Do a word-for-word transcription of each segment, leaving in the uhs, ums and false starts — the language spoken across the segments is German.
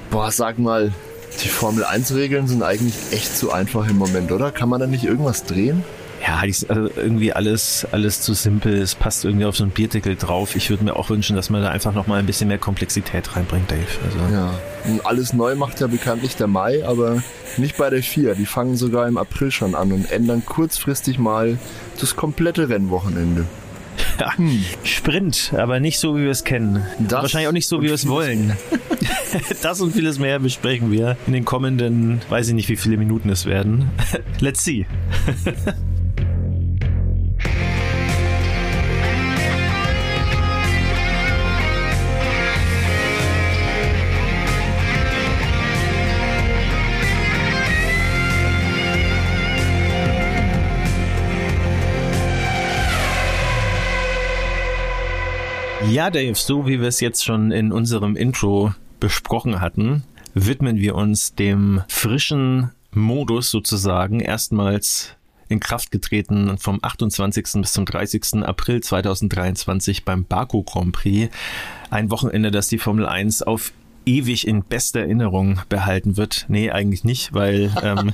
Boah, sag mal, die Formel eins Regeln sind eigentlich echt zu einfach im Moment, oder? Kann man da nicht irgendwas drehen? Ja, die ist also irgendwie alles, alles zu simpel. Es passt irgendwie auf so einen Bierdeckel drauf. Ich würde mir auch wünschen, dass man da einfach nochmal ein bisschen mehr Komplexität reinbringt, Dave. Also. Ja, und alles neu macht ja bekanntlich der Mai, aber nicht bei der F I A. Die fangen sogar im April schon an und ändern kurzfristig mal das komplette Rennwochenende. Ja, hm. Sprint, aber nicht so, wie wir es kennen. Das Wahrscheinlich auch nicht so, wie wir es wollen. Das und vieles mehr besprechen wir in den kommenden, weiß ich nicht, wie viele Minuten es werden. Let's see. Ja, Dave, so wie wir es jetzt schon in unserem Intro besprochen hatten, widmen wir uns dem frischen Modus sozusagen, erstmals in Kraft getreten vom achtundzwanzigsten bis zum dreißigsten April zweitausenddreiundzwanzig beim Baku Grand Prix. Ein Wochenende, das die Formel eins auf ewig in bester Erinnerung behalten wird. Nee, eigentlich nicht, weil ähm,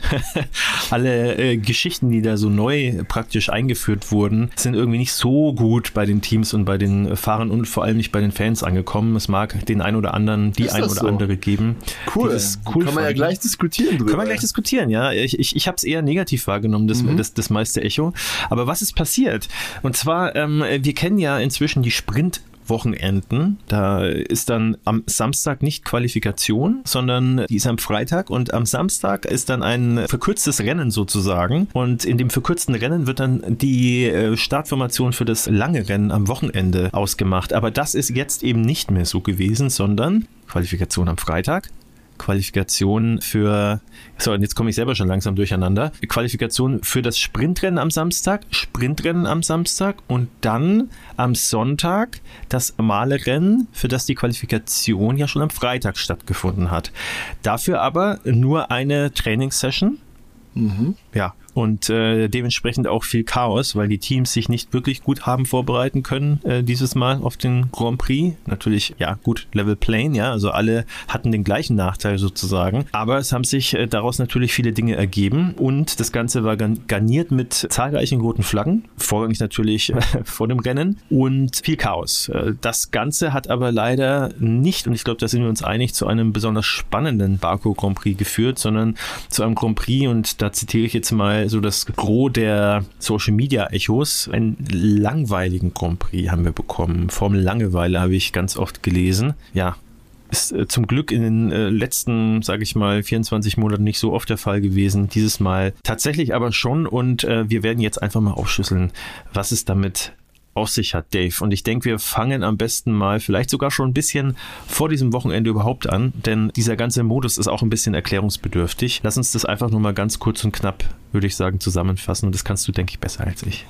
alle äh, Geschichten, die da so neu praktisch eingeführt wurden, sind irgendwie nicht so gut bei den Teams und bei den Fahrern und vor allem nicht bei den Fans angekommen. Es mag den ein oder anderen, die ein oder so? andere geben. Cool, das cool kann man ja gleich diskutieren drüber. Können wir gleich diskutieren, ja. Ich, ich, ich habe es eher negativ wahrgenommen, das, mhm. das, das meiste Echo. Aber was ist passiert? Und zwar, ähm, wir kennen ja inzwischen die Sprint- Wochenenden. Da ist dann am Samstag nicht Qualifikation, sondern die ist am Freitag und am Samstag ist dann ein verkürztes Rennen sozusagen und in dem verkürzten Rennen wird dann die Startformation für das lange Rennen am Wochenende ausgemacht. Aber das ist jetzt eben nicht mehr so gewesen, sondern Qualifikation am Freitag, Qualifikation für, so, und jetzt komme ich selber schon langsam durcheinander, Qualifikation für das Sprintrennen am Samstag, Sprintrennen am Samstag und dann am Sonntag das Malerennen, für das die Qualifikation ja schon am Freitag stattgefunden hat. Dafür aber nur eine Trainingssession. Mhm. Ja. Und äh, dementsprechend auch viel Chaos, weil die Teams sich nicht wirklich gut haben vorbereiten können äh, dieses Mal auf den Grand Prix. Natürlich, ja gut, Level Playing, ja, also alle hatten den gleichen Nachteil sozusagen. Aber es haben sich äh, daraus natürlich viele Dinge ergeben und das Ganze war garniert mit zahlreichen roten Flaggen, vorrangig natürlich äh, vor dem Rennen und viel Chaos. Äh, das Ganze hat aber leider nicht, und ich glaube, da sind wir uns einig, zu einem besonders spannenden Baku Grand Prix geführt, sondern zu einem Grand Prix, und da zitiere ich jetzt mal so das Gros der Social-Media-Echos, einen langweiligen Grand Prix haben wir bekommen. Formel Langeweile habe ich ganz oft gelesen. Ja, ist äh, zum Glück in den äh, letzten, sage ich mal, vierundzwanzig Monaten nicht so oft der Fall gewesen. Dieses Mal tatsächlich aber schon, und äh, wir werden jetzt einfach mal aufschlüsseln, was es damit auf sich hat, Dave. Und ich denke, wir fangen am besten mal vielleicht sogar schon ein bisschen vor diesem Wochenende überhaupt an, denn dieser ganze Modus ist auch ein bisschen erklärungsbedürftig. Lass uns das einfach nur mal ganz kurz und knapp, würde ich sagen, zusammenfassen, und das kannst du, denke ich, besser als ich.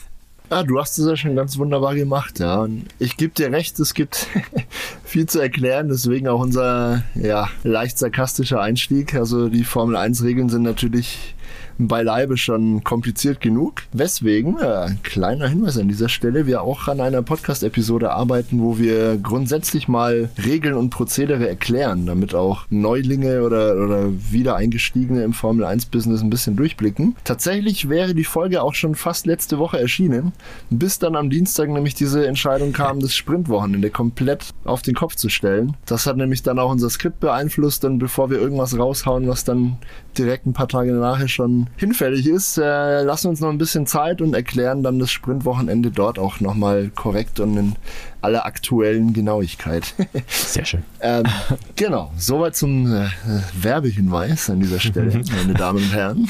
Ah, du hast es ja schon ganz wunderbar gemacht, ja. Und ich gebe dir recht, es gibt viel zu erklären, deswegen auch unser ja, leicht sarkastischer Einstieg. Also die Formel eins Regeln sind natürlich beileibe schon kompliziert genug. Weswegen, äh, kleiner Hinweis an dieser Stelle, wir auch an einer Podcast-Episode arbeiten, wo wir grundsätzlich mal Regeln und Prozedere erklären, damit auch Neulinge oder, oder Wiedereingestiegene im Formel eins Business ein bisschen durchblicken. Tatsächlich wäre die Folge auch schon fast letzte Woche erschienen, bis dann am Dienstag nämlich diese Entscheidung kam, das Sprintwochenende komplett auf den Kopf zu stellen. Das hat nämlich dann auch unser Skript beeinflusst, und bevor wir irgendwas raushauen, was dann direkt ein paar Tage nachher schon hinfällig ist, äh, lassen wir uns noch ein bisschen Zeit und erklären dann das Sprintwochenende dort auch nochmal korrekt und in aller aktuellen Genauigkeit. Sehr schön. ähm, genau, soweit zum äh, Werbehinweis an dieser Stelle, meine Damen und Herren.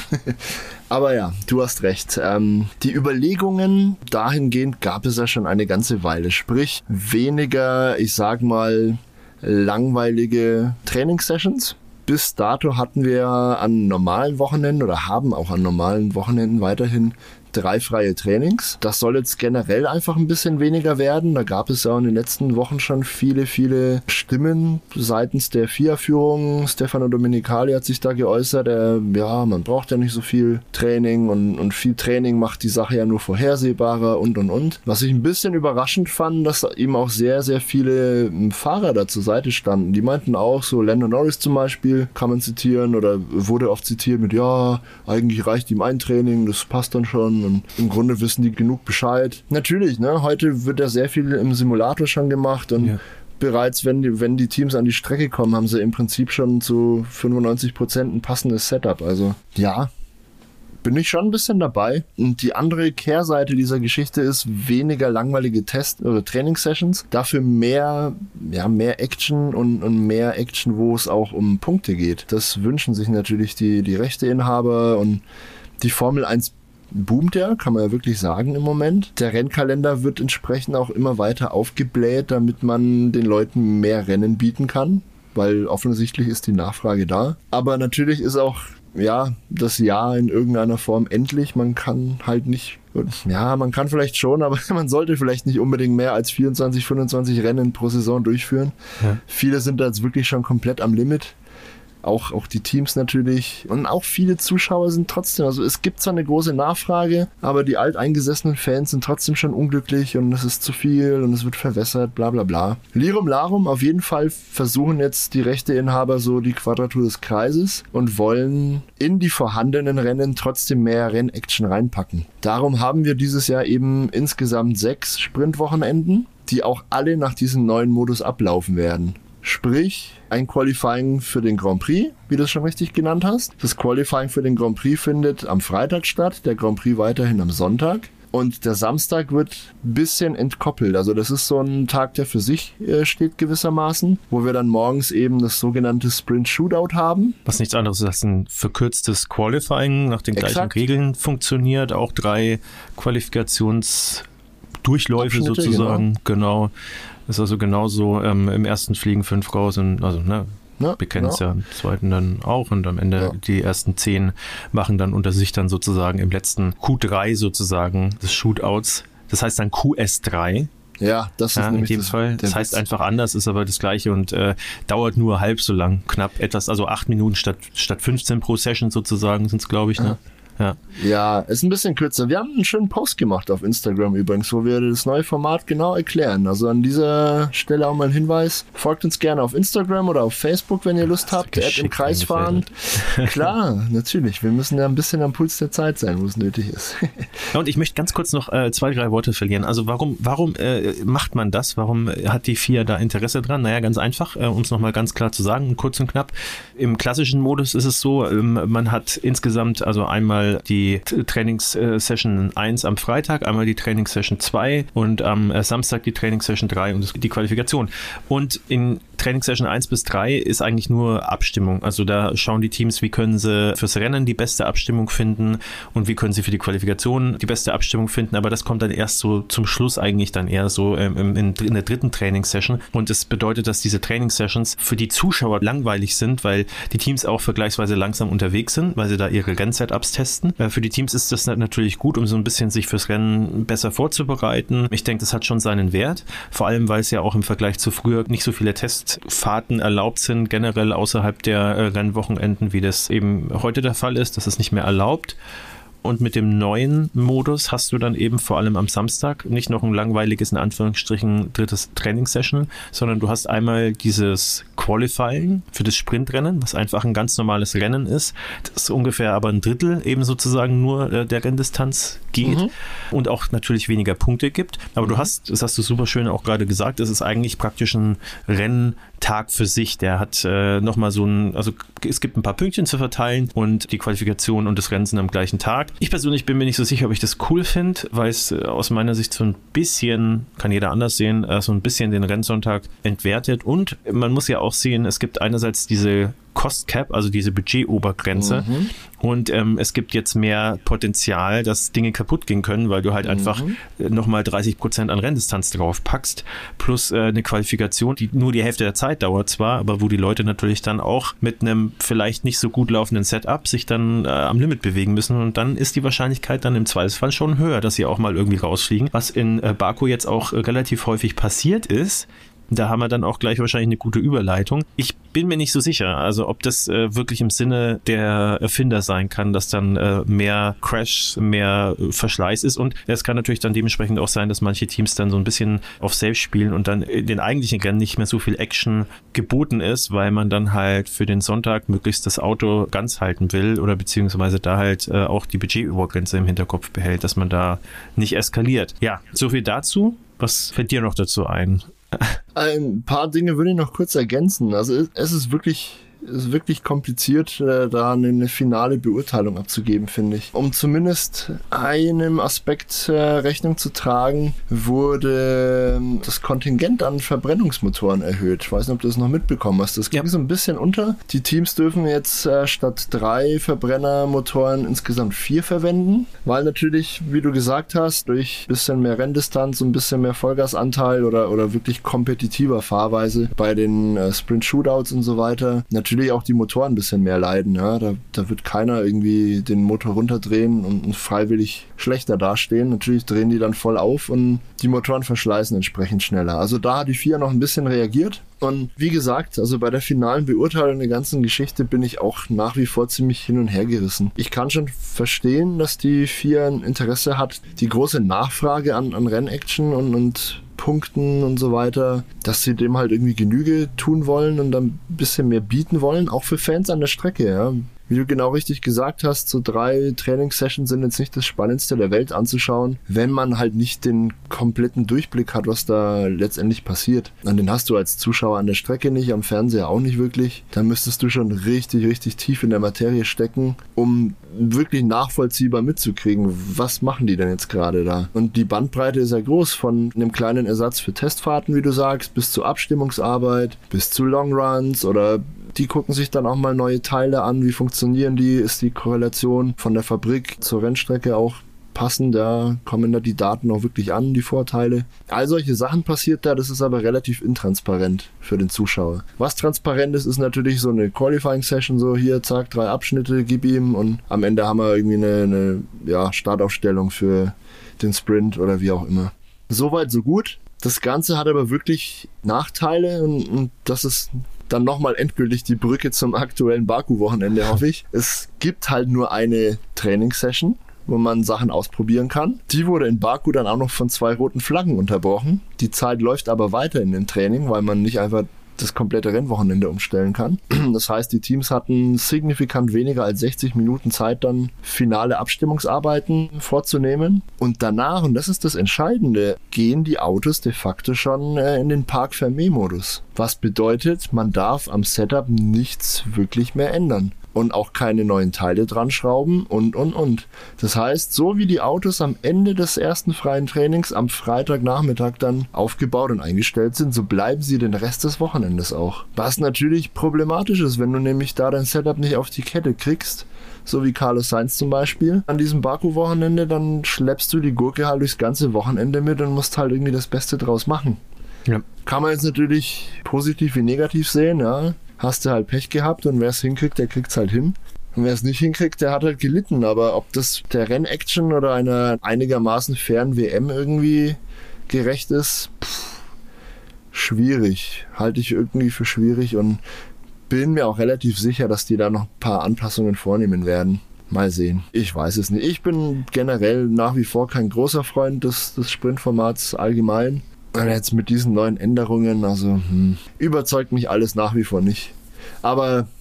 Aber ja, du hast recht. Ähm, die Überlegungen dahingehend gab es ja schon eine ganze Weile. Sprich, weniger, ich sag mal, langweilige Trainingssessions. Bis dato hatten wir an normalen Wochenenden oder haben auch an normalen Wochenenden weiterhin drei freie Trainings. Das soll jetzt generell einfach ein bisschen weniger werden. Da gab es ja in den letzten Wochen schon viele, viele Stimmen seitens der F I A-Führung. Stefano Domenicali hat sich da geäußert. Er, ja, man braucht ja nicht so viel Training und, und viel Training macht die Sache ja nur vorhersehbarer und, und, und. Was ich ein bisschen überraschend fand, dass eben auch sehr, sehr viele Fahrer da zur Seite standen. Die meinten auch, so Lando Norris zum Beispiel, kann man zitieren oder wurde oft zitiert mit, ja, eigentlich reicht ihm ein Training, das passt dann schon und im Grunde wissen die genug Bescheid. Natürlich, ne, heute wird ja sehr viel im Simulator schon gemacht und ja. Bereits wenn die, wenn die Teams an die Strecke kommen, haben sie im Prinzip schon zu fünfundneunzig Prozent ein passendes Setup. Also ja, bin ich schon ein bisschen dabei. Und die andere Kehrseite dieser Geschichte ist weniger langweilige Test- oder Trainingssessions, dafür mehr, ja, mehr Action und, und mehr Action, wo es auch um Punkte geht. Das wünschen sich natürlich die, die Rechteinhaber und die Formel eins boomt ja, kann man ja wirklich sagen im Moment. Der Rennkalender wird entsprechend auch immer weiter aufgebläht, damit man den Leuten mehr Rennen bieten kann, weil offensichtlich ist die Nachfrage da. Aber natürlich ist auch ja, das Jahr in irgendeiner Form endlich. Man kann halt nicht, ja, man kann vielleicht schon, aber man sollte vielleicht nicht unbedingt mehr als vierundzwanzig, fünfundzwanzig Rennen pro Saison durchführen. Ja. Viele sind da jetzt wirklich schon komplett am Limit. Auch, auch die Teams natürlich und auch viele Zuschauer sind trotzdem, also es gibt zwar eine große Nachfrage, aber die alteingesessenen Fans sind trotzdem schon unglücklich und es ist zu viel und es wird verwässert, bla bla bla. Lirum Larum, auf jeden Fall versuchen jetzt die Rechteinhaber so die Quadratur des Kreises und wollen in die vorhandenen Rennen trotzdem mehr Rennaction reinpacken. Darum haben wir dieses Jahr eben insgesamt sechs Sprintwochenenden, die auch alle nach diesem neuen Modus ablaufen werden. Sprich, ein Qualifying für den Grand Prix, wie du es schon richtig genannt hast. Das Qualifying für den Grand Prix findet am Freitag statt, der Grand Prix weiterhin am Sonntag. Und der Samstag wird ein bisschen entkoppelt. Also das ist so ein Tag, der für sich äh, steht gewissermaßen, wo wir dann morgens eben das sogenannte Sprint Shootout haben. Was nichts anderes ist als ein verkürztes Qualifying nach den Exakt. gleichen Regeln funktioniert. Auch drei Qualifikationsdurchläufe sozusagen. Genau. genau. Ist also genauso ähm, im ersten fliegen fünf raus und also ne, ja, wir kennen es ja. ja im zweiten dann auch und am Ende ja. die ersten zehn machen dann unter sich dann sozusagen im letzten Q drei sozusagen des Shootouts. Das heißt dann Q S drei. Ja, das ist ja, nämlich in dem das, Fall. Das heißt einfach anders, ist aber das Gleiche und äh, dauert nur halb so lang, knapp etwas, also acht Minuten statt statt fünfzehn pro Session sozusagen sind es, glaube ich, ne? Ja. Ja. ja, ist ein bisschen kürzer. Wir haben einen schönen Post gemacht auf Instagram übrigens, wo wir das neue Format genau erklären. Also an dieser Stelle auch mal ein Hinweis. Folgt uns gerne auf Instagram oder auf Facebook, wenn ihr Lust habt. App im Kreis fahren. Klar, natürlich. Wir müssen ja ein bisschen am Puls der Zeit sein, wo es nötig ist. Ja, und ich möchte ganz kurz noch äh, zwei, drei Worte verlieren. Also warum, warum äh, macht man das? Warum hat die F I A da Interesse dran? Naja, ganz einfach, äh, um es nochmal ganz klar zu sagen, kurz und knapp. Im klassischen Modus ist es so, ähm, man hat insgesamt also einmal die Trainingssession eins am Freitag, einmal die Trainingssession zwei und am Samstag die Trainingssession drei und die Qualifikation. Und in Trainingssession eins bis drei ist eigentlich nur Abstimmung. Also da schauen die Teams, wie können sie fürs Rennen die beste Abstimmung finden und wie können sie für die Qualifikation die beste Abstimmung finden. Aber das kommt dann erst so zum Schluss eigentlich dann eher so ähm, in, in der dritten Trainingssession. Und das bedeutet, dass diese Trainingssessions für die Zuschauer langweilig sind, weil die Teams auch vergleichsweise langsam unterwegs sind, weil sie da ihre Rennsetups testen. Für die Teams ist das natürlich gut, um so ein bisschen sich fürs Rennen besser vorzubereiten. Ich denke, das hat schon seinen Wert. Vor allem, weil es ja auch im Vergleich zu früher nicht so viele Testfahrten erlaubt sind, generell außerhalb der Rennwochenenden, wie das eben heute der Fall ist. Das ist nicht mehr erlaubt. Und mit dem neuen Modus hast du dann eben vor allem am Samstag nicht noch ein langweiliges, in Anführungsstrichen, drittes Trainingssession, sondern du hast einmal dieses Qualifying für das Sprintrennen, was einfach ein ganz normales Rennen ist. Das ist ungefähr aber ein Drittel eben sozusagen nur äh, der Renndistanz geht mhm. und auch natürlich weniger Punkte gibt. Aber mhm. du hast, das hast du super schön auch gerade gesagt, es ist eigentlich praktisch ein Renntag für sich. Der hat äh, nochmal so ein, also es gibt ein paar Pünktchen zu verteilen und die Qualifikation und das Rennen sind am gleichen Tag. Ich persönlich bin mir nicht so sicher, ob ich das cool finde, weil es aus meiner Sicht so ein bisschen, kann jeder anders sehen, so ein bisschen den Rennsonntag entwertet. Und man muss ja auch sehen, es gibt einerseits diese Cost Cap, also diese Budgetobergrenze. Mhm. Und ähm, es gibt jetzt mehr Potenzial, dass Dinge kaputt gehen können, weil du halt mhm. einfach äh, nochmal dreißig Prozent an Renndistanz drauf packst, plus äh, eine Qualifikation, die nur die Hälfte der Zeit dauert zwar, aber wo die Leute natürlich dann auch mit einem vielleicht nicht so gut laufenden Setup sich dann äh, am Limit bewegen müssen und dann ist die Wahrscheinlichkeit dann im Zweifelsfall schon höher, dass sie auch mal irgendwie rausfliegen, was in äh, Baku jetzt auch äh, relativ häufig passiert ist. Da haben wir dann auch gleich wahrscheinlich eine gute Überleitung. Ich bin mir nicht so sicher, also ob das äh, wirklich im Sinne der Erfinder sein kann, dass dann äh, mehr Crash, mehr äh, Verschleiß ist und es kann natürlich dann dementsprechend auch sein, dass manche Teams dann so ein bisschen auf Safe spielen und dann in den eigentlichen Rennen nicht mehr so viel Action geboten ist, weil man dann halt für den Sonntag möglichst das Auto ganz halten will oder beziehungsweise da halt äh, auch die Budgetobergrenze im Hinterkopf behält, dass man da nicht eskaliert. Ja, so viel dazu. Was fällt dir noch dazu ein? Ein paar Dinge würde ich noch kurz ergänzen. Also es ist wirklich, es ist wirklich kompliziert, da eine finale Beurteilung abzugeben, finde ich. Um zumindest einem Aspekt Rechnung zu tragen, wurde das Kontingent an Verbrennungsmotoren erhöht. Ich weiß nicht, ob du das noch mitbekommen hast. Das ging ja so ein bisschen unter. Die Teams dürfen jetzt statt drei Verbrennermotoren insgesamt vier verwenden, weil natürlich, wie du gesagt hast, durch ein bisschen mehr Renndistanz und ein bisschen mehr Vollgasanteil oder, oder wirklich kompetitiver Fahrweise bei den äh, Sprint-Shootouts und so weiter, natürlich auch die Motoren ein bisschen mehr leiden. Ja? Da, da wird keiner irgendwie den Motor runterdrehen und, und freiwillig schlechter dastehen. Natürlich drehen die dann voll auf und die Motoren verschleißen entsprechend schneller. Also da hat die F I A noch ein bisschen reagiert. Und wie gesagt, also bei der finalen Beurteilung der ganzen Geschichte bin ich auch nach wie vor ziemlich hin und her gerissen. Ich kann schon verstehen, dass die F I A ein Interesse hat, die große Nachfrage an, an Rennaction und, und Punkten und so weiter, dass sie dem halt irgendwie Genüge tun wollen und dann ein bisschen mehr bieten wollen, auch für Fans an der Strecke, ja. Wie du genau richtig gesagt hast, so drei Trainingssessions sind jetzt nicht das Spannendste der Welt anzuschauen, wenn man halt nicht den kompletten Durchblick hat, was da letztendlich passiert. Und den hast du als Zuschauer an der Strecke nicht, am Fernseher auch nicht wirklich. Da müsstest du schon richtig, richtig tief in der Materie stecken, um wirklich nachvollziehbar mitzukriegen, was machen die denn jetzt gerade da. Und die Bandbreite ist ja groß, von einem kleinen Ersatz für Testfahrten, wie du sagst, bis zur Abstimmungsarbeit, bis zu Longruns oder die gucken sich dann auch mal neue Teile an, wie funktionieren die, ist die Korrelation von der Fabrik zur Rennstrecke auch passend, da kommen da die Daten auch wirklich an, die Vorteile. All solche Sachen passiert da, das ist aber relativ intransparent für den Zuschauer. Was transparent ist, ist natürlich so eine Qualifying-Session, so hier, zack, drei Abschnitte, gib ihm und am Ende haben wir irgendwie eine, eine ja, Startaufstellung für den Sprint oder wie auch immer. Soweit, so gut. Das Ganze hat aber wirklich Nachteile und, und das ist dann nochmal endgültig die Brücke zum aktuellen Baku-Wochenende, hoffe ich. Es gibt halt nur eine Trainingssession, wo man Sachen ausprobieren kann. Die wurde in Baku dann auch noch von zwei roten Flaggen unterbrochen. Die Zeit läuft aber weiter in dem Training, weil man nicht einfach das komplette Rennwochenende umstellen kann. Das heißt, die Teams hatten signifikant weniger als sechzig Minuten Zeit, dann finale Abstimmungsarbeiten vorzunehmen. Und danach, und das ist das Entscheidende, gehen die Autos de facto schon äh, in den Park-Fermé-Modus. Was bedeutet, man darf am Setup nichts wirklich mehr ändern. Und auch keine neuen Teile dran schrauben und, und, und. Das heißt, so wie die Autos am Ende des ersten freien Trainings am Freitagnachmittag dann aufgebaut und eingestellt sind, so bleiben sie den Rest des Wochenendes auch. Was natürlich problematisch ist, wenn du nämlich da dein Setup nicht auf die Kette kriegst, so wie Carlos Sainz zum Beispiel, an diesem Baku-Wochenende, dann schleppst du die Gurke halt durchs ganze Wochenende mit und musst halt irgendwie das Beste draus machen. Ja. Kann man jetzt natürlich positiv wie negativ sehen, ja. Hast du halt Pech gehabt und wer es hinkriegt, der kriegt es halt hin. Und wer es nicht hinkriegt, der hat halt gelitten. Aber ob das der Rennaction oder einer einigermaßen fairen W M irgendwie gerecht ist, pff, schwierig. Halte ich irgendwie für schwierig und bin mir auch relativ sicher, dass die da noch ein paar Anpassungen vornehmen werden. Mal sehen. Ich weiß es nicht. Ich bin generell nach wie vor kein großer Freund des, des Sprintformats allgemein. Und jetzt mit diesen neuen Änderungen, also hm, überzeugt mich alles nach wie vor nicht. Aber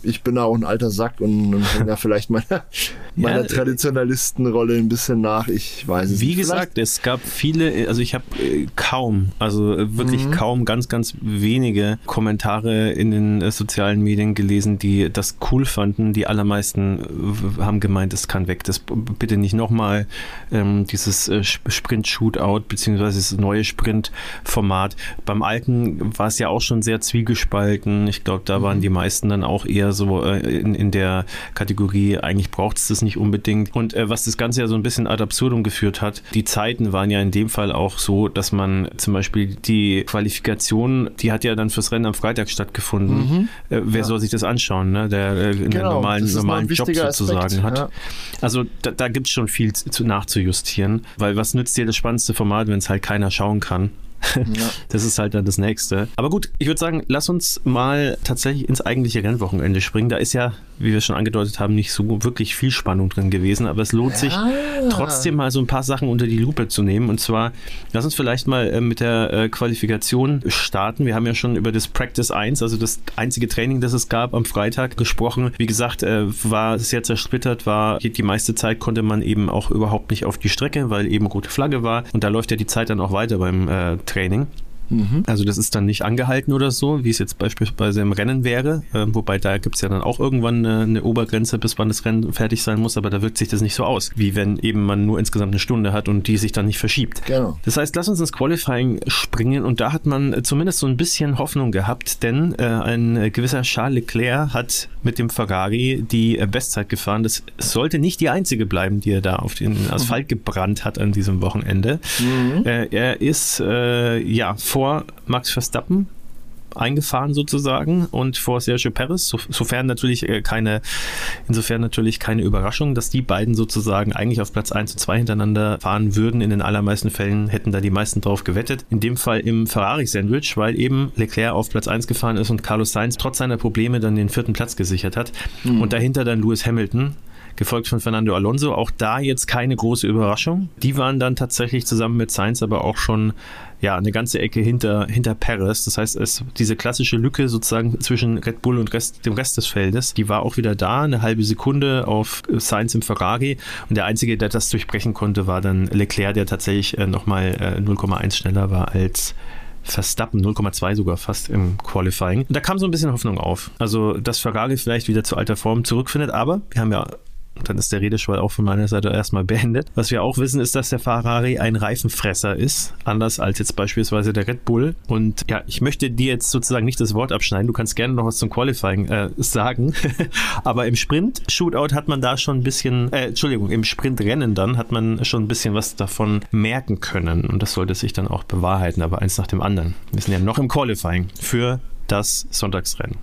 ich bin auch ein alter Sack und, und hänge da vielleicht meiner, meiner ja, Traditionalistenrolle ein bisschen nach. Ich weiß es wie nicht. Wie gesagt, es gab viele, also ich habe äh, kaum, also äh, wirklich mhm. kaum, ganz, ganz wenige Kommentare in den äh, sozialen Medien gelesen, die das cool fanden. Die allermeisten äh, haben gemeint, es kann weg. Das bitte nicht nochmal ähm, dieses äh, Sprint-Shootout beziehungsweise das neue Sprint-Format. Beim alten war es ja auch schon sehr zwiegespalten. Ich glaube, da mhm. waren die meisten dann auch eher so äh, in, in der Kategorie, eigentlich braucht es das nicht unbedingt. Und äh, was das Ganze ja so ein bisschen ad absurdum geführt hat, die Zeiten waren ja in dem Fall auch so, dass man zum Beispiel die Qualifikation, die hat ja dann fürs Rennen am Freitag stattgefunden. Mhm. Äh, wer ja. soll sich das anschauen, ne? Der äh, in genau, normalen, normalen Job sozusagen Aspekt, hat. Ja. Also da, da gibt es schon viel zu, nachzujustieren, weil was nützt dir das spannendste Format, wenn es halt keiner schauen kann? Ja. Das ist halt dann das Nächste. Aber gut, ich würde sagen, lass uns mal tatsächlich ins eigentliche Rennwochenende springen. Da ist ja, wie wir schon angedeutet haben, nicht so wirklich viel Spannung drin gewesen, aber es lohnt sich ja. trotzdem mal so ein paar Sachen unter die Lupe zu nehmen. Und zwar, lass uns vielleicht mal äh, mit der äh, Qualifikation starten. Wir haben ja schon über das Practice eins, also das einzige Training, das es gab am Freitag, gesprochen. Wie gesagt, äh, war sehr zersplittert, war die meiste Zeit konnte man eben auch überhaupt nicht auf die Strecke, weil eben rote Flagge war. Und da läuft ja die Zeit dann auch weiter beim äh, Training. Mhm. Also das ist dann nicht angehalten oder so, wie es jetzt beispielsweise im Rennen wäre, äh, wobei da gibt es ja dann auch irgendwann eine, eine Obergrenze, bis wann das Rennen fertig sein muss, aber da wirkt sich das nicht so aus, wie wenn eben man nur insgesamt eine Stunde hat und die sich dann nicht verschiebt. Genau. Das heißt, lass uns ins Qualifying springen und da hat man zumindest so ein bisschen Hoffnung gehabt, denn äh, ein gewisser Charles Leclerc hat mit dem Ferrari die äh, Bestzeit gefahren. Das sollte nicht die einzige bleiben, die er da auf den Asphalt gebrannt hat an diesem Wochenende. Mhm. Äh, er ist äh, ja vor Max Verstappen eingefahren sozusagen und vor Sergio Perez, so, sofern natürlich keine, insofern natürlich keine Überraschung, dass die beiden sozusagen eigentlich auf Platz eins und zwei hintereinander fahren würden. In den allermeisten Fällen hätten da die meisten drauf gewettet. In dem Fall im Ferrari-Sandwich, weil eben Leclerc auf Platz eins gefahren ist und Carlos Sainz trotz seiner Probleme dann den vierten Platz gesichert hat. Mhm. Und dahinter dann Lewis Hamilton, gefolgt von Fernando Alonso. Auch da jetzt keine große Überraschung. Die waren dann tatsächlich zusammen mit Sainz aber auch schon ja, eine ganze Ecke hinter, hinter Perez. Das heißt, es, diese klassische Lücke sozusagen zwischen Red Bull und Rest, dem Rest des Feldes, die war auch wieder da, eine halbe Sekunde auf Sainz im Ferrari. Und der Einzige, der das durchbrechen konnte, war dann Leclerc, der tatsächlich äh, nochmal äh, null Komma eins schneller war als Verstappen, null Komma zwei sogar fast im Qualifying. Und da kam so ein bisschen Hoffnung auf. Also, dass Ferrari vielleicht wieder zu alter Form zurückfindet, aber wir haben ja dann ist der Redeschwall auch von meiner Seite erstmal beendet. Was wir auch wissen, ist, dass der Ferrari ein Reifenfresser ist, anders als jetzt beispielsweise der Red Bull. Und ja, ich möchte dir jetzt sozusagen nicht das Wort abschneiden, du kannst gerne noch was zum Qualifying äh, sagen, aber im Sprint-Shootout hat man da schon ein bisschen, äh, Entschuldigung, im Sprintrennen dann hat man schon ein bisschen was davon merken können und das sollte sich dann auch bewahrheiten, aber eins nach dem anderen. Wir sind ja noch im Qualifying für das Sonntagsrennen.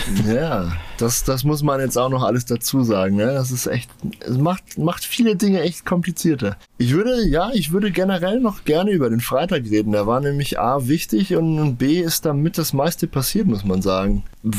Ja, das, das muss man jetzt auch noch alles dazu sagen. Ne? Das ist echt, es macht, macht viele Dinge echt komplizierter. Ich würde, ja, ich würde generell noch gerne über den Freitag reden. Der war nämlich A, wichtig und B, ist damit das meiste passiert, muss man sagen.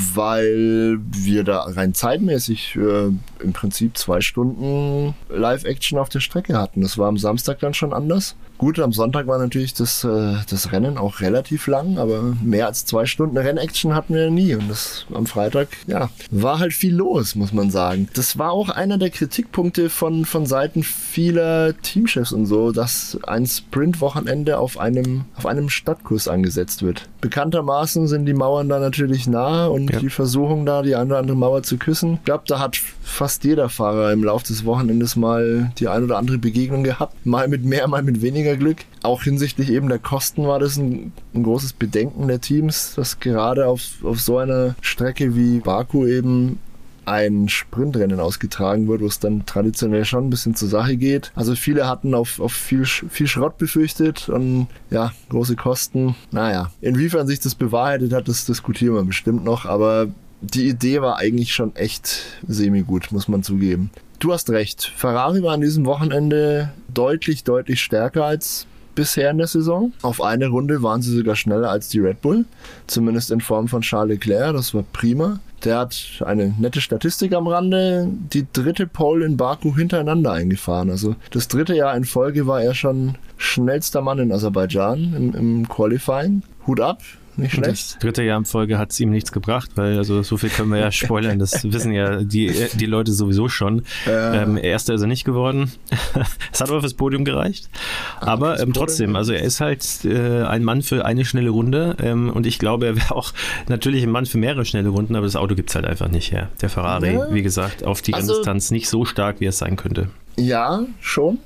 Weil wir da rein zeitmäßig äh, im Prinzip zwei Stunden Live-Action auf der Strecke hatten. Das war am Samstag dann schon anders. Gut, am Sonntag war natürlich das, äh, das Rennen auch relativ lang, aber mehr als zwei Stunden Rennaction hatten wir nie. Und das am Freitag, ja, war halt viel los, muss man sagen. Das war auch einer der Kritikpunkte von, von Seiten vieler Teamchefs und so, dass ein Sprint-Wochenende auf einem, auf einem Stadtkurs angesetzt wird. Bekanntermaßen sind die Mauern da natürlich nah und ja. die Versuchung da, die eine oder andere Mauer zu küssen. Ich glaube, da hat fast jeder Fahrer im Laufe des Wochenendes mal die ein oder andere Begegnung gehabt. Mal mit mehr, mal mit weniger Glück. Auch hinsichtlich eben der Kosten war das ein, ein großes Bedenken der Teams, dass gerade auf, auf so einer Strecke wie Baku eben ein Sprintrennen ausgetragen wird, wo es dann traditionell schon ein bisschen zur Sache geht. Also viele hatten auf, auf viel, viel Schrott befürchtet und ja, große Kosten. Naja, inwiefern sich das bewahrheitet hat, das diskutieren wir bestimmt noch, aber die Idee war eigentlich schon echt semi-gut, muss man zugeben. Du hast recht, Ferrari war an diesem Wochenende deutlich, deutlich stärker als bisher in der Saison. Auf eine Runde waren sie sogar schneller als die Red Bull, zumindest in Form von Charles Leclerc, das war prima. Der hat eine nette Statistik am Rande, die dritte Pole in Baku hintereinander eingefahren. Also das dritte Jahr in Folge war er schon schnellster Mann in Aserbaidschan im, im Qualifying. Hut ab, nicht schlecht. Das dritte Jahr in Folge hat es ihm nichts gebracht, weil also so viel können wir ja spoilern, das wissen ja die, die Leute sowieso schon. Äh. Ähm, Erster ist er nicht geworden. Es hat aber fürs Podium gereicht. Aber ähm, trotzdem, also er ist halt äh, ein Mann für eine schnelle Runde ähm, und ich glaube, er wäre auch natürlich ein Mann für mehrere schnelle Runden, aber das Auto gibt es halt einfach nicht her. Der Ferrari, ja. wie gesagt, auf die also, Renndistanz nicht so stark, wie es sein könnte. Ja, schon.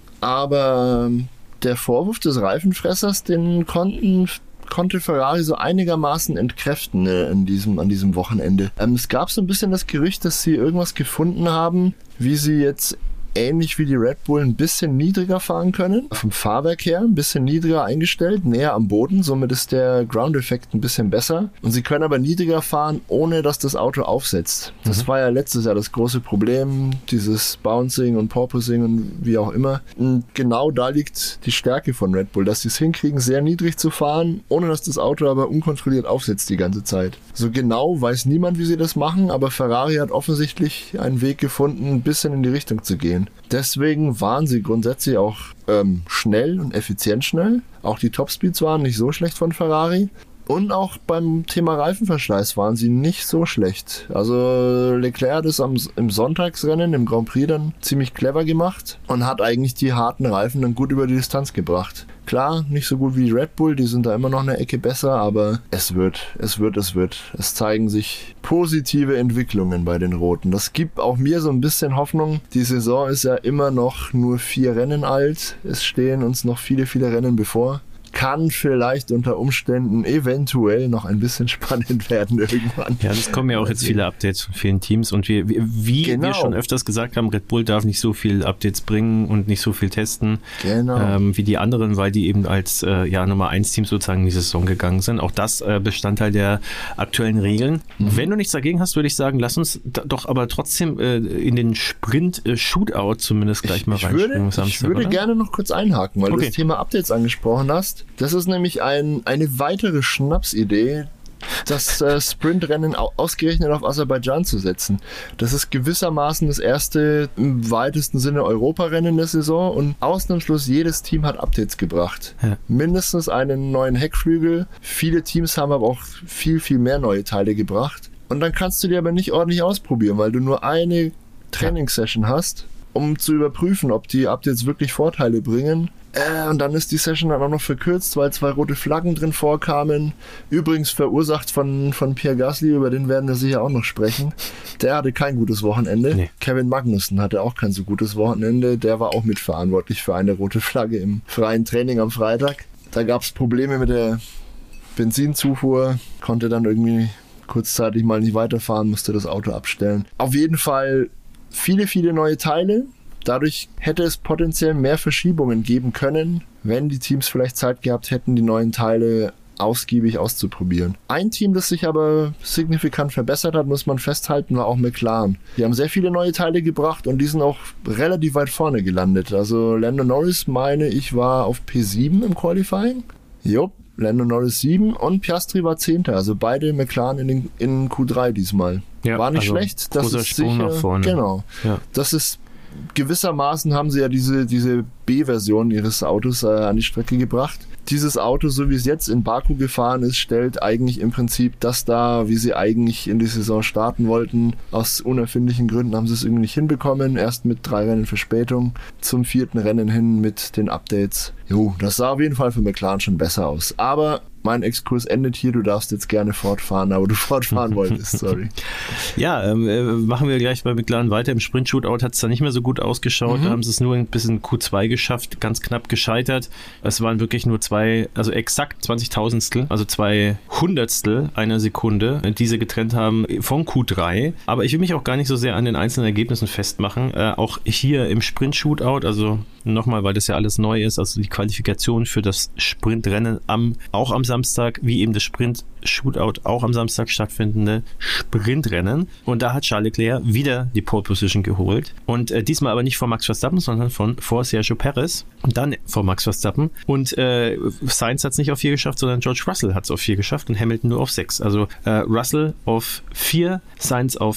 Aber der Vorwurf des Reifenfressers, den konnten, konnte Ferrari so einigermaßen entkräften äh, in diesem, an diesem Wochenende. Ähm, es gab so ein bisschen das Gerücht, dass sie irgendwas gefunden haben, wie sie jetzt ähnlich wie die Red Bull ein bisschen niedriger fahren können. Vom Fahrwerk her ein bisschen niedriger eingestellt, näher am Boden. Somit ist der Ground-Effekt ein bisschen besser. Und sie können aber niedriger fahren, ohne dass das Auto aufsetzt. Das mhm. war ja letztes Jahr das große Problem. Dieses Bouncing und Porpoising und wie auch immer. Und genau da liegt die Stärke von Red Bull, dass sie es hinkriegen, sehr niedrig zu fahren, ohne dass das Auto aber unkontrolliert aufsetzt die ganze Zeit. So genau weiß niemand, wie sie das machen, aber Ferrari hat offensichtlich einen Weg gefunden, ein bisschen in die Richtung zu gehen. Deswegen waren sie grundsätzlich auch ähm, schnell und effizient schnell. Auch die Topspeeds waren nicht so schlecht von Ferrari. Und auch beim Thema Reifenverschleiß waren sie nicht so schlecht. Also Leclerc hat es am, im Sonntagsrennen, im Grand Prix dann ziemlich clever gemacht und hat eigentlich die harten Reifen dann gut über die Distanz gebracht. Klar, nicht so gut wie Red Bull, die sind da immer noch eine Ecke besser, aber es wird, es wird, es wird. Es zeigen sich positive Entwicklungen bei den Roten. Das gibt auch mir so ein bisschen Hoffnung. Die Saison ist ja immer noch nur vier Rennen alt. Es stehen uns noch viele, viele Rennen bevor. Kann vielleicht unter Umständen eventuell noch ein bisschen spannend werden irgendwann. Ja, es kommen ja auch jetzt viele Updates von vielen Teams und wir, wie genau. wir schon öfters gesagt haben, Red Bull darf nicht so viel Updates bringen und nicht so viel testen genau. ähm, wie die anderen, weil die eben als äh, ja, Nummer eins Team sozusagen in die Saison gegangen sind. Auch das äh, Bestandteil der aktuellen Regeln. Mhm. Wenn du nichts dagegen hast, würde ich sagen, lass uns da, doch aber trotzdem äh, in den Sprint-Shootout äh, zumindest gleich ich, mal ich reinspringen. Würde, ich würde oder? gerne noch kurz einhaken, weil okay. du das Thema Updates angesprochen hast. Das ist nämlich ein, eine weitere Schnapsidee, das äh, Sprintrennen ausgerechnet auf Aserbaidschan zu setzen. Das ist gewissermaßen das erste im weitesten Sinne Europarennen der Saison und ausnahmslos jedes Team hat Updates gebracht. Ja. Mindestens einen neuen Heckflügel. Viele Teams haben aber auch viel, viel mehr neue Teile gebracht. Und dann kannst du die aber nicht ordentlich ausprobieren, weil du nur eine Trainingssession hast, um zu überprüfen, ob die Updates wirklich Vorteile bringen. Äh, und dann ist die Session dann auch noch verkürzt, weil zwei rote Flaggen drin vorkamen. Übrigens verursacht von, von Pierre Gasly, über den werden wir sicher auch noch sprechen. Der hatte kein gutes Wochenende. Nee. Kevin Magnussen hatte auch kein so gutes Wochenende. Der war auch mitverantwortlich für eine rote Flagge im freien Training am Freitag. Da gab es Probleme mit der Benzinzufuhr, konnte dann irgendwie kurzzeitig mal nicht weiterfahren, musste das Auto abstellen. Auf jeden Fall viele, viele neue Teile. Dadurch hätte es potenziell mehr Verschiebungen geben können, wenn die Teams vielleicht Zeit gehabt hätten, die neuen Teile ausgiebig auszuprobieren. Ein Team, das sich aber signifikant verbessert hat, muss man festhalten, war auch McLaren. Die haben sehr viele neue Teile gebracht und die sind auch relativ weit vorne gelandet. Also Lando Norris, meine ich, war auf P sieben im Qualifying. Jupp, Lando Norris sieben und Piastri war Zehnter. Also beide McLaren in, den, in Q drei diesmal. Ja, war nicht also schlecht. Das ist Sprung sicher, nach vorne. Genau. Ja. Das ist gewissermaßen haben sie ja diese, diese B-Version ihres Autos äh, an die Strecke gebracht. Dieses Auto, so wie es jetzt in Baku gefahren ist, stellt eigentlich im Prinzip das dar, wie sie eigentlich in die Saison starten wollten. Aus unerfindlichen Gründen haben sie es irgendwie nicht hinbekommen. Erst mit drei Rennen Verspätung zum vierten Rennen hin mit den Updates. Jo, das sah auf jeden Fall für McLaren schon besser aus. Aber mein Exkurs endet hier, du darfst jetzt gerne fortfahren, aber du fortfahren wolltest, sorry. Ja, ähm, machen wir gleich bei McLaren weiter. Im Sprint-Shootout hat es da nicht mehr so gut ausgeschaut. Mhm. Da haben sie es nur ein bisschen Q zwei geschafft, ganz knapp gescheitert. Es waren wirklich nur zwei, also exakt zwanzigtausendstel, also zwei Hundertstel einer Sekunde, die sie getrennt haben von Q drei. Aber ich will mich auch gar nicht so sehr an den einzelnen Ergebnissen festmachen. Äh, auch hier im Sprint-Shootout, also nochmal, weil das ja alles neu ist, also die Qualifikation für das Sprintrennen am, auch am Samstag, wie eben das Sprint-Shootout auch am Samstag stattfindende Sprintrennen. Und da hat Charles Leclerc wieder die Pole Position geholt. Und äh, diesmal aber nicht vor Max Verstappen, sondern von, vor Sergio Perez. Und dann vor Max Verstappen. Und äh, Sainz hat es nicht auf vier geschafft, sondern George Russell hat es auf vier geschafft und Hamilton nur auf sechs. Also äh, Russell auf vier, Sainz auf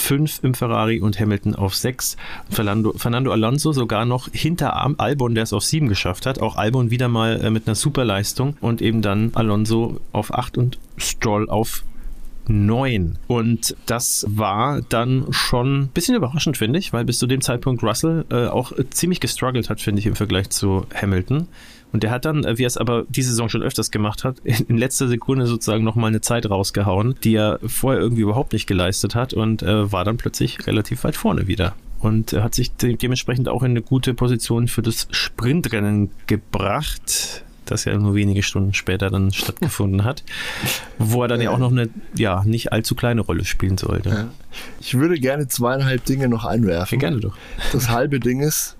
fünf im Ferrari und Hamilton auf sechs. Fernando, Fernando Alonso sogar noch hinter Albon, der es auf sieben geschafft hat. Auch Albon wieder mal äh, mit einer Superleistung und eben dann Alonso auf acht und Stroll auf neun. Und das war dann schon ein bisschen überraschend, finde ich, weil bis zu dem Zeitpunkt Russell äh, auch äh, ziemlich gestruggelt hat, finde ich, im Vergleich zu Hamilton. Und der hat dann, wie er es aber diese Saison schon öfters gemacht hat, in letzter Sekunde sozusagen nochmal eine Zeit rausgehauen, die er vorher irgendwie überhaupt nicht geleistet hat und äh, war dann plötzlich relativ weit vorne wieder. Und er hat sich de- dementsprechend auch in eine gute Position für das Sprintrennen gebracht, das ja nur wenige Stunden später dann stattgefunden hat, wo er dann ja auch noch eine ja nicht allzu kleine Rolle spielen sollte. Ja. Ich würde gerne zweieinhalb Dinge noch einwerfen. Ja, gerne doch. Das halbe Ding ist,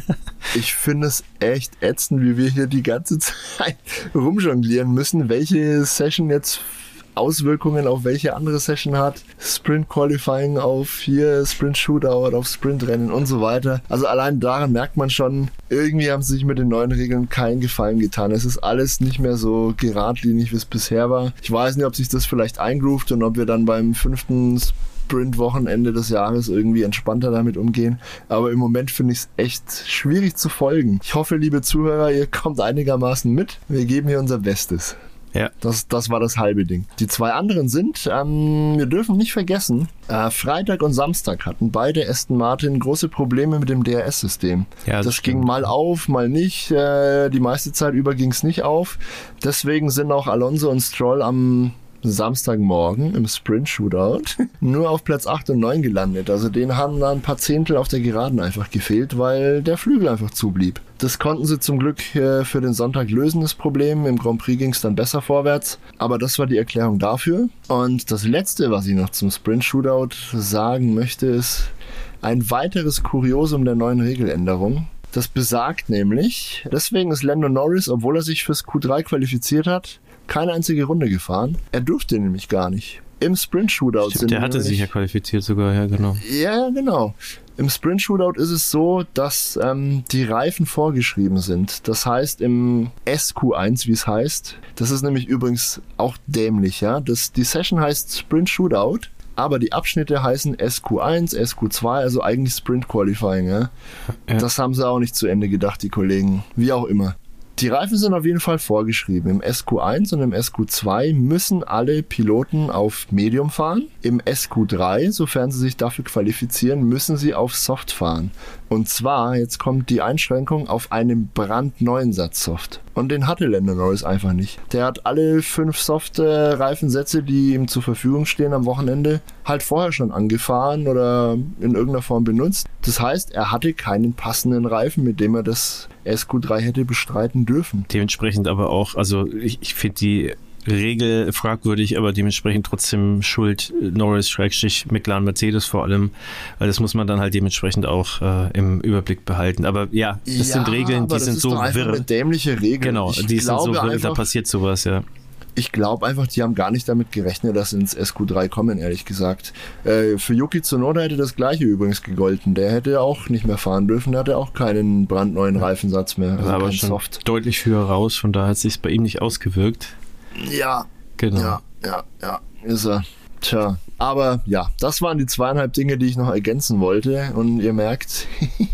ich finde es echt ätzend, wie wir hier die ganze Zeit rumjonglieren müssen, welche Session jetzt Auswirkungen auf welche andere Session hat. Sprint Qualifying auf hier, Sprint Shootout, auf Sprintrennen und so weiter. Also allein daran merkt man schon, irgendwie haben sie sich mit den neuen Regeln keinen Gefallen getan. Es ist alles nicht mehr so geradlinig, wie es bisher war. Ich weiß nicht, ob sich das vielleicht eingroovt und ob wir dann beim fünften Sprint-Wochenende des Jahres irgendwie entspannter damit umgehen. Aber im Moment finde ich es echt schwierig zu folgen. Ich hoffe, liebe Zuhörer, ihr kommt einigermaßen mit. Wir geben hier unser Bestes. Ja. Das, das war das halbe Ding. Die zwei anderen sind, ähm, wir dürfen nicht vergessen, äh, Freitag und Samstag hatten beide Aston Martin große Probleme mit dem D R S-System. Ja, das, das ging mal auf, mal nicht. Äh, die meiste Zeit über ging es nicht auf. Deswegen sind auch Alonso und Stroll am Samstagmorgen im Sprint-Shootout nur auf Platz acht und neun gelandet. Also denen haben da ein paar Zehntel auf der Geraden einfach gefehlt, weil der Flügel einfach zublieb. Das konnten sie zum Glück äh, für den Sonntag lösen, das Problem. Im Grand Prix ging es dann besser vorwärts. Aber das war die Erklärung dafür. Und das Letzte, was ich noch zum Sprint-Shootout sagen möchte, ist ein weiteres Kuriosum der neuen Regeländerung. Das besagt nämlich, deswegen ist Lando Norris, obwohl er sich fürs Q drei qualifiziert hat, keine einzige Runde gefahren. Er durfte nämlich gar nicht. Im Sprint-Shootout sind Der hatte sich ja qualifiziert sogar, ja genau. Ja, genau. Im Sprint-Shootout ist es so, dass ähm, die Reifen vorgeschrieben sind. Das heißt im S Q eins, wie es heißt. Das ist nämlich übrigens auch dämlich, ja. Das, die Session heißt Sprint-Shootout, aber die Abschnitte heißen S Q eins, S Q zwei, also eigentlich Sprint-Qualifying, ja? Ja. Das haben sie auch nicht zu Ende gedacht, die Kollegen. Wie auch immer. Die Reifen sind auf jeden Fall vorgeschrieben. Im S Q eins und im S Q zwei müssen alle Piloten auf Medium fahren. Im S Q drei, sofern sie sich dafür qualifizieren, müssen sie auf Soft fahren. Und zwar, jetzt kommt die Einschränkung, auf einem brandneuen Satz Soft. Und den hatte Lando Norris einfach nicht. Der hat alle fünf Soft-Reifensätze, die ihm zur Verfügung stehen am Wochenende, halt vorher schon angefahren oder in irgendeiner Form benutzt. Das heißt, er hatte keinen passenden Reifen, mit dem er das S Q drei hätte bestreiten dürfen. Dementsprechend aber auch, also ich, ich finde die Regel fragwürdig, aber dementsprechend trotzdem schuld Norris, Schrägstrich, McLaren, Mercedes vor allem, weil das muss man dann halt dementsprechend auch äh, im Überblick behalten. Aber ja, das ja, sind Regeln, die sind so wirr. Das ist eine dämliche Regel. Genau, ich die sind so wirr, einfach, da passiert sowas, ja. Ich glaube einfach, die haben gar nicht damit gerechnet, dass sie ins S Q drei kommen, ehrlich gesagt. Äh, für Yuki Tsunoda hätte das Gleiche übrigens gegolten. Der hätte auch nicht mehr fahren dürfen, der hatte auch keinen brandneuen Reifensatz mehr. Also aber schon Soft. Deutlich höher raus, von daher hat es sich bei ihm nicht ausgewirkt. Ja, genau. Ja, ja, ja, ist er. Tja, aber ja, das waren die zweieinhalb Dinge, die ich noch ergänzen wollte. Und ihr merkt,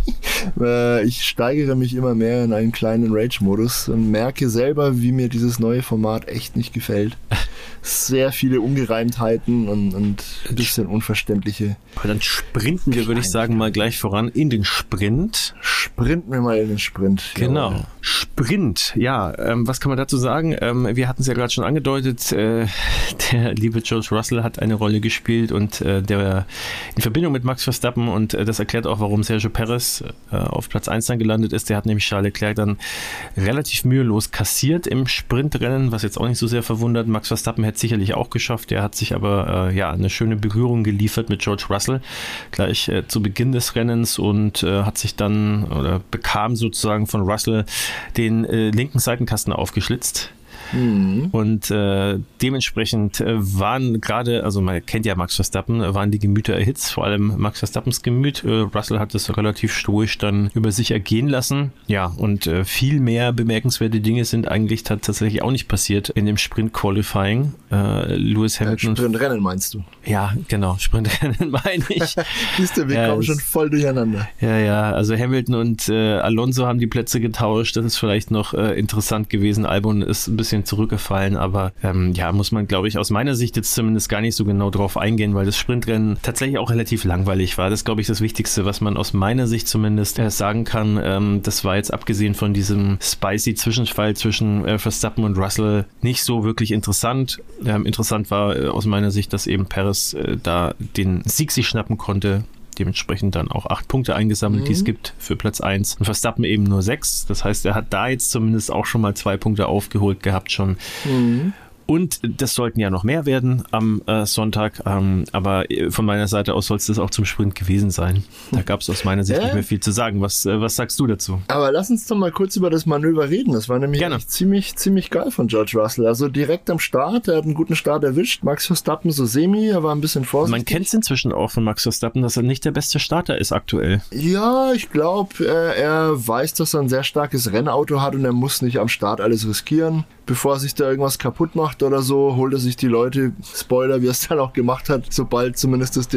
ich steigere mich immer mehr in einen kleinen Rage-Modus und merke selber, wie mir dieses neue Format echt nicht gefällt. Sehr viele Ungereimtheiten und, und ein bisschen unverständliche. Aber dann sprinten wir, würde ich sagen, mal gleich voran in den Sprint. Sprinten wir mal in den Sprint. Genau. Ja. Sprint, ja. Ähm, was kann man dazu sagen? Ähm, wir hatten es ja gerade schon angedeutet. Äh, der liebe George Russell hat eine Rolle gespielt und äh, der in Verbindung mit Max Verstappen, und äh, das erklärt auch, warum Sergio Perez äh, auf Platz eins dann gelandet ist. Der hat nämlich Charles Leclerc dann relativ mühelos kassiert im Sprintrennen, was jetzt auch nicht so sehr verwundert. Max Verstappen hätte sicherlich auch geschafft. Der hat sich aber äh, ja eine schöne Berührung geliefert mit George Russell gleich äh, zu Beginn des Rennens und äh, hat sich dann oder bekam sozusagen von Russell den äh, linken Seitenkasten aufgeschlitzt. Mhm. Und äh, dementsprechend äh, waren gerade, also man kennt ja Max Verstappen, waren die Gemüter erhitzt, vor allem Max Verstappens Gemüt. Äh, Russell hat das relativ stoisch dann über sich ergehen lassen. Ja, und äh, viel mehr bemerkenswerte Dinge sind eigentlich tatsächlich auch nicht passiert in dem Sprint-Qualifying. Äh, Lewis Hamilton. Ja, Sprintrennen meinst du? Ja, genau, Sprintrennen meine ich. Siehst du, wir ja, kommen schon voll durcheinander. Ja, ja, also Hamilton und äh, Alonso haben die Plätze getauscht. Das ist vielleicht noch äh, interessant gewesen. Albon ist ein bisschen zurückgefallen, aber ähm, ja, muss man, glaube ich, aus meiner Sicht jetzt zumindest gar nicht so genau drauf eingehen, weil das Sprintrennen tatsächlich auch relativ langweilig war. Das ist, glaube ich, das Wichtigste, was man aus meiner Sicht zumindest äh, sagen kann. Ähm, das war jetzt abgesehen von diesem spicy Zwischenfall zwischen äh, Verstappen und Russell nicht so wirklich interessant. Ähm, interessant war äh, aus meiner Sicht, dass eben Perez äh, da den Sieg sich schnappen konnte. Dementsprechend dann auch acht Punkte eingesammelt, mhm. die es gibt für Platz eins. Und Verstappen eben nur sechs. Das heißt, er hat da jetzt zumindest auch schon mal zwei Punkte aufgeholt gehabt schon. Mhm. Und das sollten ja noch mehr werden am äh, Sonntag, ähm, aber von meiner Seite aus soll es das auch zum Sprint gewesen sein. Da gab es aus meiner Sicht äh? nicht mehr viel zu sagen. Was, äh, was sagst du dazu? Aber lass uns doch mal kurz über das Manöver reden. Das war nämlich ziemlich, ziemlich geil von George Russell. Also direkt am Start, er hat einen guten Start erwischt. Max Verstappen so semi, er war ein bisschen vorsichtig. Man kennt es inzwischen auch von Max Verstappen, dass er nicht der beste Starter ist aktuell. Ja, ich glaube, äh, er weiß, dass er ein sehr starkes Rennauto hat und er muss nicht am Start alles riskieren. Bevor er sich da irgendwas kaputt macht oder so, holt er sich die Leute, Spoiler, wie er es dann auch gemacht hat, sobald zumindest das D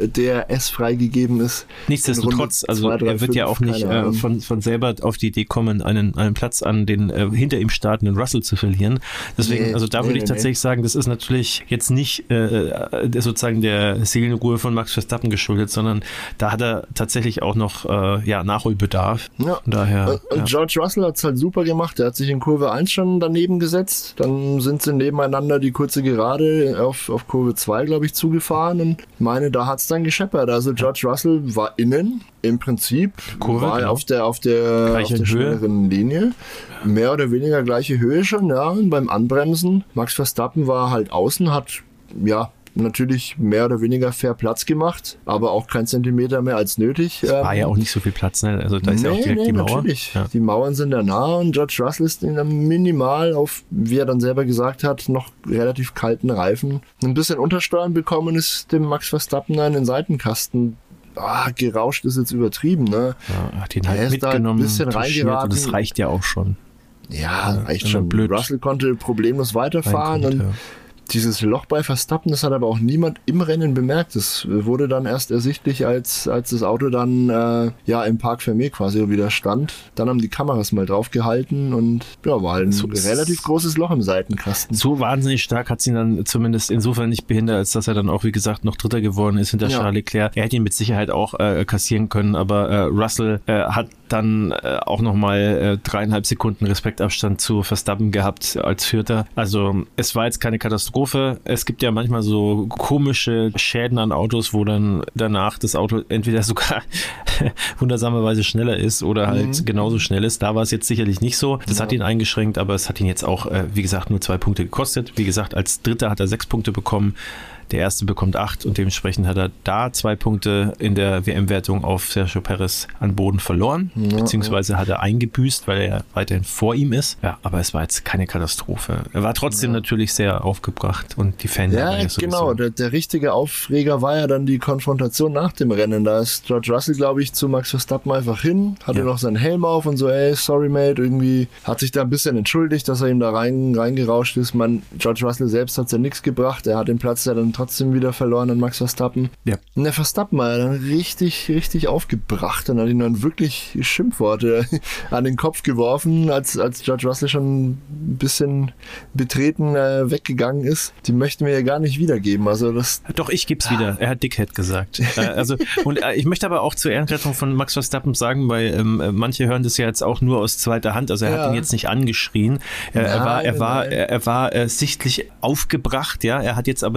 R S freigegeben ist. Nichtsdestotrotz, also zwei, drei, er wird fünf, ja auch nicht äh, von, von selber auf die Idee kommen, einen, einen Platz an den äh, hinter ihm startenden Russell zu verlieren. Deswegen, nee, also da nee, würde ich nee, tatsächlich nee. sagen, das ist natürlich jetzt nicht äh, sozusagen der Seelenruhe von Max Verstappen geschuldet, sondern da hat er tatsächlich auch noch äh, ja, Nachholbedarf. Ja. Von daher, und und ja. George Russell hat es halt super gemacht. Er hat sich in Kurve eins schon daneben gesetzt, dann sind sie nebeneinander die kurze Gerade auf, auf Kurve zwei, glaube ich, zugefahren und ich meine, da hat es dann gescheppert. Also George Russell war innen, im Prinzip, Kurve, war genau. auf der, auf der, auf der schnelleren Linie, mehr oder weniger gleiche Höhe schon, ja, und beim Anbremsen, Max Verstappen war halt außen, hat, ja, natürlich mehr oder weniger fair Platz gemacht, aber auch kein Zentimeter mehr als nötig. Es war ähm, ja auch nicht so viel Platz, ne? Also da ist nee, ja auch direkt nee, die Mauer. Natürlich. Ja. Die Mauern sind da nah und George Russell ist in einem minimal auf, wie er dann selber gesagt hat, noch relativ kalten Reifen ein bisschen Untersteuern bekommen, ist dem Max Verstappen in den Seitenkasten. Ah, gerauscht ist jetzt übertrieben, ne? Ja, hat ihn halt er ist mitgenommen, da ein bisschen reingeraten. Und das reicht ja auch schon. Ja, ja reicht schon. Blöd. Russell konnte problemlos weiterfahren und ja. Dieses Loch bei Verstappen, das hat aber auch niemand im Rennen bemerkt. Das wurde dann erst ersichtlich, als, als das Auto dann äh, ja im Parc Fermé quasi wieder stand. Dann haben die Kameras mal drauf gehalten und ja, war halt ein so relativ großes Loch im Seitenkasten. So wahnsinnig stark hat sie ihn dann zumindest insofern nicht behindert, als dass er dann auch, wie gesagt, noch Dritter geworden ist hinter ja. Charles Leclerc. Er hätte ihn mit Sicherheit auch äh, kassieren können, aber äh, Russell äh, hat dann äh, auch nochmal äh, dreieinhalb Sekunden Respektabstand zu Verstappen gehabt als Vierter. Also es war jetzt keine Katastrophe. Es gibt ja manchmal so komische Schäden an Autos, wo dann danach das Auto entweder sogar wundersamerweise schneller ist oder halt mhm. genauso schnell ist. Da war es jetzt sicherlich nicht so. Das ja. hat ihn eingeschränkt, aber es hat ihn jetzt auch, äh, wie gesagt, nur zwei Punkte gekostet. Wie gesagt, als Dritter hat er sechs Punkte bekommen. Der erste bekommt acht und dementsprechend hat er da zwei Punkte in der W M-Wertung auf Sergio Perez an Boden verloren, ja, beziehungsweise ja. hat er eingebüßt, weil er weiterhin vor ihm ist. Ja, aber es war jetzt keine Katastrophe. Er war trotzdem ja. natürlich sehr aufgebracht und die Fans. Ja, ja genau. Der, der richtige Aufreger war ja dann die Konfrontation nach dem Rennen. Da ist George Russell, glaube ich, zu Max Verstappen einfach hin, hatte ja. noch seinen Helm auf und so, ey, sorry, mate, irgendwie hat sich da ein bisschen entschuldigt, dass er ihm da rein, reingerauscht ist. Man, George Russell selbst hat es ja nichts gebracht. Er hat den Platz ja dann trotzdem wieder verloren an Max Verstappen. Ja. Und der Verstappen war dann richtig, richtig aufgebracht und hat ihn dann wirklich Schimpfworte an den Kopf geworfen, als, als George Russell schon ein bisschen betreten äh, weggegangen ist. Die möchten wir ja gar nicht wiedergeben. Also das Doch, ich geb's wieder. Er hat Dickhead gesagt. äh, also, und äh, ich möchte aber auch zur Ehrenrettung von Max Verstappen sagen, weil ähm, manche hören das ja jetzt auch nur aus zweiter Hand. Also er ja. hat ihn jetzt nicht angeschrien. Er, nein, er war, er war, er, er war äh, sichtlich aufgebracht, ja. Er hat jetzt aber nichts äh,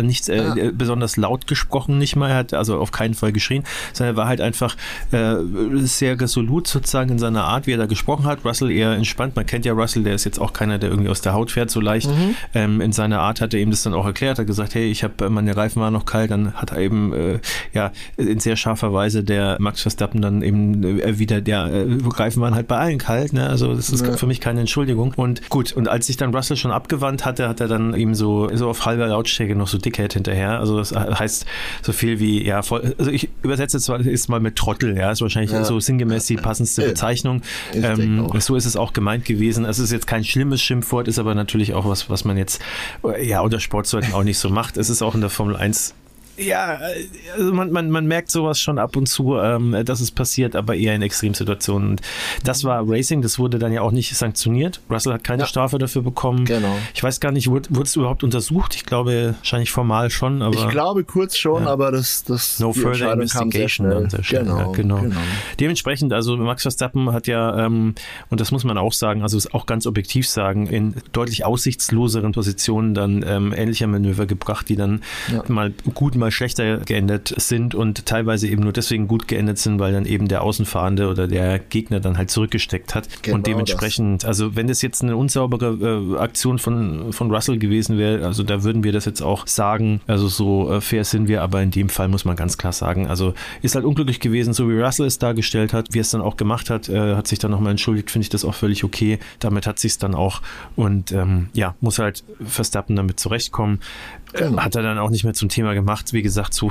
ja. äh, besonders laut gesprochen, nicht mal, er hat also auf keinen Fall geschrien, sondern er war halt einfach äh, sehr resolut sozusagen in seiner Art, wie er da gesprochen hat. Russell eher entspannt, man kennt ja Russell, der ist jetzt auch keiner, der irgendwie aus der Haut fährt so leicht. Mhm. Ähm, in seiner Art hat er ihm das dann auch erklärt, hat gesagt, hey, ich habe, meine Reifen waren noch kalt, dann hat er eben äh, ja in sehr scharfer Weise der Max Verstappen dann eben äh, wieder, der äh, Reifen waren halt bei allen kalt, ne? Also das ist ja. für mich keine Entschuldigung. Und gut, und als sich dann Russell schon abgewandt hatte, hat er dann ihm so, so auf halber Lautstärke noch so Dickhead hinterher. Also das heißt so viel wie, ja, voll, also ich übersetze jetzt mal, ist mal mit Trottel, ja, ist wahrscheinlich ja. so sinngemäß die passendste ja. Bezeichnung. Ähm, so ist es auch gemeint gewesen. Es ist jetzt kein schlimmes Schimpfwort, ist aber natürlich auch was, was man jetzt, ja, unter Sportleuten auch nicht so macht. Es ist auch in der Formel eins. Ja, also man, man, man merkt sowas schon ab und zu, ähm, dass es passiert, aber eher in Extremsituationen. Und das war Racing, das wurde dann ja auch nicht sanktioniert. Russell hat keine ja. Strafe dafür bekommen. Genau. Ich weiß gar nicht, wurde, wurde es überhaupt untersucht? Ich glaube, wahrscheinlich formal schon. Aber ich glaube kurz schon, ja. aber das, das No further investigation an der Stelle. Genau, ja, genau. genau. Dementsprechend, also Max Verstappen hat ja, ähm, und das muss man auch sagen, also ist auch ganz objektiv sagen, in deutlich aussichtsloseren Positionen dann ähm, ähnliche Manöver gebracht, die dann ja. mal gut, mal schlechter geendet sind und teilweise eben nur deswegen gut geendet sind, weil dann eben der Außenfahrende oder der Gegner dann halt zurückgesteckt hat. Genau, und dementsprechend, das. also wenn das jetzt eine unsaubere äh, Aktion von, von Russell gewesen wäre, also da würden wir das jetzt auch sagen, also so äh, fair sind wir, aber in dem Fall muss man ganz klar sagen, also ist halt unglücklich gewesen, so wie Russell es dargestellt hat, wie er es dann auch gemacht hat, äh, hat sich dann nochmal entschuldigt, finde ich das auch völlig okay. Damit hat sich es dann auch und ähm, ja, muss halt Verstappen damit zurechtkommen. Genau. Hat er dann auch nicht mehr zum Thema gemacht. Wie gesagt, so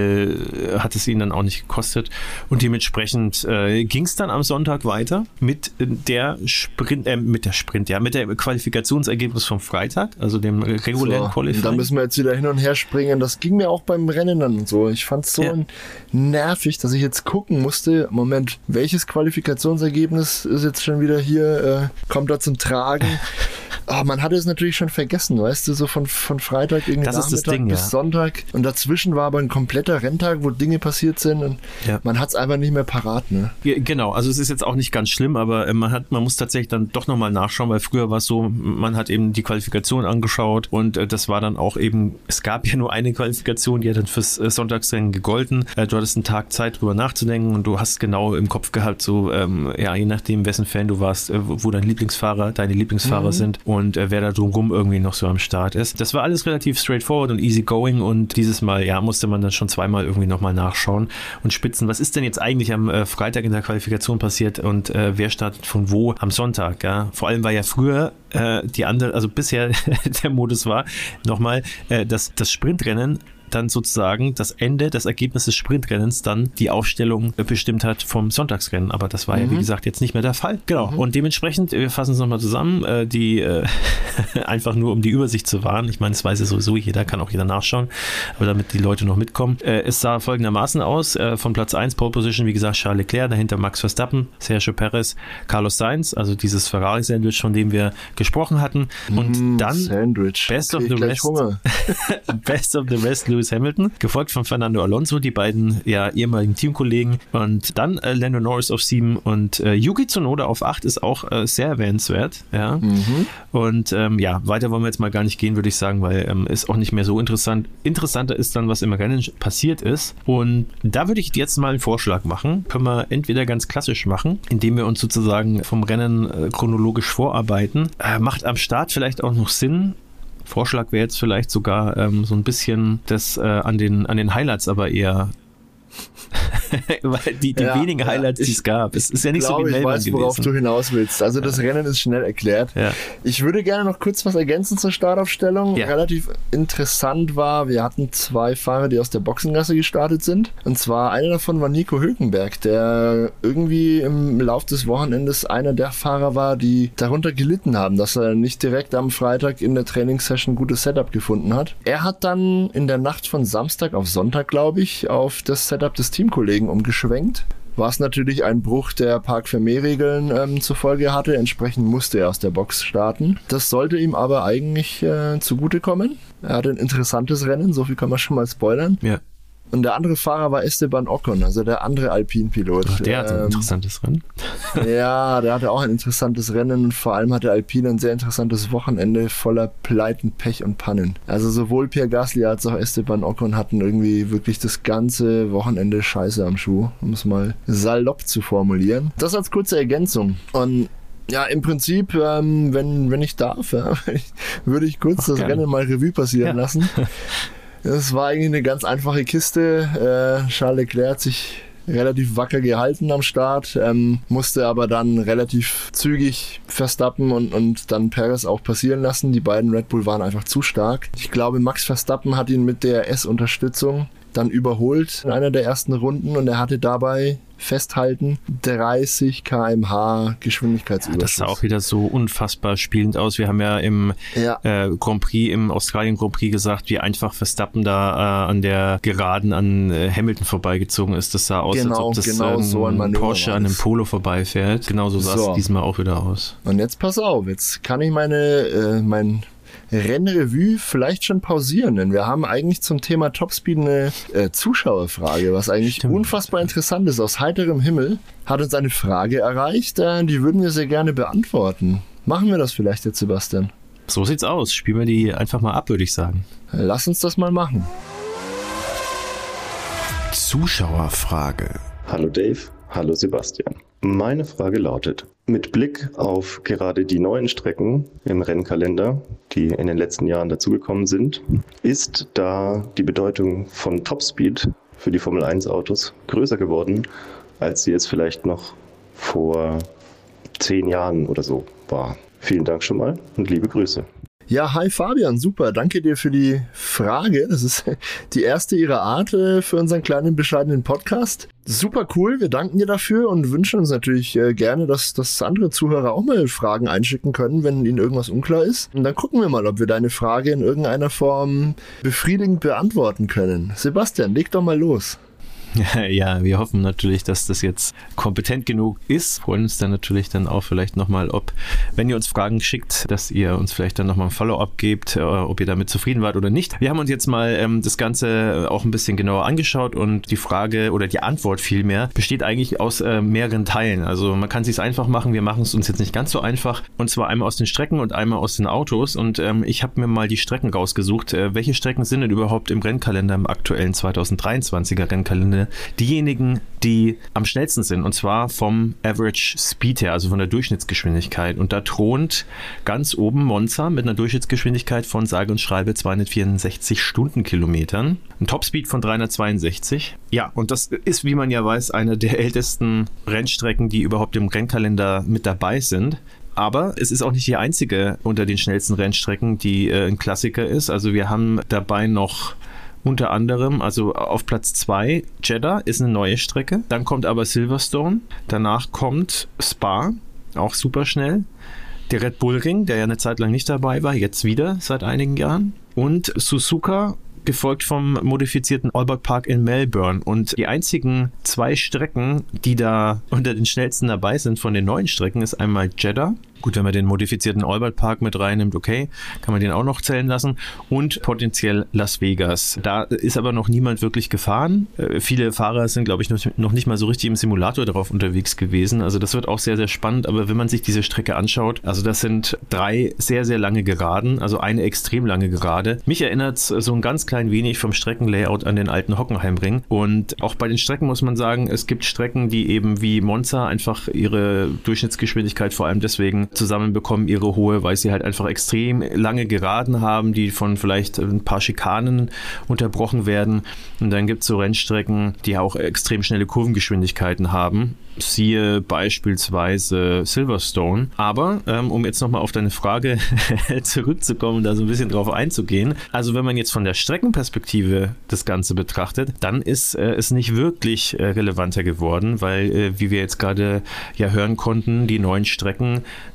viel hat es ihn dann auch nicht gekostet. Und dementsprechend äh, ging es dann am Sonntag weiter mit der Sprint, äh, mit der Sprint, ja, mit der Qualifikationsergebnis vom Freitag, also dem regulären so, Qualifying. Da müssen wir jetzt wieder hin und her springen. Das ging mir auch beim Rennen dann so. Ich fand es so ja. nervig, dass ich jetzt gucken musste, Moment, welches Qualifikationsergebnis ist jetzt schon wieder hier, äh, kommt da zum Tragen? Oh, man hatte es natürlich schon vergessen, weißt du, so von, von Freitag irgendwie das Nachmittag ist das Ding, bis ja. Sonntag. Und dazwischen war aber ein kompletter Renntag, wo Dinge passiert sind und ja. man hat es einfach nicht mehr parat. Ne? Ja, genau, also es ist jetzt auch nicht ganz schlimm, aber man hat, man muss tatsächlich dann doch nochmal nachschauen, weil früher war es so, man hat eben die Qualifikation angeschaut und äh, das war dann auch eben, es gab ja nur eine Qualifikation, die hat dann fürs äh, Sonntagsrennen gegolten. Äh, du hattest einen Tag Zeit, drüber nachzudenken und du hast genau im Kopf gehabt, so, ähm, ja, je nachdem, wessen Fan du warst, äh, wo deine Lieblingsfahrer, deine Lieblingsfahrer mhm. sind und äh, wer da drumherum irgendwie noch so am Start ist. Das war alles relativ straightforward und easy going und dieses Mal, ja, musste man dann schon zweimal irgendwie nochmal nachschauen und spitzen. Was ist denn jetzt eigentlich am äh, Freitag in der Qualifikation passiert und äh, wer startet von wo am Sonntag, ja? Vor allem war ja früher äh, die andere, also bisher der Modus war, nochmal, äh, das, das Sprintrennen dann sozusagen das Ende, das Ergebnis des Sprintrennens dann die Aufstellung bestimmt hat vom Sonntagsrennen. Aber das war mhm. ja, wie gesagt, jetzt nicht mehr der Fall. Genau. Mhm. Und dementsprechend, wir fassen es nochmal zusammen, äh, die äh, einfach nur, um die Übersicht zu wahren. Ich meine, das weiß ja sowieso jeder, kann auch jeder nachschauen, aber damit die Leute noch mitkommen. Äh, es sah folgendermaßen aus, äh, von Platz eins, Pole Position, wie gesagt, Charles Leclerc, dahinter Max Verstappen, Sergio Perez, Carlos Sainz, also dieses Ferrari-Sandwich, von dem wir gesprochen hatten. Und mm, dann Sandwich. Best okay, of the Rest Best of the Rest, Lewis Hamilton, gefolgt von Fernando Alonso, die beiden ja ehemaligen Teamkollegen, und dann äh, Lando Norris auf sieben und äh, Yuki Tsunoda auf acht ist auch äh, sehr erwähnenswert, ja. Mhm. Und ähm, ja, weiter wollen wir jetzt mal gar nicht gehen, würde ich sagen, weil ähm, ist auch nicht mehr so interessant. Interessanter ist dann, was im Rennen passiert ist, und da würde ich jetzt mal einen Vorschlag machen. Können wir entweder ganz klassisch machen, indem wir uns sozusagen vom Rennen äh, chronologisch vorarbeiten. Äh, macht am Start vielleicht auch noch Sinn. Vorschlag wäre jetzt vielleicht sogar ähm, so ein bisschen das äh, an den an den Highlights aber eher weil die, die ja, wenigen Highlights, ja, ich, die es gab. Es ist ja nicht glaube, so wie Melbourne gewesen. Ich weiß, worauf du hinaus willst. Also das ja. Rennen ist schnell erklärt. Ja. Ich würde gerne noch kurz was ergänzen zur Startaufstellung. Ja. Relativ interessant war, wir hatten zwei Fahrer, die aus der Boxengasse gestartet sind. Und zwar einer davon war Nico Hülkenberg, der irgendwie im Lauf des Wochenendes einer der Fahrer war, die darunter gelitten haben, dass er nicht direkt am Freitag in der Trainingssession ein gutes Setup gefunden hat. Er hat dann in der Nacht von Samstag auf Sonntag, glaube ich, auf das Setup des Teamkollegen umgeschwenkt, was natürlich ein Bruch der Parc-Fermé-Regeln ähm, zur Folge hatte. Entsprechend musste er aus der Box starten. Das sollte ihm aber eigentlich äh, zugutekommen. Er hatte ein interessantes Rennen, so viel kann man schon mal spoilern. Ja. Und der andere Fahrer war Esteban Ocon, also der andere Alpine-Pilot. Ach, der hatte ein ähm, interessantes Rennen. Ja, der hatte auch ein interessantes Rennen und vor allem hatte Alpine ein sehr interessantes Wochenende voller Pleiten, Pech und Pannen. Also sowohl Pierre Gasly als auch Esteban Ocon hatten irgendwie wirklich das ganze Wochenende Scheiße am Schuh, um es mal salopp zu formulieren. Das als kurze Ergänzung. Und ja, im Prinzip, ähm, wenn, wenn ich darf, ja, würde ich kurz Ach, das gerne. Rennen mal Revue passieren ja. lassen. Das war eigentlich eine ganz einfache Kiste. Äh, Charles Leclerc hat sich relativ wacker gehalten am Start, ähm, musste aber dann relativ zügig Verstappen und, und dann Perez auch passieren lassen. Die beiden Red Bull waren einfach zu stark. Ich glaube, Max Verstappen hat ihn mit der S-Unterstützung dann überholt in einer der ersten Runden und er hatte dabei, festhalten, dreißig Kilometer pro Stunde Geschwindigkeitsüberschuss. Ja, das sah auch wieder so unfassbar spielend aus. Wir haben ja im ja. Äh, Grand Prix, im Australien Grand Prix gesagt, wie einfach Verstappen da äh, an der Geraden an äh, Hamilton vorbeigezogen ist. Das sah aus, genau, als ob das genau ähm, so ein Porsche an einem Polo vorbeifährt. Genauso sah so. es diesmal auch wieder aus. Und jetzt pass auf, jetzt kann ich meine, äh, mein Rennrevue vielleicht schon pausieren, denn wir haben eigentlich zum Thema Topspeed eine äh, Zuschauerfrage, was eigentlich Stimmt. unfassbar interessant ist. Aus heiterem Himmel hat uns eine Frage erreicht, äh, die würden wir sehr gerne beantworten. Machen wir das vielleicht jetzt, Sebastian? So sieht's aus. Spielen wir die einfach mal ab, würde ich sagen. Lass uns das mal machen. Zuschauerfrage. Hallo Dave, hallo Sebastian. Meine Frage lautet, mit Blick auf gerade die neuen Strecken im Rennkalender, die in den letzten Jahren dazugekommen sind, ist da die Bedeutung von Topspeed für die Formel eins Autos größer geworden, als sie es vielleicht noch vor zehn Jahren oder so war. Vielen Dank schon mal und liebe Grüße. Ja, hi Fabian, super, danke dir für die Frage. Das ist die erste ihrer Art äh, für unseren kleinen, bescheidenen Podcast. Super cool, wir danken dir dafür und wünschen uns natürlich äh, gerne, dass, dass andere Zuhörer auch mal Fragen einschicken können, wenn ihnen irgendwas unklar ist. Und dann gucken wir mal, ob wir deine Frage in irgendeiner Form befriedigend beantworten können. Sebastian, leg doch mal los. Ja, wir hoffen natürlich, dass das jetzt kompetent genug ist. Wir freuen uns dann natürlich dann auch vielleicht nochmal, ob, wenn ihr uns Fragen schickt, dass ihr uns vielleicht dann nochmal ein Follow-up gebt, ob ihr damit zufrieden wart oder nicht. Wir haben uns jetzt mal ähm, das Ganze auch ein bisschen genauer angeschaut und die Frage oder die Antwort vielmehr besteht eigentlich aus äh, mehreren Teilen. Also man kann es sich einfach machen, wir machen es uns jetzt nicht ganz so einfach. Und zwar einmal aus den Strecken und einmal aus den Autos. Und ähm, ich habe mir mal die Strecken rausgesucht. Äh, welche Strecken sind denn überhaupt im Rennkalender, im aktuellen zwanzig dreiundzwanziger Rennkalender? Diejenigen, die am schnellsten sind, und zwar vom Average Speed her, also von der Durchschnittsgeschwindigkeit. Und da thront ganz oben Monza mit einer Durchschnittsgeschwindigkeit von sage und schreibe zweihundertvierundsechzig Stundenkilometern. Ein Topspeed von dreihundertzweiundsechzig. Ja, und das ist, wie man ja weiß, eine der ältesten Rennstrecken, die überhaupt im Rennkalender mit dabei sind. Aber es ist auch nicht die einzige unter den schnellsten Rennstrecken, die äh, ein Klassiker ist. Also wir haben dabei noch unter anderem, also auf Platz zwei, Jeddah ist eine neue Strecke. Dann kommt aber Silverstone. Danach kommt Spa, auch super schnell. Der Red Bull Ring, der ja eine Zeit lang nicht dabei war, jetzt wieder seit einigen Jahren. Und Suzuka, gefolgt vom modifizierten Albert Park in Melbourne. Und die einzigen zwei Strecken, die da unter den schnellsten dabei sind von den neuen Strecken, ist einmal Jeddah. Gut, wenn man den modifizierten Albert Park mit reinnimmt, okay, kann man den auch noch zählen lassen. Und potenziell Las Vegas. Da ist aber noch niemand wirklich gefahren. Äh, viele Fahrer sind, glaube ich, noch, noch nicht mal so richtig im Simulator drauf unterwegs gewesen. Also das wird auch sehr, sehr spannend. Aber wenn man sich diese Strecke anschaut, also das sind drei sehr, sehr lange Geraden, also eine extrem lange Gerade. Mich erinnert es so ein ganz klein wenig vom Streckenlayout an den alten Hockenheimring. Und auch bei den Strecken muss man sagen, es gibt Strecken, die eben wie Monza einfach ihre Durchschnittsgeschwindigkeit vor allem deswegen zusammenbekommen, ihre hohe, weil sie halt einfach extrem lange Geraden haben, die von vielleicht ein paar Schikanen unterbrochen werden. Und dann gibt es so Rennstrecken, die auch extrem schnelle Kurvengeschwindigkeiten haben. Siehe beispielsweise Silverstone. Aber ähm, um jetzt nochmal auf deine Frage zurückzukommen, da so ein bisschen drauf einzugehen. Also wenn man jetzt von der Streckenperspektive das Ganze betrachtet, dann ist äh, es nicht wirklich äh, relevanter geworden, weil, äh, wie wir jetzt gerade ja hören konnten, die neuen Strecken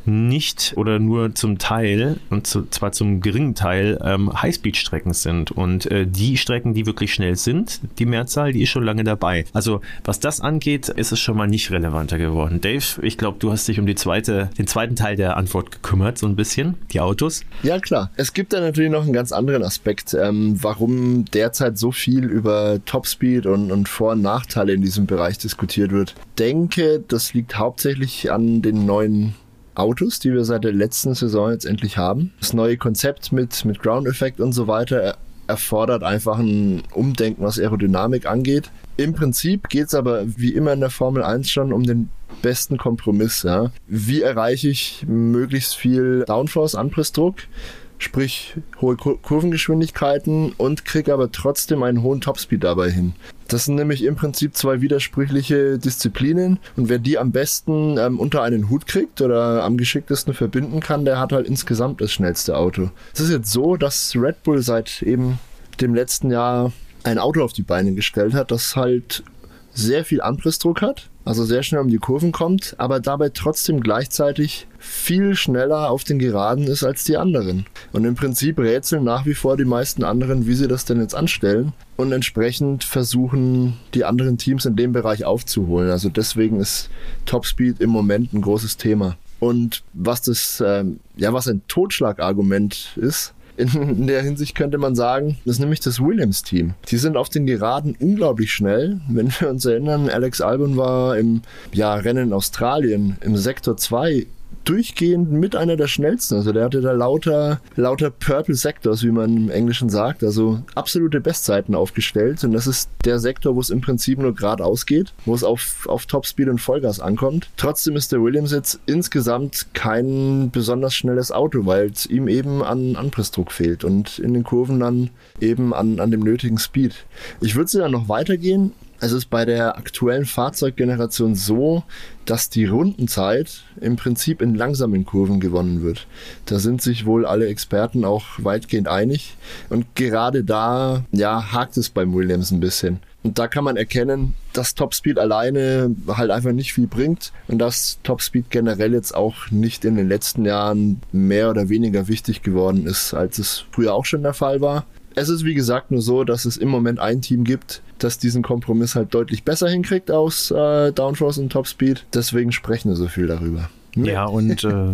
nicht oder nur zum Teil, und zu, zwar zum geringen Teil, ähm, Highspeed-Strecken sind. Und äh, die Strecken, die wirklich schnell sind, die Mehrzahl, die ist schon lange dabei. Also was das angeht, ist es schon mal nicht relevanter geworden. Dave, ich glaube, du hast dich um die zweite, den zweiten Teil der Antwort gekümmert, so ein bisschen, die Autos. Ja, klar. Es gibt da natürlich noch einen ganz anderen Aspekt, ähm, warum derzeit so viel über Topspeed und, und Vor- und Nachteile in diesem Bereich diskutiert wird. Ich denke, das liegt hauptsächlich an den neuen Autos, die wir seit der letzten Saison jetzt endlich haben. Das neue Konzept mit, mit Ground-Effekt und so weiter er, erfordert einfach ein Umdenken, was Aerodynamik angeht. Im Prinzip geht es aber wie immer in der Formel eins schon um den besten Kompromiss. Ja? Wie erreiche ich möglichst viel Downforce, Anpressdruck, sprich hohe Kur- Kurvengeschwindigkeiten, und kriege aber trotzdem einen hohen Topspeed dabei hin. Das sind nämlich im Prinzip zwei widersprüchliche Disziplinen, und wer die am besten ähm, unter einen Hut kriegt oder am geschicktesten verbinden kann, der hat halt insgesamt das schnellste Auto. Es ist jetzt so, dass Red Bull seit eben dem letzten Jahr ein Auto auf die Beine gestellt hat, das halt sehr viel Anpressdruck hat, also sehr schnell um die Kurven kommt, aber dabei trotzdem gleichzeitig viel schneller auf den Geraden ist als die anderen. Und im Prinzip rätseln nach wie vor die meisten anderen, wie sie das denn jetzt anstellen, und entsprechend versuchen die anderen Teams in dem Bereich aufzuholen. Also deswegen ist Topspeed im Moment ein großes Thema. Und was das, ähm, ja, was ein Totschlagargument ist, in der Hinsicht könnte man sagen, das ist nämlich das Williams-Team. Die sind auf den Geraden unglaublich schnell. Wenn wir uns erinnern, Alex Albon war im ja, Rennen in Australien im Sektor zwei durchgehend mit einer der schnellsten. Also der hatte da lauter, lauter Purple Sectors, wie man im Englischen sagt. Also absolute Bestzeiten aufgestellt. Und das ist der Sektor, wo es im Prinzip nur geradeaus geht, wo es auf, auf Topspeed und Vollgas ankommt. Trotzdem ist der Williams jetzt insgesamt kein besonders schnelles Auto, weil es ihm eben an Anpressdruck fehlt und in den Kurven dann eben an, an dem nötigen Speed. Ich würde sogar noch weitergehen. Es ist bei der aktuellen Fahrzeuggeneration so, dass die Rundenzeit im Prinzip in langsamen Kurven gewonnen wird. Da sind sich wohl alle Experten auch weitgehend einig. Und gerade da ja, hakt es beim Williams ein bisschen. Und da kann man erkennen, dass Topspeed alleine halt einfach nicht viel bringt und dass Topspeed generell jetzt auch nicht in den letzten Jahren mehr oder weniger wichtig geworden ist, als es früher auch schon der Fall war. Es ist wie gesagt nur so, dass es im Moment ein Team gibt, das diesen Kompromiss halt deutlich besser hinkriegt aus äh, Downforce und Topspeed. Deswegen sprechen wir so viel darüber. Ja, und, äh,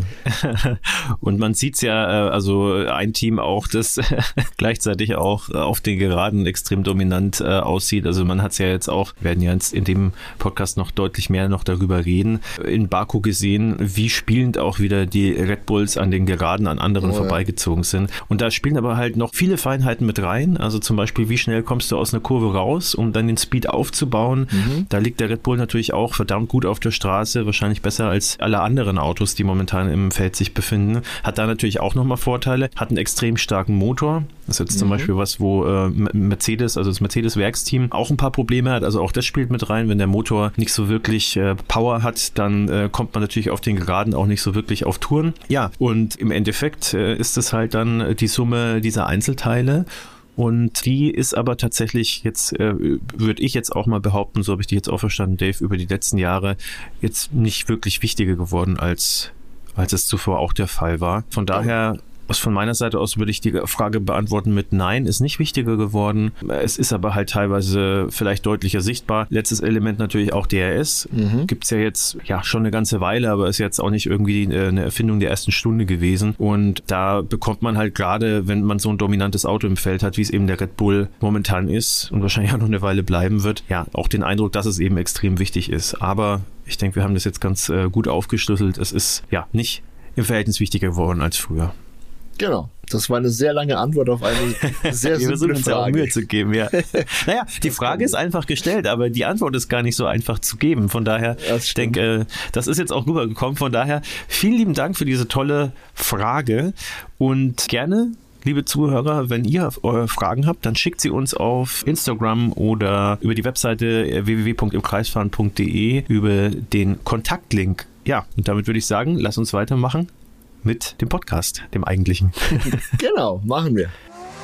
und man sieht's ja, äh, also ein Team auch, das gleichzeitig auch auf den Geraden extrem dominant äh, aussieht. Also man hat's ja jetzt auch, wir werden ja jetzt in dem Podcast noch deutlich mehr noch darüber reden, in Baku gesehen, wie spielend auch wieder die Red Bulls an den Geraden an anderen oh, vorbeigezogen ja. sind. Und da spielen aber halt noch viele Feinheiten mit rein. Also zum Beispiel, wie schnell kommst du aus einer Kurve raus, um dann den Speed aufzubauen. Mhm. Da liegt der Red Bull natürlich auch verdammt gut auf der Straße, wahrscheinlich besser als alle anderen Autos, die momentan im Feld sich befinden. Hat da natürlich auch nochmal Vorteile. Hat einen extrem starken Motor. Das ist jetzt mhm. zum Beispiel was, wo äh, Mercedes, also das Mercedes-Werksteam, auch ein paar Probleme hat. Also auch das spielt mit rein. Wenn der Motor nicht so wirklich äh, Power hat, dann äh, kommt man natürlich auf den Geraden auch nicht so wirklich auf Touren. Ja, und im Endeffekt äh, ist es halt dann die Summe dieser Einzelteile. Und die ist aber tatsächlich jetzt, äh, würde ich jetzt auch mal behaupten, so habe ich die jetzt auch verstanden, Dave, über die letzten Jahre jetzt nicht wirklich wichtiger geworden, als, als es zuvor auch der Fall war. Von daher, aus von meiner Seite aus würde ich die Frage beantworten mit Nein, ist nicht wichtiger geworden. Es ist aber halt teilweise vielleicht deutlicher sichtbar. Letztes Element natürlich auch D R S. Mhm. Gibt es ja jetzt ja schon eine ganze Weile, aber ist jetzt auch nicht irgendwie eine Erfindung der ersten Stunde gewesen. Und da bekommt man halt gerade, wenn man so ein dominantes Auto im Feld hat, wie es eben der Red Bull momentan ist und wahrscheinlich auch noch eine Weile bleiben wird, ja, auch den Eindruck, dass es eben extrem wichtig ist. Aber ich denke, wir haben das jetzt ganz äh, gut aufgeschlüsselt. Es ist ja nicht im Verhältnis wichtiger geworden als früher. Genau. Das war eine sehr lange Antwort auf eine sehr simple Frage. Uns ja auch Mühe zu geben, ja. Naja, die Frage ist einfach gestellt, aber die Antwort ist gar nicht so einfach zu geben. Von daher, ich denke, das ist jetzt auch rübergekommen. Von daher, vielen lieben Dank für diese tolle Frage und gerne, liebe Zuhörer, wenn ihr eure Fragen habt, dann schickt sie uns auf Instagram oder über die Webseite w w w punkt im kreisfahren punkt d e über den Kontaktlink. Ja, und damit würde ich sagen, lass uns weitermachen mit dem Podcast, dem eigentlichen. Genau, machen wir.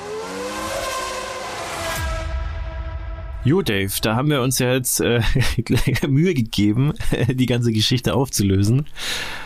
Jo, Dave, da haben wir uns ja jetzt äh, Mühe gegeben, die ganze Geschichte aufzulösen.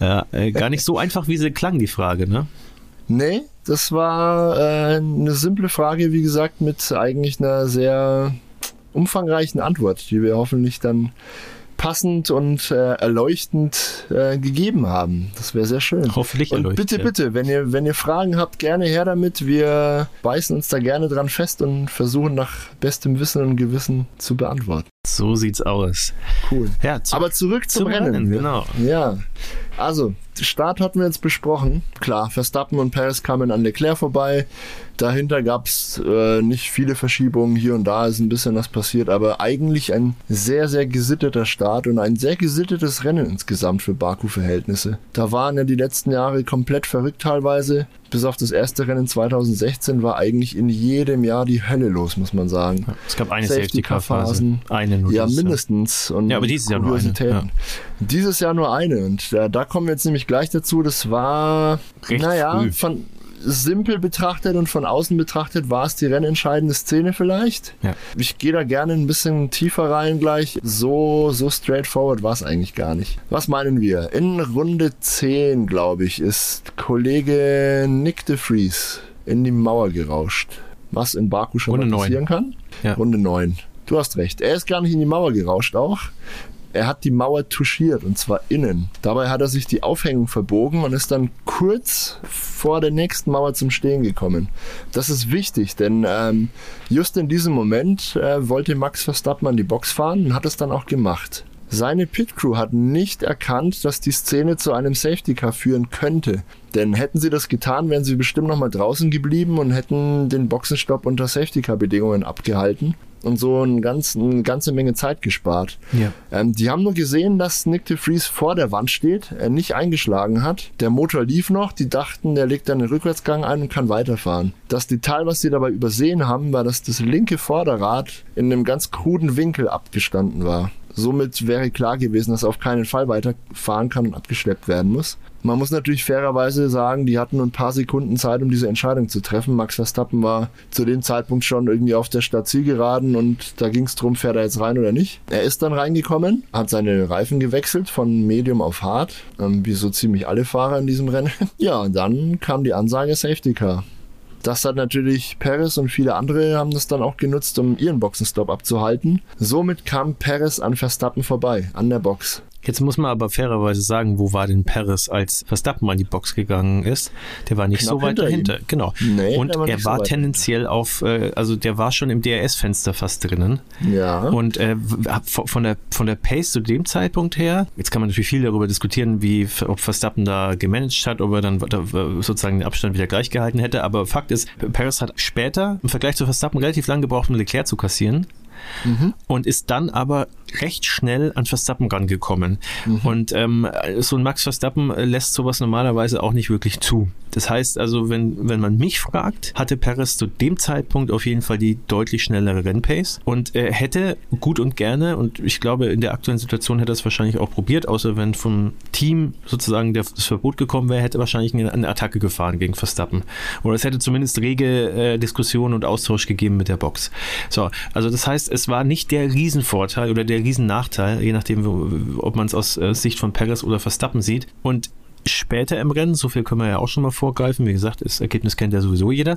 Ja, äh, gar nicht so einfach, wie sie klang, die Frage, ne? Nee, das war äh, eine simple Frage, wie gesagt, mit eigentlich einer sehr umfangreichen Antwort, die wir hoffentlich dann passend und äh, erleuchtend äh, gegeben haben. Das wäre sehr schön. Hoffentlich und erleuchtend. Bitte, ja. bitte, wenn ihr, wenn ihr Fragen habt, gerne her damit. Wir beißen uns da gerne dran fest und versuchen nach bestem Wissen und Gewissen zu beantworten. So sieht's aus. Cool. Ja, zu, Aber zurück zum, zum Rennen. Rennen, genau. Ja, also Start hatten wir jetzt besprochen. Klar, Verstappen und Perez kamen an Leclerc vorbei. Dahinter gab es äh, nicht viele Verschiebungen. Hier und da ist ein bisschen was passiert, aber eigentlich ein sehr, sehr gesitteter Start und ein sehr gesittetes Rennen insgesamt für Baku-Verhältnisse. Da waren ja die letzten Jahre komplett verrückt teilweise. Bis auf das erste Rennen zwanzig sechzehn war eigentlich in jedem Jahr die Hölle los, muss man sagen. Ja, es gab eine Safety-Car-Phase. Eine nur. Ja, mindestens. Und ja, aber dieses Jahr nur eine. Ja. Dieses Jahr nur eine. Und äh, da kommen wir jetzt nämlich gleich dazu. Das war, recht naja, früh. von simpel betrachtet und von außen betrachtet war es die rennentscheidende Szene vielleicht. Ja. Ich gehe da gerne ein bisschen tiefer rein gleich. So, so straightforward war es eigentlich gar nicht. Was meinen wir? In Runde zehn, glaube ich, ist Kollege Nick de Vries in die Mauer gerauscht. Was in Baku schon Runde mal passieren neun. kann. Ja. Runde neun. Du hast recht. Er ist gar nicht in die Mauer gerauscht auch. Er hat die Mauer touchiert und zwar innen. Dabei hat er sich die Aufhängung verbogen und ist dann kurz vor der nächsten Mauer zum Stehen gekommen. Das ist wichtig, denn ähm, just in diesem Moment äh, wollte Max Verstappen an die Box fahren und hat es dann auch gemacht. Seine Pitcrew hat nicht erkannt, dass die Szene zu einem Safety Car führen könnte. Denn hätten sie das getan, wären sie bestimmt noch mal draußen geblieben und hätten den Boxenstopp unter Safety Car Bedingungen abgehalten und so eine, ganz, eine ganze Menge Zeit gespart. Ja. Ähm, die haben nur gesehen, dass Nick de Vries vor der Wand steht, er nicht eingeschlagen hat. Der Motor lief noch, die dachten, der legt dann einen Rückwärtsgang ein und kann weiterfahren. Das Detail, was sie dabei übersehen haben, war, dass das linke Vorderrad in einem ganz kruden Winkel abgestanden war. Somit wäre klar gewesen, dass er auf keinen Fall weiterfahren kann und abgeschleppt werden muss. Man muss natürlich fairerweise sagen, die hatten nur ein paar Sekunden Zeit, um diese Entscheidung zu treffen. Max Verstappen war zu dem Zeitpunkt schon irgendwie auf der Startzielgeraden und da ging es darum, fährt er jetzt rein oder nicht. Er ist dann reingekommen, hat seine Reifen gewechselt von Medium auf Hard, ähm, wie so ziemlich alle Fahrer in diesem Rennen. Ja, und dann kam die Ansage Safety Car. Das hat natürlich Perez und viele andere haben das dann auch genutzt, um ihren Boxenstopp abzuhalten. Somit kam Perez an Verstappen vorbei, an der Box. Jetzt muss man aber fairerweise sagen, wo war denn Perez, als Verstappen an die Box gegangen ist? Der war nicht Knapp so weit hinter dahinter. ihm. Genau. Nee, und der war er nicht war so weit tendenziell auf, äh, also der war schon im D R S-Fenster fast drinnen. Ja. Und äh, von der von der Pace zu dem Zeitpunkt her, jetzt kann man natürlich viel darüber diskutieren, wie ob Verstappen da gemanagt hat, ob er dann sozusagen den Abstand wieder gleich gehalten hätte. Aber Fakt ist, Perez hat später im Vergleich zu Verstappen relativ lang gebraucht, um Leclerc zu kassieren. Mhm. Und ist dann aber recht schnell an Verstappen rangekommen. Mhm. Und ähm, so ein Max Verstappen lässt sowas normalerweise auch nicht wirklich zu. Das heißt also, wenn, wenn man mich fragt, hatte Perez zu dem Zeitpunkt auf jeden Fall die deutlich schnellere Rennpace und er hätte gut und gerne, und ich glaube, in der aktuellen Situation hätte er es wahrscheinlich auch probiert, außer wenn vom Team sozusagen das Verbot gekommen wäre, hätte er wahrscheinlich eine Attacke gefahren gegen Verstappen. Oder es hätte zumindest rege äh, Diskussionen und Austausch gegeben mit der Box. So, also das heißt, es war nicht der Riesenvorteil oder der Riesennachteil, je nachdem, ob man es aus äh, Sicht von Perez oder Verstappen sieht. Und später im Rennen, so viel können wir ja auch schon mal vorgreifen, wie gesagt, das Ergebnis kennt ja sowieso jeder,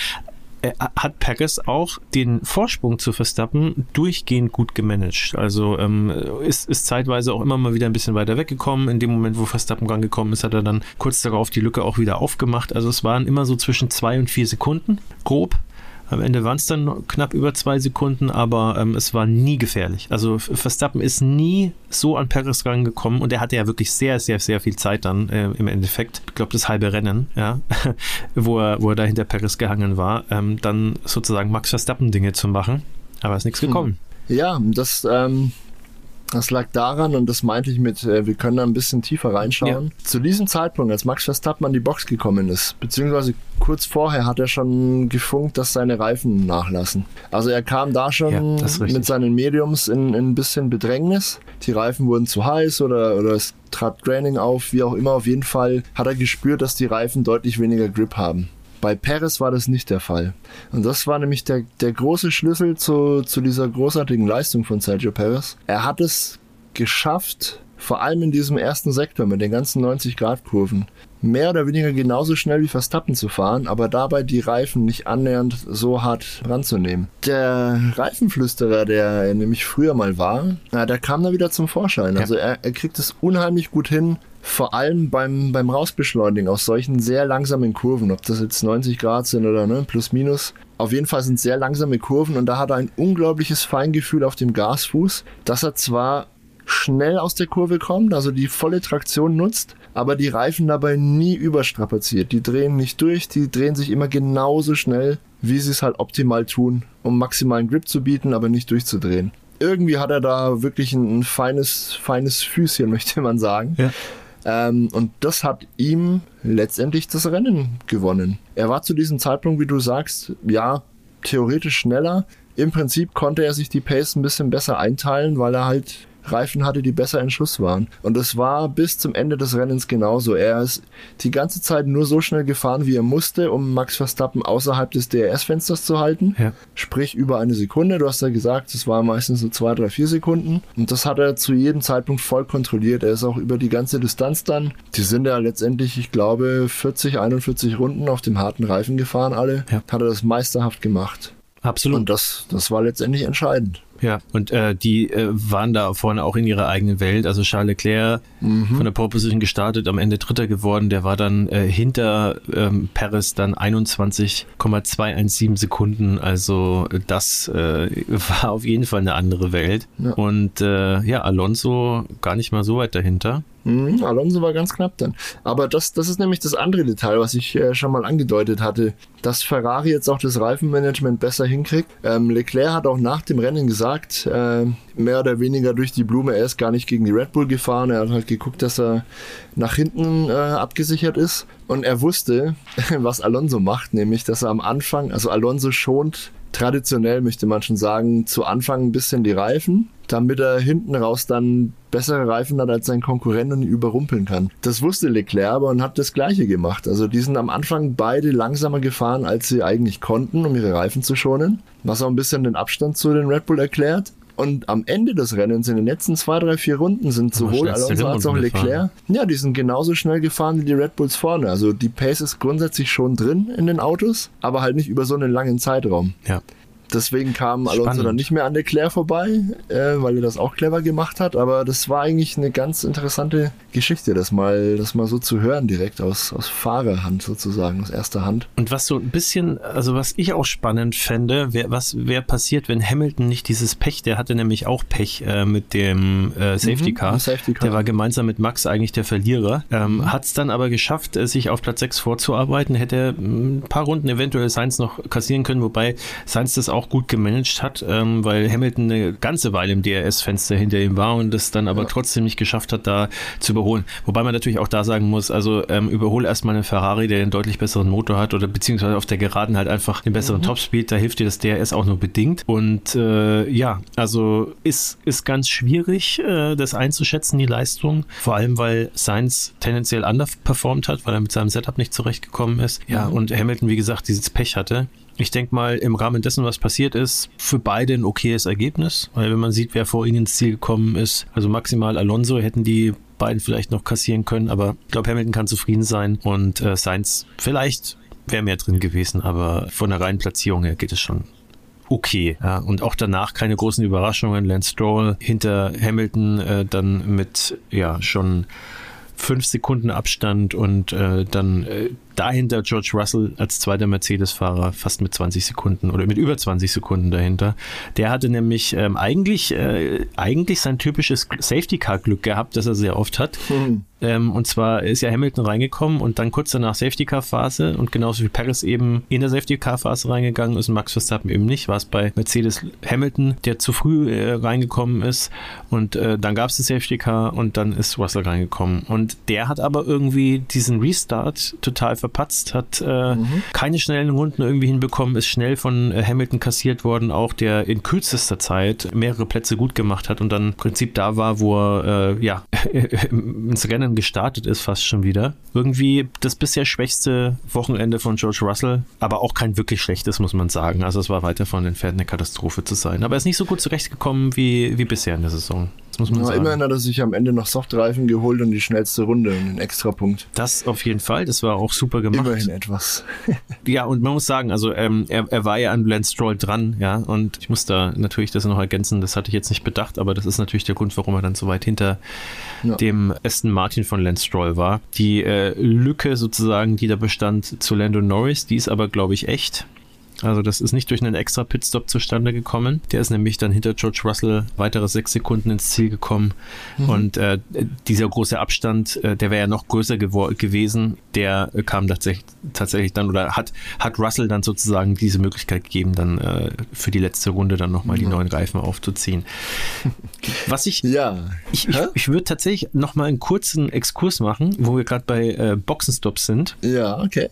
hat Perez auch den Vorsprung zu Verstappen durchgehend gut gemanagt. Also ähm, ist, ist zeitweise auch immer mal wieder ein bisschen weiter weggekommen. In dem Moment, wo Verstappen rangekommen ist, hat er dann kurz darauf die Lücke auch wieder aufgemacht. Also es waren immer so zwischen zwei und vier Sekunden, grob. Am Ende waren es dann knapp über zwei Sekunden, aber ähm, es war nie gefährlich. Also Verstappen ist nie so an Perez rangekommen und er hatte ja wirklich sehr, sehr, sehr viel Zeit dann äh, im Endeffekt. Ich glaube, das halbe Rennen, ja, wo er, wo er da hinter Perez gehangen war, ähm, dann sozusagen Max Verstappen Dinge zu machen. Aber es ist nichts gekommen. Ja, das... Ähm Das lag daran, und das meinte ich mit, äh, wir können da ein bisschen tiefer reinschauen. Ja. Zu diesem Zeitpunkt, als Max Verstappen an die Box gekommen ist, beziehungsweise kurz vorher hat er schon gefunkt, dass seine Reifen nachlassen. Also er kam da schon ja, mit seinen Mediums in, in ein bisschen Bedrängnis. Die Reifen wurden zu heiß oder, oder es trat Graining auf, wie auch immer. Auf jeden Fall hat er gespürt, dass die Reifen deutlich weniger Grip haben. Bei Perez war das nicht der Fall. Und das war nämlich der, der große Schlüssel zu, zu dieser großartigen Leistung von Sergio Perez. Er hat es geschafft, vor allem in diesem ersten Sektor mit den ganzen neunzig-Grad-Kurven, mehr oder weniger genauso schnell wie Verstappen zu fahren, aber dabei die Reifen nicht annähernd so hart ranzunehmen. Der Reifenflüsterer, der nämlich früher mal war, na, der kam da wieder zum Vorschein. Ja. Also er, er kriegt es unheimlich gut hin, vor allem beim, beim Rausbeschleunigen aus solchen sehr langsamen Kurven, ob das jetzt neunzig Grad sind oder ne, plus minus. Auf jeden Fall sind es sehr langsame Kurven und da hat er ein unglaubliches Feingefühl auf dem Gasfuß, dass er zwar schnell aus der Kurve kommt, also die volle Traktion nutzt, aber die Reifen dabei nie überstrapaziert. Die drehen nicht durch, die drehen sich immer genauso schnell, wie sie es halt optimal tun, um maximalen Grip zu bieten, aber nicht durchzudrehen. Irgendwie hat er da wirklich ein, ein feines, feines Füßchen, möchte man sagen. Ja. Ähm, und das hat ihm letztendlich das Rennen gewonnen. Er war zu diesem Zeitpunkt, wie du sagst, ja, theoretisch schneller. Im Prinzip konnte er sich die Pace ein bisschen besser einteilen, weil er halt Reifen hatte, die besser in Schuss waren. Und das war bis zum Ende des Rennens genauso. Er ist die ganze Zeit nur so schnell gefahren, wie er musste, um Max Verstappen außerhalb des D R S-Fensters zu halten. Ja. Sprich über eine Sekunde. Du hast ja gesagt, es war meistens so zwei, drei, vier Sekunden. Und das hat er zu jedem Zeitpunkt voll kontrolliert. Er ist auch über die ganze Distanz dann. Die sind ja letztendlich, ich glaube, vierzig, einundvierzig Runden auf dem harten Reifen gefahren alle. Ja. Hat er das meisterhaft gemacht. Absolut. Und das, das war letztendlich entscheidend. Ja, und äh, die äh, waren da vorne auch in ihrer eigenen Welt. Also Charles Leclerc mhm. von der Pole Position gestartet, am Ende Dritter geworden. Der war dann äh, hinter ähm, Perez dann einundzwanzig Komma zweihundertsiebzehn Sekunden. Also das äh, war auf jeden Fall eine andere Welt. Ja. Und äh, ja, Alonso gar nicht mal so weit dahinter. Mhm, Alonso war ganz knapp dann. Aber das, das ist nämlich das andere Detail, was ich äh, schon mal angedeutet hatte, dass Ferrari jetzt auch das Reifenmanagement besser hinkriegt. Ähm, Leclerc hat auch nach dem Rennen gesagt, äh, mehr oder weniger durch die Blume, er ist gar nicht gegen die Red Bull gefahren, er hat halt geguckt, dass er nach hinten äh, abgesichert ist. Und er wusste, was Alonso macht, nämlich, dass er am Anfang, also Alonso schont traditionell, möchte man schon sagen, zu Anfang ein bisschen die Reifen, damit er hinten raus dann bessere Reifen hat als sein Konkurrent und ihn überrumpeln kann. Das wusste Leclerc aber und hat das Gleiche gemacht. Also die sind am Anfang beide langsamer gefahren, als sie eigentlich konnten, um ihre Reifen zu schonen, was auch ein bisschen den Abstand zu den Red Bull erklärt. Und am Ende des Rennens, in den letzten zwei, drei, vier Runden, sind sowohl Alonso als auch Leclerc, ja, die sind genauso schnell gefahren wie die Red Bulls vorne. Also die Pace ist grundsätzlich schon drin in den Autos, aber halt nicht über so einen langen Zeitraum. Ja. Deswegen kam Alonso Spannend. dann nicht mehr an Leclerc vorbei, äh, weil er das auch clever gemacht hat. Aber das war eigentlich eine ganz interessante Geschichte, das mal, das mal so zu hören, direkt aus, aus Fahrerhand sozusagen, aus erster Hand. Und was so ein bisschen, also was ich auch spannend fände, wär, was wäre passiert, wenn Hamilton nicht dieses Pech, der hatte nämlich auch Pech äh, mit dem äh, Safety, mhm, Car. Safety Car. Der war gemeinsam mit Max eigentlich der Verlierer. Ähm, mhm. Hat es dann aber geschafft, sich auf Platz sechs vorzuarbeiten, hätte ein paar Runden eventuell Sainz noch kassieren können, wobei Sainz das auch auch gut gemanagt hat, ähm, weil Hamilton eine ganze Weile im D R S-Fenster hinter ihm war und das dann aber ja. trotzdem nicht geschafft hat, da zu überholen. Wobei man natürlich auch da sagen muss, also ähm, überhole erstmal einen Ferrari, der einen deutlich besseren Motor hat oder beziehungsweise auf der Geraden halt einfach den besseren mhm. Topspeed, da hilft dir das D R S auch nur bedingt. Und äh, ja, also ist, ist ganz schwierig, äh, das einzuschätzen, die Leistung, vor allem weil Sainz tendenziell underperformt hat, weil er mit seinem Setup nicht zurechtgekommen ist. Ja, mhm. und Hamilton, wie gesagt, dieses Pech hatte. Ich denke mal, im Rahmen dessen, was passiert ist, für beide ein okayes Ergebnis, weil wenn man sieht, wer vor ihnen ins Ziel gekommen ist, also maximal Alonso, hätten die beiden vielleicht noch kassieren können, aber ich glaube, Hamilton kann zufrieden sein und äh, Sainz vielleicht wäre mehr drin gewesen, aber von der reinen Platzierung her geht es schon okay. Ja, und auch danach keine großen Überraschungen. Lance Stroll hinter Hamilton äh, dann mit ja schon fünf Sekunden Abstand und äh, dann äh, dahinter George Russell als zweiter Mercedes-Fahrer fast mit zwanzig Sekunden oder mit über zwanzig Sekunden dahinter. Der hatte nämlich ähm, eigentlich äh, eigentlich sein typisches Safety-Car-Glück gehabt, das er sehr oft hat. Mhm. Ähm, und zwar ist ja Hamilton reingekommen und dann kurz danach Safety-Car-Phase und genauso wie Perez eben in der Safety-Car-Phase reingegangen ist und Max Verstappen eben nicht, war es bei Mercedes Hamilton, der zu früh äh, reingekommen ist und äh, dann gab es das Safety-Car und dann ist Russell reingekommen und der hat aber irgendwie diesen Restart total verpatzt, hat äh, mhm. keine schnellen Runden irgendwie hinbekommen, ist schnell von äh, Hamilton kassiert worden, auch der in kürzester Zeit mehrere Plätze gut gemacht hat und dann im Prinzip da war, wo er äh, ja ins Rennen gestartet ist, fast schon wieder. Irgendwie das bisher schwächste Wochenende von George Russell, aber auch kein wirklich schlechtes, muss man sagen. Also es war weit davon entfernt, eine Katastrophe zu sein. Aber er ist nicht so gut zurechtgekommen wie, wie bisher in der Saison. muss man ja, sagen. Immerhin hat er sich am Ende noch Softreifen geholt und die schnellste Runde und einen Extrapunkt. Das auf jeden Fall, das war auch super gemacht. Immerhin etwas. Ja, und man muss sagen, also ähm, er, er war ja an Lance Stroll dran, ja, und ich muss da natürlich das noch ergänzen, das hatte ich jetzt nicht bedacht, aber das ist natürlich der Grund, warum er dann so weit hinter ja. dem Aston Martin von Lance Stroll war. Die äh, Lücke sozusagen, die da bestand zu Lando Norris, die ist aber, glaube ich, echt. Also das ist nicht durch einen extra Pitstop zustande gekommen. Der ist nämlich dann hinter George Russell weitere sechs Sekunden ins Ziel gekommen. Mhm. Und äh, dieser große Abstand, äh, der wäre ja noch größer gewo- gewesen. Der äh, kam tatsächlich, tatsächlich dann oder hat, hat Russell dann sozusagen diese Möglichkeit gegeben, dann äh, für die letzte Runde dann nochmal mhm. die neuen Reifen aufzuziehen. Was ich, ja. ich, ich, ich würde tatsächlich nochmal einen kurzen Exkurs machen, wo wir gerade bei äh, Boxenstops sind. Ja, okay.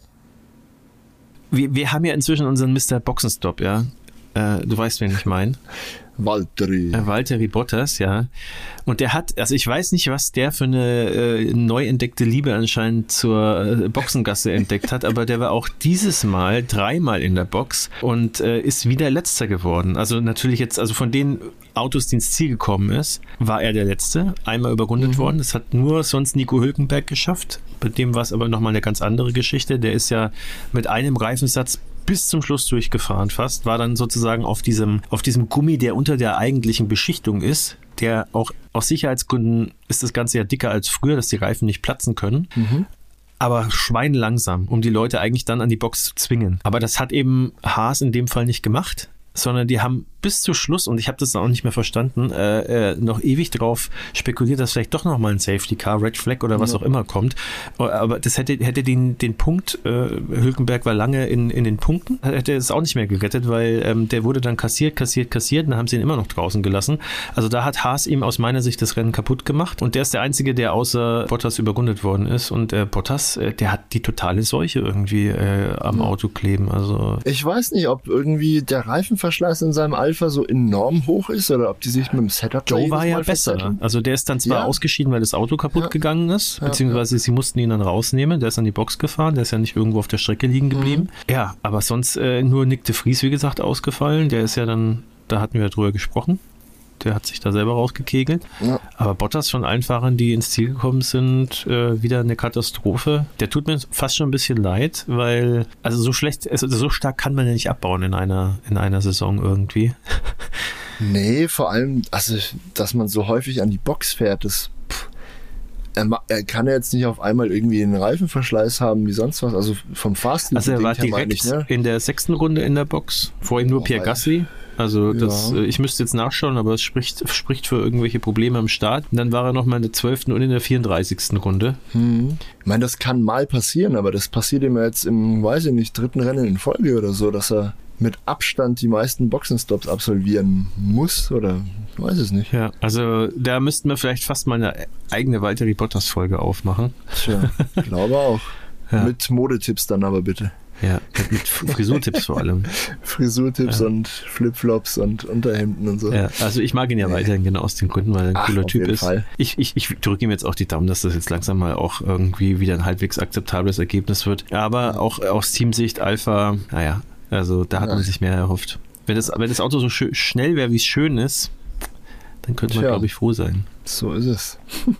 Wir, wir haben ja inzwischen unseren Mister Boxenstopp, ja. Äh, du weißt, wen ich meine. Valtteri. Äh, Valtteri Bottas, ja. Und der hat, also ich weiß nicht, was der für eine äh, neu entdeckte Liebe anscheinend zur äh, Boxengasse entdeckt hat, aber der war auch dieses Mal dreimal in der Box und äh, ist wieder Letzter geworden. Also natürlich jetzt, also von den Autos, die ins Ziel gekommen ist, war er der Letzte, einmal überrundet mhm. worden. Das hat nur sonst Nico Hülkenberg geschafft. Bei dem war es aber nochmal eine ganz andere Geschichte. Der ist ja mit einem Reifensatz bis zum Schluss durchgefahren fast, war dann sozusagen auf diesem, auf diesem Gummi, der unter der eigentlichen Beschichtung ist, der auch aus Sicherheitsgründen ist das Ganze ja dicker als früher, dass die Reifen nicht platzen können. Mhm. Aber schweinlangsam, um die Leute eigentlich dann an die Box zu zwingen. Aber das hat eben Haas in dem Fall nicht gemacht, sondern die haben bis zu Schluss, und ich habe das auch nicht mehr verstanden, äh, äh, noch ewig drauf spekuliert, dass vielleicht doch nochmal ein Safety Car, Red Flag oder was ja. auch immer kommt. Aber das hätte, hätte den, den Punkt, äh, Hülkenberg war lange in, in den Punkten, hätte es auch nicht mehr gerettet, weil ähm, der wurde dann kassiert, kassiert, kassiert und dann haben sie ihn immer noch draußen gelassen. Also da hat Haas ihm aus meiner Sicht das Rennen kaputt gemacht und der ist der Einzige, der außer Bottas überrundet worden ist und äh, Bottas, äh, der hat die totale Seuche irgendwie äh, am ja. Auto kleben. Also ich weiß nicht, ob irgendwie der Reifenverschleiß in seinem Alpha so enorm hoch ist oder ob die sich mit dem Setup Joe war ja besser. Verzetteln. Also der ist dann zwar ja. ausgeschieden, weil das Auto kaputt ja. gegangen ist, ja, beziehungsweise ja. sie mussten ihn dann rausnehmen. Der ist an die Box gefahren, der ist ja nicht irgendwo auf der Strecke liegen geblieben. Mhm. Ja, aber sonst äh, nur Nick de Vries, wie gesagt, ausgefallen. Der ist ja dann, da hatten wir ja drüber gesprochen. Der hat sich da selber rausgekegelt. Ja. Aber Bottas von allen Fahrern, die ins Ziel gekommen sind, äh, wieder eine Katastrophe. Der tut mir fast schon ein bisschen leid, weil, also so schlecht, also so stark kann man ja nicht abbauen in einer, in einer Saison irgendwie. Nee, vor allem, also, dass man so häufig an die Box fährt, das, pff, er, er kann ja jetzt nicht auf einmal irgendwie einen Reifenverschleiß haben, wie sonst was, also vom Fahrstil. Also er war direkt nicht, ne? in der sechsten Runde in der Box, vor ihm nur oh, Pierre Gasly. Also das, ja. ich müsste jetzt nachschauen, aber es spricht, spricht für irgendwelche Probleme am Start. Und dann war er nochmal in der zwölften und in der vierunddreißigsten Runde. Hm. Ich meine, das kann mal passieren, aber das passiert ihm jetzt im, weiß ich nicht, dritten Rennen in Folge oder so, dass er mit Abstand die meisten Boxenstops absolvieren muss oder ich weiß es nicht. Ja, also da müssten wir vielleicht fast mal eine eigene Valtteri Bottas-Folge aufmachen. Tja, ich glaube auch. Ja. Mit Modetipps dann aber bitte. Ja, mit, mit Frisurtipps vor allem. Frisurtipps ja. und Flipflops und Unterhemden und so. Ja, also ich mag ihn ja weiterhin genau aus den Gründen, weil er ein Ach, cooler Typ ist. Fall. Ich, ich, ich drücke ihm jetzt auch die Daumen, dass das jetzt langsam mal auch irgendwie wieder ein halbwegs akzeptables Ergebnis wird. Aber ja. auch aus Teamsicht Alpha, naja, also da hat ja. man sich mehr erhofft. Wenn das, wenn das Auto so schön, schnell wäre, wie es schön ist, dann könnte man, glaube ich, froh sein. So ist es.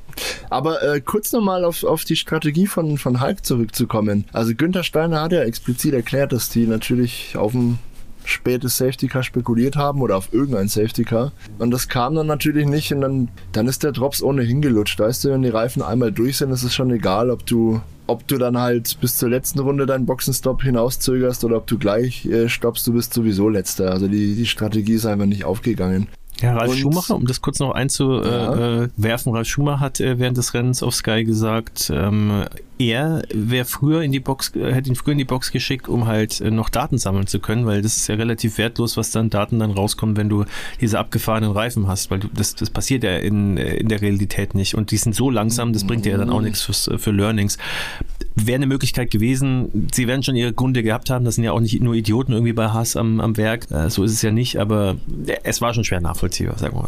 Aber äh, kurz nochmal auf, auf die Strategie von, von Hulk zurückzukommen. Also Günther Steiner hat ja explizit erklärt, dass die natürlich auf ein spätes Safety Car spekuliert haben oder auf irgendein Safety Car. Und das kam dann natürlich nicht und dann, dann ist der Drops ohnehin gelutscht. Weißt du, wenn die Reifen einmal durch sind, ist es schon egal, ob du ob du dann halt bis zur letzten Runde deinen Boxenstopp hinauszögerst oder ob du gleich äh, stoppst, du bist sowieso Letzter. Also die, die Strategie ist einfach nicht aufgegangen. Ja, Ralf Und, Schumacher, um das kurz noch einzuwerfen, ja. Ralf Schumacher hat äh, während des Rennens auf Sky gesagt, ähm, er wäre früher in die Box, äh, hätte ihn früher in die Box geschickt, um halt äh, noch Daten sammeln zu können, weil das ist ja relativ wertlos, was dann Daten dann rauskommen, wenn du diese abgefahrenen Reifen hast, weil du, das, das passiert ja in, in der Realität nicht und die sind so langsam, das bringt dir ja dann auch nichts fürs, für Learnings. Wäre eine Möglichkeit gewesen, sie werden schon ihre Gründe gehabt haben, das sind ja auch nicht nur Idioten irgendwie bei Haas am, am Werk, äh, so ist es ja nicht, aber es war schon schwer nachvollziehbar, sagen wir mal so.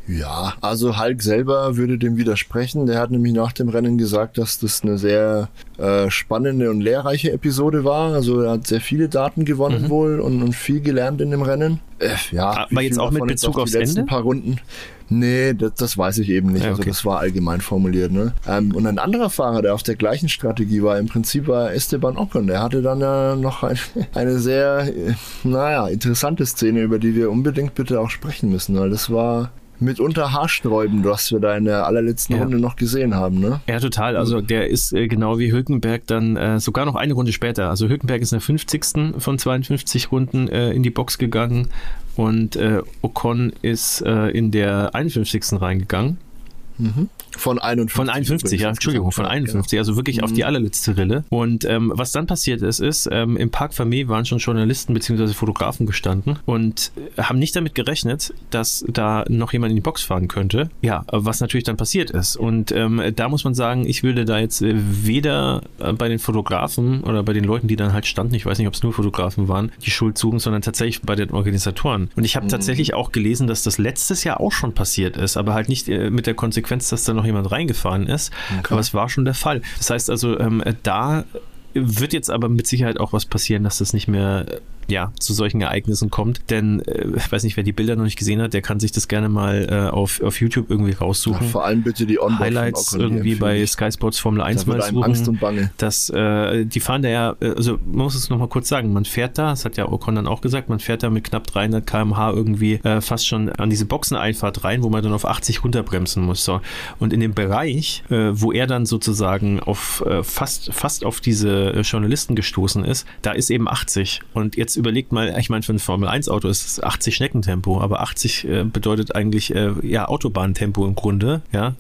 Ja, also Hulk selber würde dem widersprechen. Der hat nämlich nach dem Rennen gesagt, dass das eine sehr äh, spannende und lehrreiche Episode war. Also er hat sehr viele Daten gewonnen mhm. wohl und, und viel gelernt in dem Rennen. Äh, ja, aber jetzt auch mit Bezug aufs Ende? Die letzten paar Runden. Nee, das, das weiß ich eben nicht. Ja, okay. Also das war allgemein formuliert. Ne? Ähm, und ein anderer Fahrer, der auf der gleichen Strategie war, im Prinzip war Esteban Ocon. Der hatte dann ja noch ein, eine sehr, äh, naja, interessante Szene, über die wir unbedingt bitte auch sprechen müssen, weil das war mitunter haarsträubend, was wir da in der allerletzten ja. Runde noch gesehen haben, ne? Ja, total. Also der ist äh, genau wie Hülkenberg dann äh, sogar noch eine Runde später. Also Hülkenberg ist in der fünfzigsten von zweiundfünfzig Runden äh, in die Box gegangen und äh, Ocon ist äh, in der einundfünfzigsten reingegangen. Mhm. Von einundfünfzig. Von einundfünfzig, ja, Entschuldigung, von einundfünfzig, also wirklich mhm. auf die allerletzte Rille. Und ähm, was dann passiert ist, ist, ähm, im Parc Fermé waren schon Journalisten bzw. Fotografen gestanden und äh, haben nicht damit gerechnet, dass da noch jemand in die Box fahren könnte. Ja, was natürlich dann passiert ist. Und ähm, da muss man sagen, ich würde da jetzt äh, weder äh, bei den Fotografen oder bei den Leuten, die dann halt standen, ich weiß nicht, ob es nur Fotografen waren, die Schuld suchen, sondern tatsächlich bei den Organisatoren. Und ich habe mhm. tatsächlich auch gelesen, dass das letztes Jahr auch schon passiert ist, aber halt nicht äh, mit der Konsequenz, dass dann noch jemand reingefahren ist, okay. aber es war schon der Fall. Das heißt also, ähm, da wird jetzt aber mit Sicherheit auch was passieren, dass das nicht mehr ja, zu solchen Ereignissen kommt, denn äh, ich weiß nicht, wer die Bilder noch nicht gesehen hat, der kann sich das gerne mal äh, auf, auf YouTube irgendwie raussuchen. Ach, vor allem bitte die Onboard Highlights irgendwie bei Sky Sports Formel eins mal suchen. Angst und Bange. Das, äh, die fahren da ja, also man muss es nochmal kurz sagen, man fährt da, das hat ja Ocon dann auch gesagt, man fährt da mit knapp dreihundert Kilometer pro Stunde irgendwie äh, fast schon an diese Boxeneinfahrt rein, wo man dann auf achtzig runterbremsen muss. So. Und in dem Bereich, äh, wo er dann sozusagen auf äh, fast, fast auf diese Journalisten gestoßen ist, da ist eben achtzig. Und jetzt überlegt mal, ich meine, für ein Formel eins Auto ist es achtzig Schneckentempo, aber achtzig äh, bedeutet eigentlich äh, ja Autobahntempo im Grunde, ja.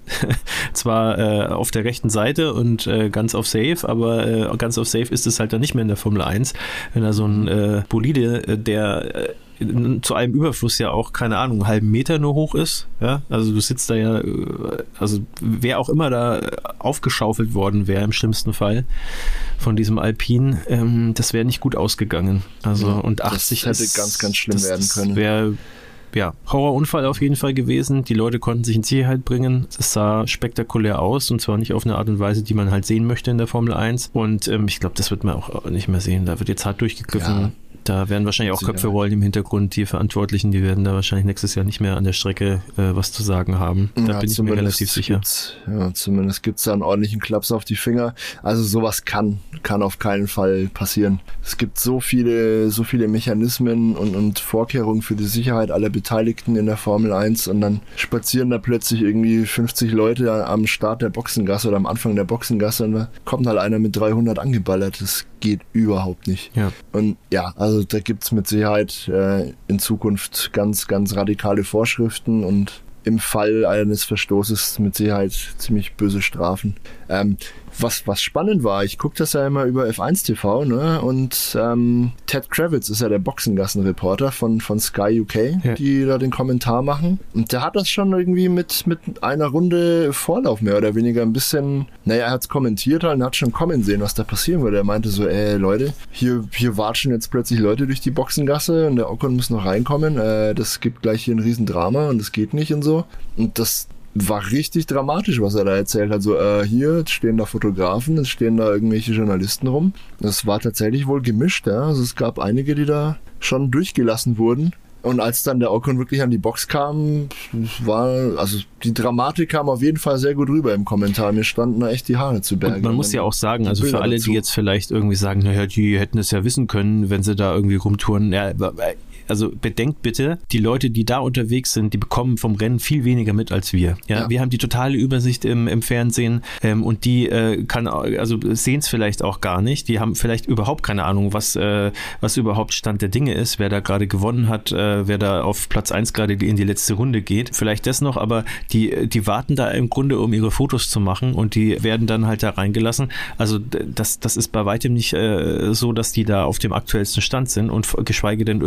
Zwar äh, auf der rechten Seite und äh, ganz auf Safe, aber äh, ganz auf Safe ist es halt dann nicht mehr in der Formel eins, wenn da so ein äh, Bolide, äh, der äh, zu einem Überfluss ja auch, keine Ahnung, einen halben Meter nur hoch ist, ja, also du sitzt da ja, also wer auch immer da aufgeschaufelt worden wäre, im schlimmsten Fall von diesem Alpine, ähm, das wäre nicht gut ausgegangen, also ja, und achtzig das hätte ist, ganz, ganz schlimm das, werden können. Das wäre, ja, Horrorunfall auf jeden Fall gewesen, die Leute konnten sich in Sicherheit bringen, das sah spektakulär aus und zwar nicht auf eine Art und Weise, die man halt sehen möchte in der Formel eins und ähm, ich glaube, das wird man auch nicht mehr sehen, da wird jetzt hart durchgegriffen. Ja. Da werden wahrscheinlich auch Köpfe rollen im Hintergrund. Die Verantwortlichen, die werden da wahrscheinlich nächstes Jahr nicht mehr an der Strecke äh, was zu sagen haben. Da ja, bin ich mir relativ sicher. Ja, zumindest gibt es da einen ordentlichen Klaps auf die Finger. Also sowas kann, kann auf keinen Fall passieren. Es gibt so viele, so viele Mechanismen und, und Vorkehrungen für die Sicherheit aller Beteiligten in der Formel eins und dann spazieren da plötzlich irgendwie fünfzig Leute am Start der Boxengasse oder am Anfang der Boxengasse und da kommt halt einer mit dreihundert angeballert. Das geht überhaupt nicht. Ja. Und ja, also da gibt es mit Sicherheit äh, in Zukunft ganz, ganz radikale Vorschriften und im Fall eines Verstoßes mit Sicherheit ziemlich böse Strafen. Ähm, was, was spannend war, ich gucke das ja immer über F eins T V, ne? Und ähm, Ted Kravitz ist ja der Boxengassen-Reporter von, von Sky U K, ja. die da den Kommentar machen. Und der hat das schon irgendwie mit, mit einer Runde Vorlauf mehr oder weniger ein bisschen, naja, er hat es kommentiert halt und hat schon kommen sehen, was da passieren würde. Er meinte so, ey Leute, hier, hier watschen jetzt plötzlich Leute durch die Boxengasse und der Ocon muss noch reinkommen. Äh, das gibt gleich hier ein Riesendrama und das geht nicht und so. Und das war richtig dramatisch, was er da erzählt hat. So, äh, hier stehen da Fotografen, es stehen da irgendwelche Journalisten rum. Das war tatsächlich wohl gemischt, ja. Also es gab einige, die da schon durchgelassen wurden. Und als dann der Ocon wirklich an die Box kam, war, also die Dramatik kam auf jeden Fall sehr gut rüber im Kommentar. Mir standen da echt die Haare zu Berge. Und man muss ja auch sagen, also für alle, die jetzt vielleicht irgendwie sagen, naja, die hätten es ja wissen können, wenn sie da irgendwie rumtouren. Ja, also bedenkt bitte, die Leute, die da unterwegs sind, die bekommen vom Rennen viel weniger mit als wir. Ja, ja. Wir haben die totale Übersicht im, im Fernsehen ähm, und die äh, kann, also sehen es vielleicht auch gar nicht. Die haben vielleicht überhaupt keine Ahnung, was, äh, was überhaupt Stand der Dinge ist, wer da gerade gewonnen hat, äh, wer da auf Platz eins gerade in die letzte Runde geht. Vielleicht das noch, aber die, die warten da im Grunde, um ihre Fotos zu machen und die werden dann halt da reingelassen. Also das, das ist bei weitem nicht äh, so, dass die da auf dem aktuellsten Stand sind und geschweige denn irgendwie wissen,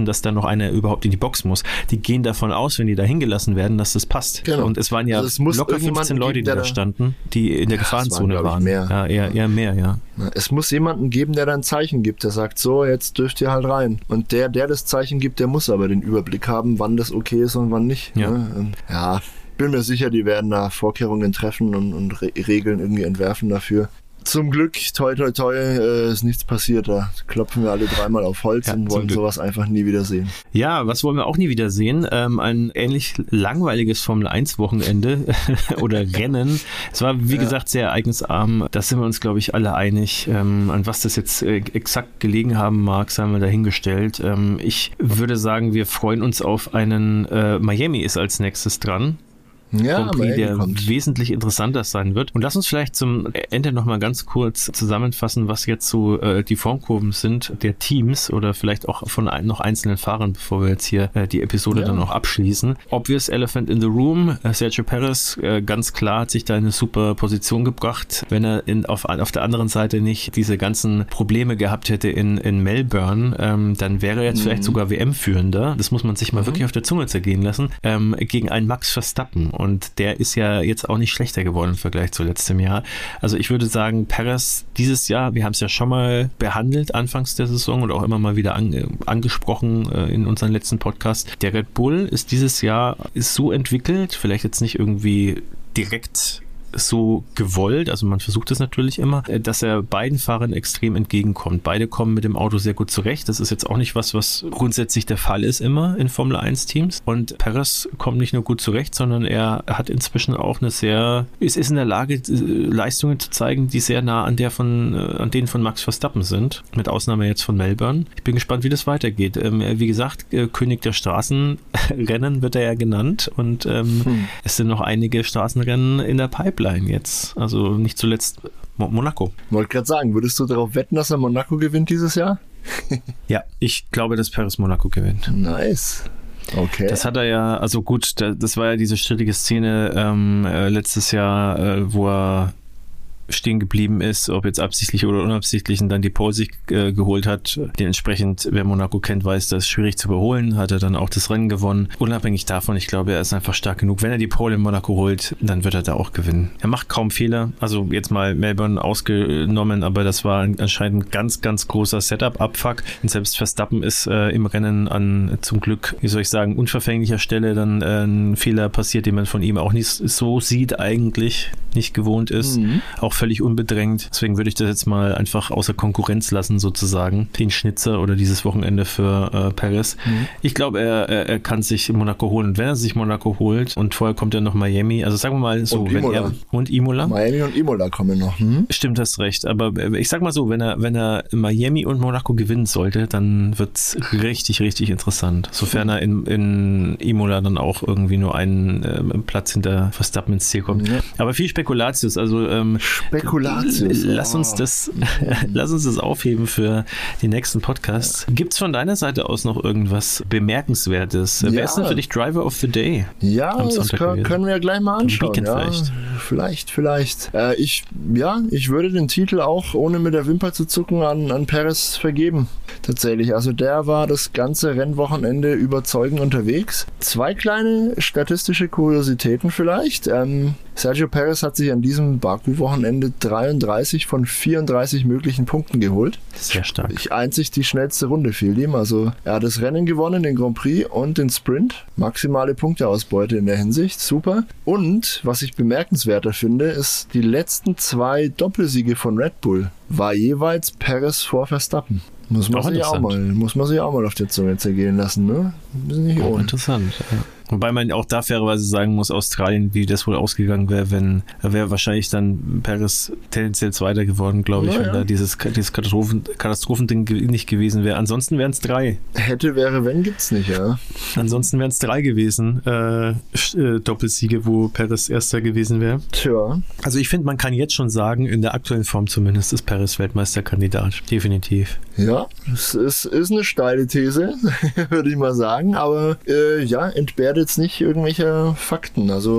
dass da noch einer überhaupt in die Box muss. Die gehen davon aus, wenn die da hingelassen werden, dass das passt. Genau. Und es waren ja also es muss locker fünfzehn Leute, geben, die da standen, die in der ja, Gefahrenzone waren. waren. Mehr. Ja, eher, eher mehr, ja. Es muss jemanden geben, der da ein Zeichen gibt, der sagt, so, jetzt dürft ihr halt rein. Und der, der das Zeichen gibt, der muss aber den Überblick haben, wann das okay ist und wann nicht. Ja. Ne? Ja, bin mir sicher, die werden da Vorkehrungen treffen und, und Re- Regeln irgendwie entwerfen dafür. Zum Glück, toi toi toi, äh, ist nichts passiert. Da klopfen wir alle dreimal auf Holz Ja, und wollen sowas einfach nie wieder sehen. Ja, was wollen wir auch nie wieder sehen? Ähm, ein ähnlich langweiliges Formel eins Wochenende oder Rennen. Es war, wie ja. gesagt, sehr ereignisarm. Da sind wir uns, glaube ich, alle einig. Ähm, an was das jetzt äh, exakt gelegen haben mag, sei mal dahingestellt. Ähm, ich würde sagen, wir freuen uns auf einen äh, Miami ist als nächstes dran. Ja, Grand Prix, der kommt. wesentlich interessanter sein wird. Und lass uns vielleicht zum Ende nochmal ganz kurz zusammenfassen, was jetzt so äh, die Formkurven sind der Teams oder vielleicht auch von ein, noch einzelnen Fahrern, bevor wir jetzt hier äh, die Episode ja. dann auch abschließen. Obvious Elephant in the Room, äh, Sergio Perez, äh, ganz klar hat sich da eine super Position gebracht. Wenn er in, auf, auf der anderen Seite nicht diese ganzen Probleme gehabt hätte in, in Melbourne, ähm, dann wäre er jetzt mhm. vielleicht sogar W M-Führender. Das muss man sich mal mhm. wirklich auf der Zunge zergehen lassen. Ähm, gegen einen Max Verstappen. Und der ist ja jetzt auch nicht schlechter geworden im Vergleich zu letztem Jahr. Also ich würde sagen, Perez dieses Jahr, wir haben es ja schon mal behandelt anfangs der Saison und auch immer mal wieder an, angesprochen äh, in unseren letzten Podcasts. Der Red Bull ist dieses Jahr ist so entwickelt, vielleicht jetzt nicht irgendwie direkt so gewollt, also man versucht es natürlich immer, dass er beiden Fahrern extrem entgegenkommt. Beide kommen mit dem Auto sehr gut zurecht. Das ist jetzt auch nicht was, was grundsätzlich der Fall ist immer in Formel eins Teams. Und Perez kommt nicht nur gut zurecht, sondern er hat inzwischen auch eine sehr, ist, ist in der Lage, Leistungen zu zeigen, die sehr nah an der von, an denen von Max Verstappen sind. Mit Ausnahme jetzt von Melbourne. Ich bin gespannt, wie das weitergeht. Ähm, wie gesagt, König der Straßenrennen wird er ja genannt und ähm, hm. es sind noch einige Straßenrennen in der Pipeline jetzt. Also nicht zuletzt Monaco. Wollte gerade sagen, würdest du darauf wetten, dass er Monaco gewinnt dieses Jahr? Ja, ich glaube, dass Perez Monaco gewinnt. Nice. Okay. Das hat er ja, also gut, das war ja diese strittige Szene ähm, äh, letztes Jahr, äh, wo er stehen geblieben ist, ob jetzt absichtlich oder unabsichtlich und dann die Pole sich äh, geholt hat. Dementsprechend, wer Monaco kennt, weiß, das ist schwierig zu überholen, hat er dann auch das Rennen gewonnen. Unabhängig davon, ich glaube, er ist einfach stark genug. Wenn er die Pole in Monaco holt, dann wird er da auch gewinnen. Er macht kaum Fehler, also jetzt mal Melbourne ausgenommen, aber das war anscheinend ein ganz, ganz großer Setup-Abfuck. Und selbst Verstappen ist äh, im Rennen an, zum Glück, wie soll ich sagen, unverfänglicher Stelle dann äh, ein Fehler passiert, den man von ihm auch nicht so sieht eigentlich, nicht gewohnt ist. Mhm. Auch völlig unbedrängt. Deswegen würde ich das jetzt mal einfach außer Konkurrenz lassen, sozusagen. Den Schnitzer oder dieses Wochenende für äh, Perez. Mhm. Ich glaube, er, er, er kann sich Monaco holen. Und wenn er sich Monaco holt und vorher kommt ja noch Miami, also sagen wir mal so, und wenn Imola. er und Imola. Miami und Imola kommen noch. Mhm. Stimmt, hast recht. Aber ich sag mal so, wenn er, wenn er Miami und Monaco gewinnen sollte, dann wird es richtig, richtig interessant. Sofern er in, in Imola dann auch irgendwie nur einen äh, Platz hinter Verstappen ins Ziel kommt. Mhm. Aber viel Spekulatius, also ähm, Spekulatius. Lass uns das, lass uns das aufheben für die nächsten Podcasts. Ja. Gibt es von deiner Seite aus noch irgendwas Bemerkenswertes? Ja. Wer ist denn für dich Driver of the Day? Ja, das können, können wir ja gleich mal anschauen. Ja. Vielleicht. Vielleicht, vielleicht. Äh, ich, ja, ich würde den Titel auch, ohne mit der Wimper zu zucken, an, an Perez vergeben. Tatsächlich. Also der war das ganze Rennwochenende überzeugend unterwegs. Zwei kleine statistische Kuriositäten vielleicht. Ähm, Sergio Perez hat sich an diesem Baku-Wochenende dreiunddreißig von vierunddreißig möglichen Punkten geholt. Sehr stark. Ich einzig die schnellste Runde fiel ihm. Also er hat das Rennen gewonnen, den Grand Prix und den Sprint. Maximale Punkteausbeute in der Hinsicht. Super. Und was ich bemerkenswerter finde, ist die letzten zwei Doppelsiege von Red Bull war jeweils Perez vor Verstappen. Muss man, sich auch mal, muss man sich auch mal auf der Zunge zergehen lassen, ne? Ist nicht oh, interessant, ja. Wobei man auch da fairerweise sagen muss, Australien, wie das wohl ausgegangen wäre, wenn, wäre wahrscheinlich dann Perez tendenziell Zweiter geworden, glaube ich, ja, wenn ja. da dieses, dieses Katastrophen, Katastrophending nicht gewesen wäre. Ansonsten wären es drei. Hätte, wäre, wenn, gibt's nicht, ja. Ansonsten wären es drei gewesen, äh, äh, Doppelsiege, wo Perez Erster gewesen wäre. Tja. Also ich finde, man kann jetzt schon sagen, in der aktuellen Form zumindest ist Perez Weltmeisterkandidat. Definitiv. Ja, es ist, ist eine steile These, würde ich mal sagen, aber äh, ja, entbehrt jetzt nicht irgendwelcher Fakten. Also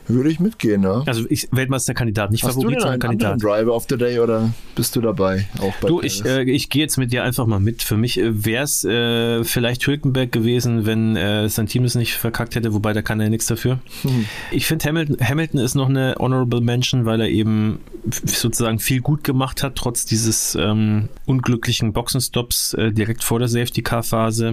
Würde ich mitgehen, ne? Also ich Weltmeisterkandidat, nicht Hast Favorit, du denn sondern einen Kandidat. Driver of the Day oder bist du dabei? Auch bei Du, ich, äh, ich gehe jetzt mit dir einfach mal mit. Für mich äh, wäre es äh, vielleicht Hülkenberg gewesen, wenn äh, sein Team es nicht verkackt hätte, wobei da kann er nichts dafür. Mhm. Ich finde Hamilton, Hamilton ist noch eine Honorable Mention, weil er eben sozusagen viel gut gemacht hat, trotz dieses ähm, unglücklichen Boxenstops äh, direkt vor der Safety-Car-Phase.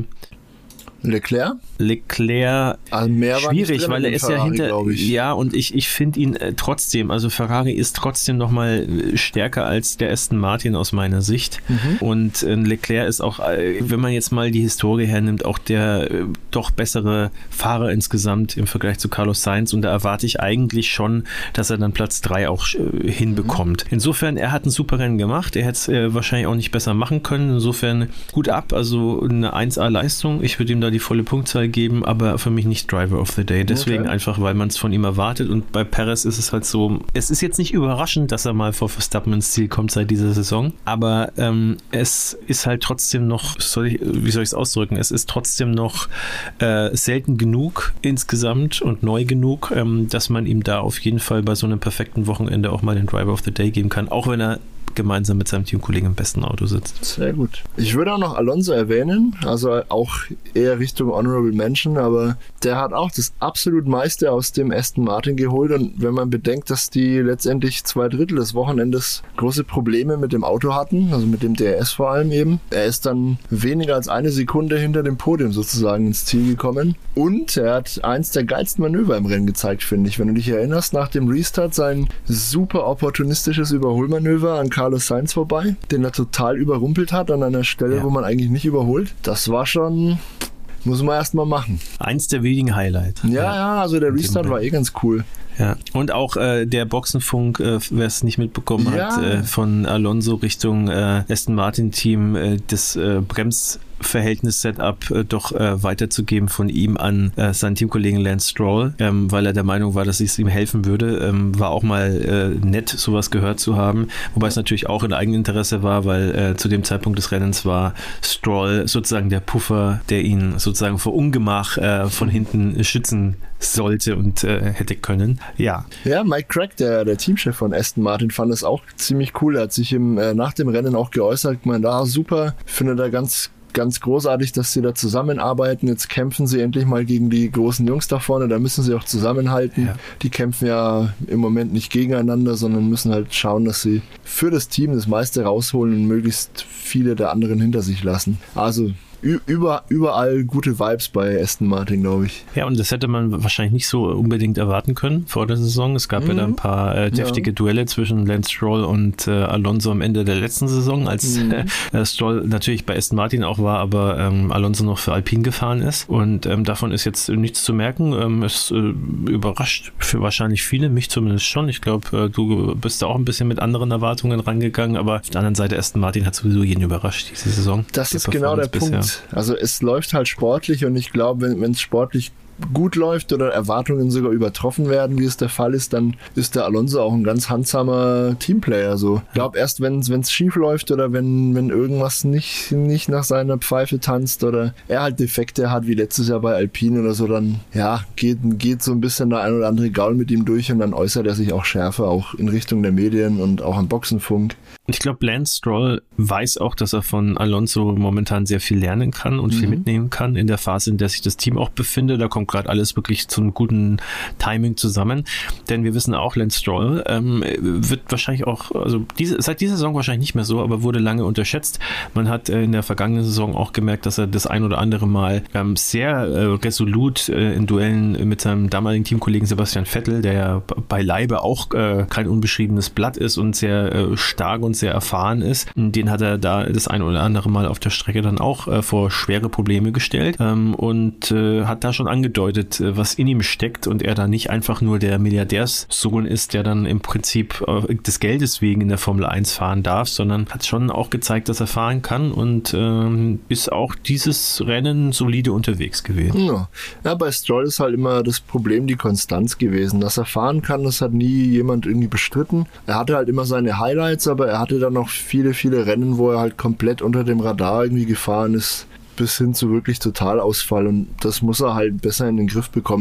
Leclerc? Leclerc also mehr schwierig, weil er ist Ferrari, ja hinter, ja, und ich, ich finde ihn äh, trotzdem, also Ferrari ist trotzdem nochmal stärker als der Aston Martin aus meiner Sicht. Mhm. Und äh, Leclerc ist auch, äh, wenn man jetzt mal die Historie hernimmt, auch der äh, doch bessere Fahrer insgesamt im Vergleich zu Carlos Sainz, und da erwarte ich eigentlich schon, dass er dann Platz drei auch äh, hinbekommt. Mhm. Insofern, er hat ein super Rennen gemacht, er hätte es äh, wahrscheinlich auch nicht besser machen können, insofern gut ab, also eine eins A-Leistung, ich würde ihm da die volle Punktzahl geben, aber für mich nicht Driver of the Day. Deswegen okay. Einfach, weil man es von ihm erwartet, und bei Perez ist es halt so, es ist jetzt nicht überraschend, dass er mal vor Verstappen ins Ziel kommt seit dieser Saison, aber ähm, es ist halt trotzdem noch, soll ich, wie soll ich es ausdrücken, es ist trotzdem noch äh, selten genug insgesamt und neu genug, ähm, dass man ihm da auf jeden Fall bei so einem perfekten Wochenende auch mal den Driver of the Day geben kann, auch wenn er gemeinsam mit seinem Teamkollegen im besten Auto sitzt. Sehr gut. Ich würde auch noch Alonso erwähnen, also auch eher Richtung Honorable Mention, aber der hat auch das absolut meiste aus dem Aston Martin geholt, und wenn man bedenkt, dass die letztendlich zwei Drittel des Wochenendes große Probleme mit dem Auto hatten, also mit dem D R S vor allem eben, er ist dann weniger als eine Sekunde hinter dem Podium sozusagen ins Ziel gekommen, und er hat eins der geilsten Manöver im Rennen gezeigt, finde ich. Wenn du dich erinnerst, nach dem Restart sein super opportunistisches Überholmanöver an Carlos Sainz vorbei, den er total überrumpelt hat an einer Stelle, ja. wo man eigentlich nicht überholt. Das war schon, muss man erstmal machen. Eins der wenigen Highlights. Ja, ja, ja, also der Restart war eh ganz cool. Ja, und auch äh, der Boxenfunk, äh, wer es nicht mitbekommen ja. hat, äh, von Alonso Richtung äh, Aston Martin Team, äh, das äh, Brems Verhältnis-Setup äh, doch äh, weiterzugeben von ihm an äh, seinen Teamkollegen Lance Stroll, ähm, weil er der Meinung war, dass es ihm helfen würde. Ähm, war auch mal äh, nett, sowas gehört zu haben, wobei es natürlich auch in Eigeninteresse war, weil äh, zu dem Zeitpunkt des Rennens war Stroll sozusagen der Puffer, der ihn sozusagen vor Ungemach äh, von hinten schützen sollte und äh, hätte können. Ja. Ja, Mike Crack, der, der Teamchef von Aston Martin, fand es auch ziemlich cool. Er hat sich im, äh, nach dem Rennen auch geäußert, ich meine, da super, finde da ganz ganz großartig, dass sie da zusammenarbeiten. Jetzt kämpfen sie endlich mal gegen die großen Jungs da vorne, da müssen sie auch zusammenhalten. Ja. Die kämpfen ja im Moment nicht gegeneinander, sondern müssen halt schauen, dass sie für das Team das meiste rausholen und möglichst viele der anderen hinter sich lassen. Also Über, überall gute Vibes bei Aston Martin, glaube ich. Ja, und das hätte man wahrscheinlich nicht so unbedingt erwarten können vor der Saison. Es gab mhm. ja da ein paar äh, deftige ja. Duelle zwischen Lance Stroll und äh, Alonso am Ende der letzten Saison, als mhm. äh, Stroll natürlich bei Aston Martin auch war, aber ähm, Alonso noch für Alpine gefahren ist. Und ähm, davon ist jetzt nichts zu merken. Ähm, es äh, überrascht für wahrscheinlich viele, mich zumindest schon. Ich glaube, äh, du bist da auch ein bisschen mit anderen Erwartungen rangegangen, aber auf der anderen Seite, Aston Martin hat sowieso jeden überrascht diese Saison. Das ist genau der bisher. Punkt. Also es läuft halt sportlich, und ich glaube, wenn es sportlich gut läuft oder Erwartungen sogar übertroffen werden, wie es der Fall ist, dann ist der Alonso auch ein ganz handsamer Teamplayer. So. Ich glaube, erst wenn es schief läuft oder wenn, wenn irgendwas nicht, nicht nach seiner Pfeife tanzt oder er halt Defekte hat, wie letztes Jahr bei Alpine oder so, dann ja, geht, geht so ein bisschen der ein oder andere Gaul mit ihm durch, und dann äußert er sich auch schärfer, auch in Richtung der Medien und auch am Boxenfunk. Ich glaube, Lance Stroll weiß auch, dass er von Alonso momentan sehr viel lernen kann und mhm. viel mitnehmen kann in der Phase, in der sich das Team auch befindet. Da kommt gerade alles wirklich zu einem guten Timing zusammen. Denn wir wissen auch, Lance Stroll ähm, wird wahrscheinlich auch, also diese, seit dieser Saison wahrscheinlich nicht mehr so, aber wurde lange unterschätzt. Man hat äh, in der vergangenen Saison auch gemerkt, dass er das ein oder andere Mal ähm, sehr äh, resolut äh, in Duellen mit seinem damaligen Teamkollegen Sebastian Vettel, der ja beileibe auch äh, kein unbeschriebenes Blatt ist und sehr äh, stark und sehr erfahren ist. Den hat er da das ein oder andere Mal auf der Strecke dann auch äh, vor schwere Probleme gestellt ähm, und äh, hat da schon angedeutet, äh, was in ihm steckt, und er da nicht einfach nur der Milliardärssohn ist, der dann im Prinzip äh, des Geldes wegen in der Formel eins fahren darf, sondern hat schon auch gezeigt, dass er fahren kann, und äh, ist auch dieses Rennen solide unterwegs gewesen. Ja. ja, bei Stroll ist halt immer das Problem die Konstanz gewesen. Dass er fahren kann, das hat nie jemand irgendwie bestritten. Er hatte halt immer seine Highlights, aber er hatte dann noch viele, viele Rennen, wo er halt komplett unter dem Radar irgendwie gefahren ist, bis hin zu wirklich Totalausfall, und das muss er halt besser in den Griff bekommen.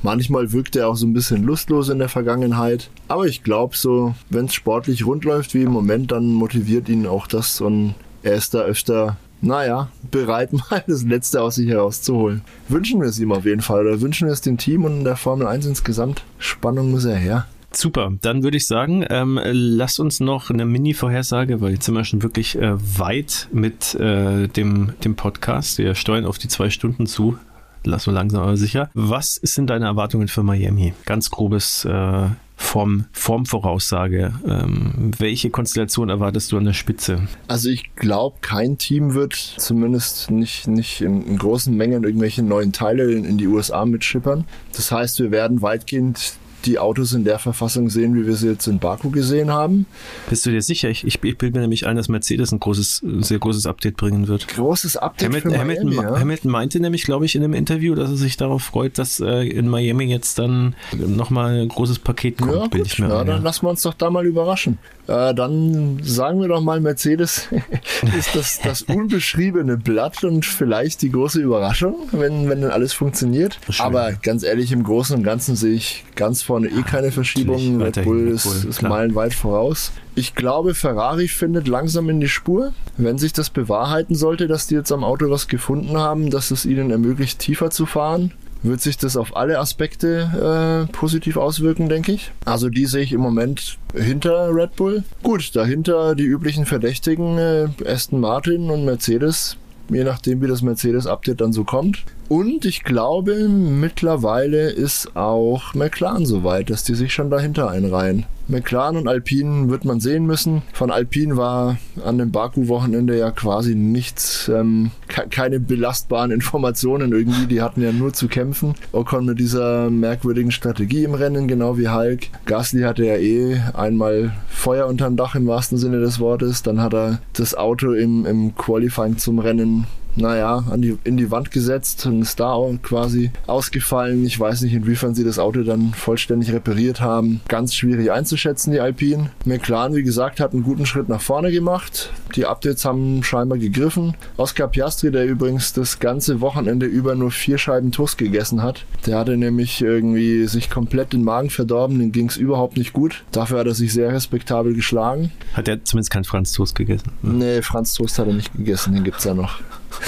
Manchmal wirkt er auch so ein bisschen lustlos in der Vergangenheit. Aber ich glaube so, wenn es sportlich rund läuft wie im Moment, dann motiviert ihn auch das und er ist da öfter, naja, bereit mal das Letzte aus sich herauszuholen. Wünschen wir es ihm auf jeden Fall oder wünschen wir es dem Team und der Formel eins insgesamt. Spannung muss er her. Super, dann würde ich sagen, ähm, lass uns noch eine Mini-Vorhersage, weil jetzt sind wir schon wirklich äh, weit mit äh, dem, dem Podcast. Wir steuern auf die zwei Stunden zu, lass so langsam aber sicher. Was sind deine Erwartungen für Miami? Ganz grobes äh, Form, Formvoraussage. Ähm, welche Konstellation erwartest du an der Spitze? Also ich glaube, kein Team wird zumindest nicht, nicht in, in großen Mengen irgendwelche neuen Teile in, in die U S A mitschippern. Das heißt, wir werden weitgehend die Autos in der Verfassung sehen, wie wir sie jetzt in Baku gesehen haben. Bist du dir sicher? Ich, ich, ich bilde mir nämlich ein, dass Mercedes ein großes, ein sehr großes Update bringen wird. Großes Update Hamilton, für Miami, Hamilton, ja? Hamilton meinte nämlich, glaube ich, in einem Interview, dass er sich darauf freut, dass äh, in Miami jetzt dann nochmal ein großes Paket kommt. Ja, bilde gut, ich mir ja, ein, dann ja. lassen wir uns doch da mal überraschen. Äh, dann sagen wir doch mal, Mercedes ist das, das unbeschriebene Blatt und vielleicht die große Überraschung, wenn, wenn dann alles funktioniert. Schön. Aber ganz ehrlich, im Großen und Ganzen sehe ich ganz vorne eh keine Verschiebung. Red Bull ist, Red Bull, ist klar. meilenweit voraus. Ich glaube, Ferrari findet langsam in die Spur. Wenn sich das bewahrheiten sollte, dass die jetzt am Auto was gefunden haben, dass es ihnen ermöglicht, tiefer zu fahren, wird sich das auf alle Aspekte äh, positiv auswirken, denke ich. Also die sehe ich im Moment hinter Red Bull. Gut, dahinter die üblichen Verdächtigen, äh, Aston Martin und Mercedes, je nachdem wie das Mercedes-Update dann so kommt. Und ich glaube, mittlerweile ist auch McLaren so weit, dass die sich schon dahinter einreihen. McLaren und Alpine wird man sehen müssen. Von Alpine war an dem Baku-Wochenende ja quasi nichts, ähm, ke- keine belastbaren Informationen irgendwie. Die hatten ja nur zu kämpfen. Ocon mit dieser merkwürdigen Strategie im Rennen, genau wie Hulk. Gasly hatte ja eh einmal Feuer unterm Dach im wahrsten Sinne des Wortes. Dann hat er das Auto im, im Qualifying zum Rennen naja, an die, in die Wand gesetzt und ist da auch quasi ausgefallen. Ich weiß nicht, inwiefern sie das Auto dann vollständig repariert haben. Ganz schwierig einzuschätzen, die Alpine. McLaren, wie gesagt, hat einen guten Schritt nach vorne gemacht. Die Updates haben scheinbar gegriffen. Oscar Piastri, der übrigens das ganze Wochenende über nur vier Scheiben Toast gegessen hat, der hatte nämlich irgendwie sich komplett den Magen verdorben, dem ging es überhaupt nicht gut. Dafür hat er sich sehr respektabel geschlagen. Hat er zumindest kein Franz Toast gegessen? Nee, Franz Toast hat er nicht gegessen, den gibt's ja noch.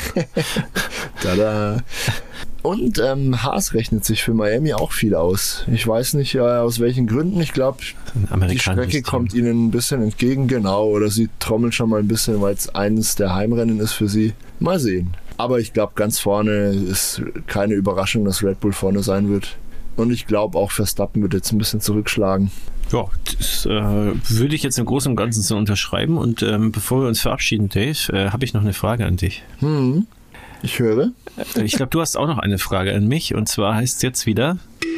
Tada. Und ähm, Haas rechnet sich für Miami auch viel aus. Ich weiß nicht, äh, aus welchen Gründen. Ich glaube, die Strecke kommt ihnen ein bisschen entgegen, genau. Oder sie trommeln schon mal ein bisschen, weil es eines der Heimrennen ist für sie. Mal sehen. Aber ich glaube, ganz vorne ist keine Überraschung, dass Red Bull vorne sein wird. Und ich glaube, auch Verstappen wird jetzt ein bisschen zurückschlagen. Ja, das äh, würde ich jetzt im Großen und Ganzen so unterschreiben. Und ähm, bevor wir uns verabschieden, Dave, äh, habe ich noch eine Frage an dich. Hm, ich höre. Ich glaube, du hast auch noch eine Frage an mich. Und zwar heißt es jetzt wieder...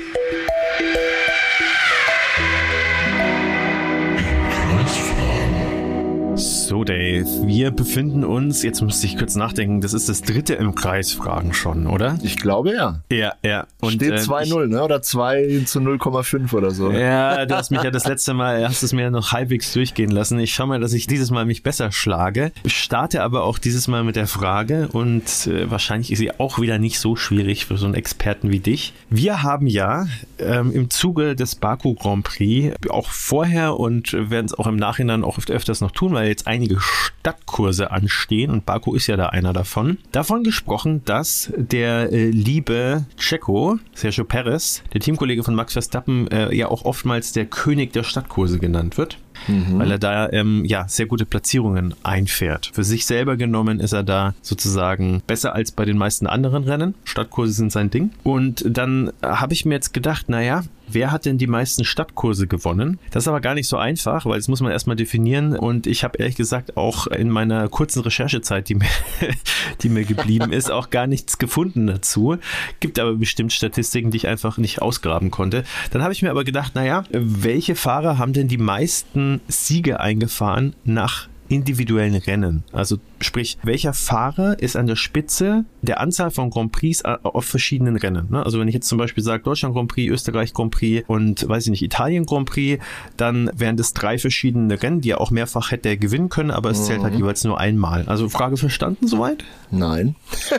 So, Dave, wir befinden uns, jetzt musste ich kurz nachdenken, das ist das dritte im Kreis Fragen schon, oder? Ich glaube, ja. Ja, ja. Und, Steht äh, zwei null, ne? Oder zwei zu null Komma fünf oder so. Ja, du hast mich ja das letzte Mal, hast es mir noch halbwegs durchgehen lassen. Ich schaue mal, dass ich dieses Mal mich besser schlage. Starte aber auch dieses Mal mit der Frage und äh, wahrscheinlich ist sie auch wieder nicht so schwierig für so einen Experten wie dich. Wir haben ja ähm, im Zuge des Baku Grand Prix auch vorher und werden es auch im Nachhinein auch öfters noch tun, weil jetzt einige Stadtkurse anstehen und Baku ist ja da einer davon. Davon gesprochen, dass der äh, liebe Checo, Sergio Perez, der Teamkollege von Max Verstappen, äh, ja auch oftmals der König der Stadtkurse genannt wird. Mhm. Weil er da ähm, ja sehr gute Platzierungen einfährt. Für sich selber genommen ist er da sozusagen besser als bei den meisten anderen Rennen. Stadtkurse sind sein Ding. Und dann habe ich mir jetzt gedacht, naja, wer hat denn die meisten Stadtkurse gewonnen? Das ist aber gar nicht so einfach, weil das muss man erstmal definieren. Und ich habe ehrlich gesagt auch in meiner kurzen Recherchezeit, die mir, die mir geblieben ist, auch gar nichts gefunden dazu. Gibt aber bestimmt Statistiken, die ich einfach nicht ausgraben konnte. Dann habe ich mir aber gedacht, naja, welche Fahrer haben denn die meisten Siege eingefahren nach individuellen Rennen? Also Sprich, welcher Fahrer ist an der Spitze der Anzahl von Grand Prix auf verschiedenen Rennen? Ne? Also wenn ich jetzt zum Beispiel sage Deutschland Grand Prix, Österreich Grand Prix und weiß ich nicht, Italien Grand Prix, dann wären das drei verschiedene Rennen, die er auch mehrfach hätte gewinnen können, aber es mhm. zählt halt jeweils nur einmal. Also Frage verstanden soweit? Nein.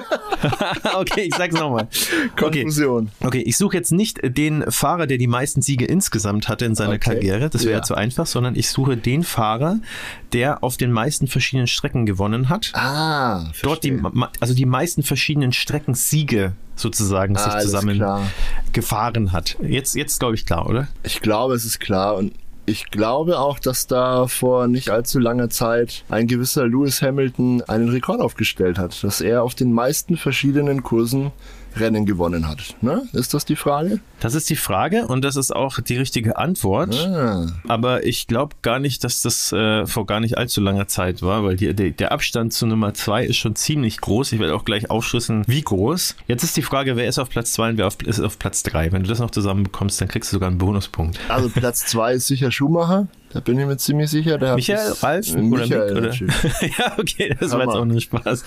Okay, ich sag's nochmal. Konfusion. Okay. okay, ich suche jetzt nicht den Fahrer, der die meisten Siege insgesamt hatte in seiner okay. Karriere, das wäre ja. ja zu einfach, sondern ich suche den Fahrer, der auf den meisten verschiedenen Strecken gewonnen hat. Ah, dort die, also die meisten verschiedenen Streckensiege sozusagen ah, sich zusammen gefahren hat. Jetzt, jetzt glaube ich klar, oder? Ich glaube, es ist klar und ich glaube auch, dass da vor nicht allzu langer Zeit ein gewisser Lewis Hamilton einen Rekord aufgestellt hat, dass er auf den meisten verschiedenen Kursen Rennen gewonnen hat. Ne? Ist das die Frage? Das ist die Frage und das ist auch die richtige Antwort. Ah. Aber ich glaube gar nicht, dass das äh, vor gar nicht allzu langer Zeit war, weil die, die, der Abstand zu Nummer zwei ist schon ziemlich groß. Ich werde auch gleich aufschlüsseln, wie groß. Jetzt ist die Frage, wer ist auf Platz zwei und wer auf, ist auf Platz drei. Wenn du das noch zusammenbekommst, dann kriegst du sogar einen Bonuspunkt. Also Platz zwei ist sicher Schumacher. Da bin ich mir ziemlich sicher. Der Michael, Ralf oder Michael, Mick, oder? Ja, okay, das Hammer. War jetzt auch nur Spaß.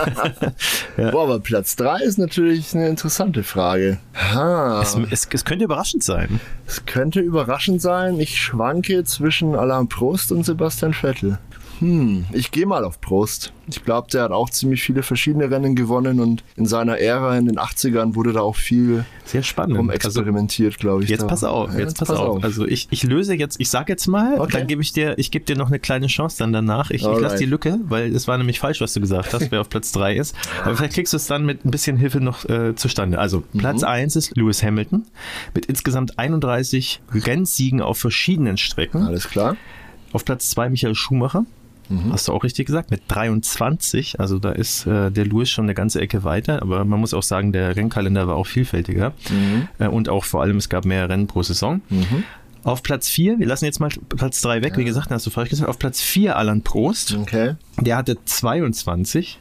Ja. Boah, aber Platz drei ist natürlich eine interessante Frage. Es, es, es könnte überraschend sein. Es könnte überraschend sein. Ich schwanke zwischen Alain Prost und Sebastian Vettel. Hm, ich gehe mal auf Prost. Ich glaube, der hat auch ziemlich viele verschiedene Rennen gewonnen und in seiner Ära in den achtzigern wurde da auch viel sehr spannend rumexperimentiert, also, glaube ich. Jetzt da. pass auf, jetzt, ja, jetzt pass, pass auf. auf. Also ich, ich löse jetzt, ich sag jetzt mal, okay. dann gebe ich dir, ich gebe dir noch eine kleine Chance dann danach. Ich, ich lasse die Lücke, weil es war nämlich falsch, was du gesagt hast, wer auf Platz drei ist. Aber vielleicht kriegst du es dann mit ein bisschen Hilfe noch äh, zustande. Also Platz mhm. eins ist Lewis Hamilton mit insgesamt einunddreißig Rennsiegen auf verschiedenen Strecken. Alles klar. Auf Platz zwei Michael Schumacher. Mhm. Hast du auch richtig gesagt, mit dreiundzwanzig, also da ist äh, der Lewis schon eine ganze Ecke weiter, aber man muss auch sagen, der Rennkalender war auch vielfältiger mhm. äh, und auch vor allem, es gab mehr Rennen pro Saison. Mhm. Auf Platz vier, wir lassen jetzt mal Platz drei weg, ja. Wie gesagt, hast du falsch gesagt, auf Platz vier Alain Prost, okay. Der hatte zweiundzwanzig.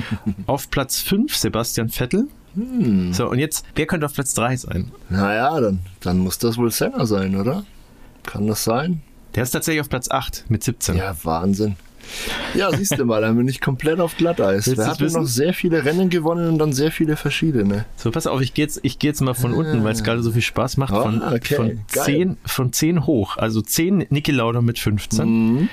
Auf Platz fünf Sebastian Vettel. Hm. So, und jetzt, wer könnte auf Platz drei sein? Naja, dann, dann muss das wohl Senna sein, oder? Kann das sein? Der ist tatsächlich auf Platz acht mit siebzehn. Ja, Wahnsinn. Ja, siehst du mal, dann bin ich komplett auf Glatteis. Wir hatten noch sehr viele Rennen gewonnen und dann sehr viele verschiedene. So, pass auf, ich gehe jetzt, ich geh jetzt mal von ah. unten, weil es gerade so viel Spaß macht. Oh, von, okay. von, zehn, von zehn hoch. Also zehn Niki Lauda mit fünfzehn. Mhm.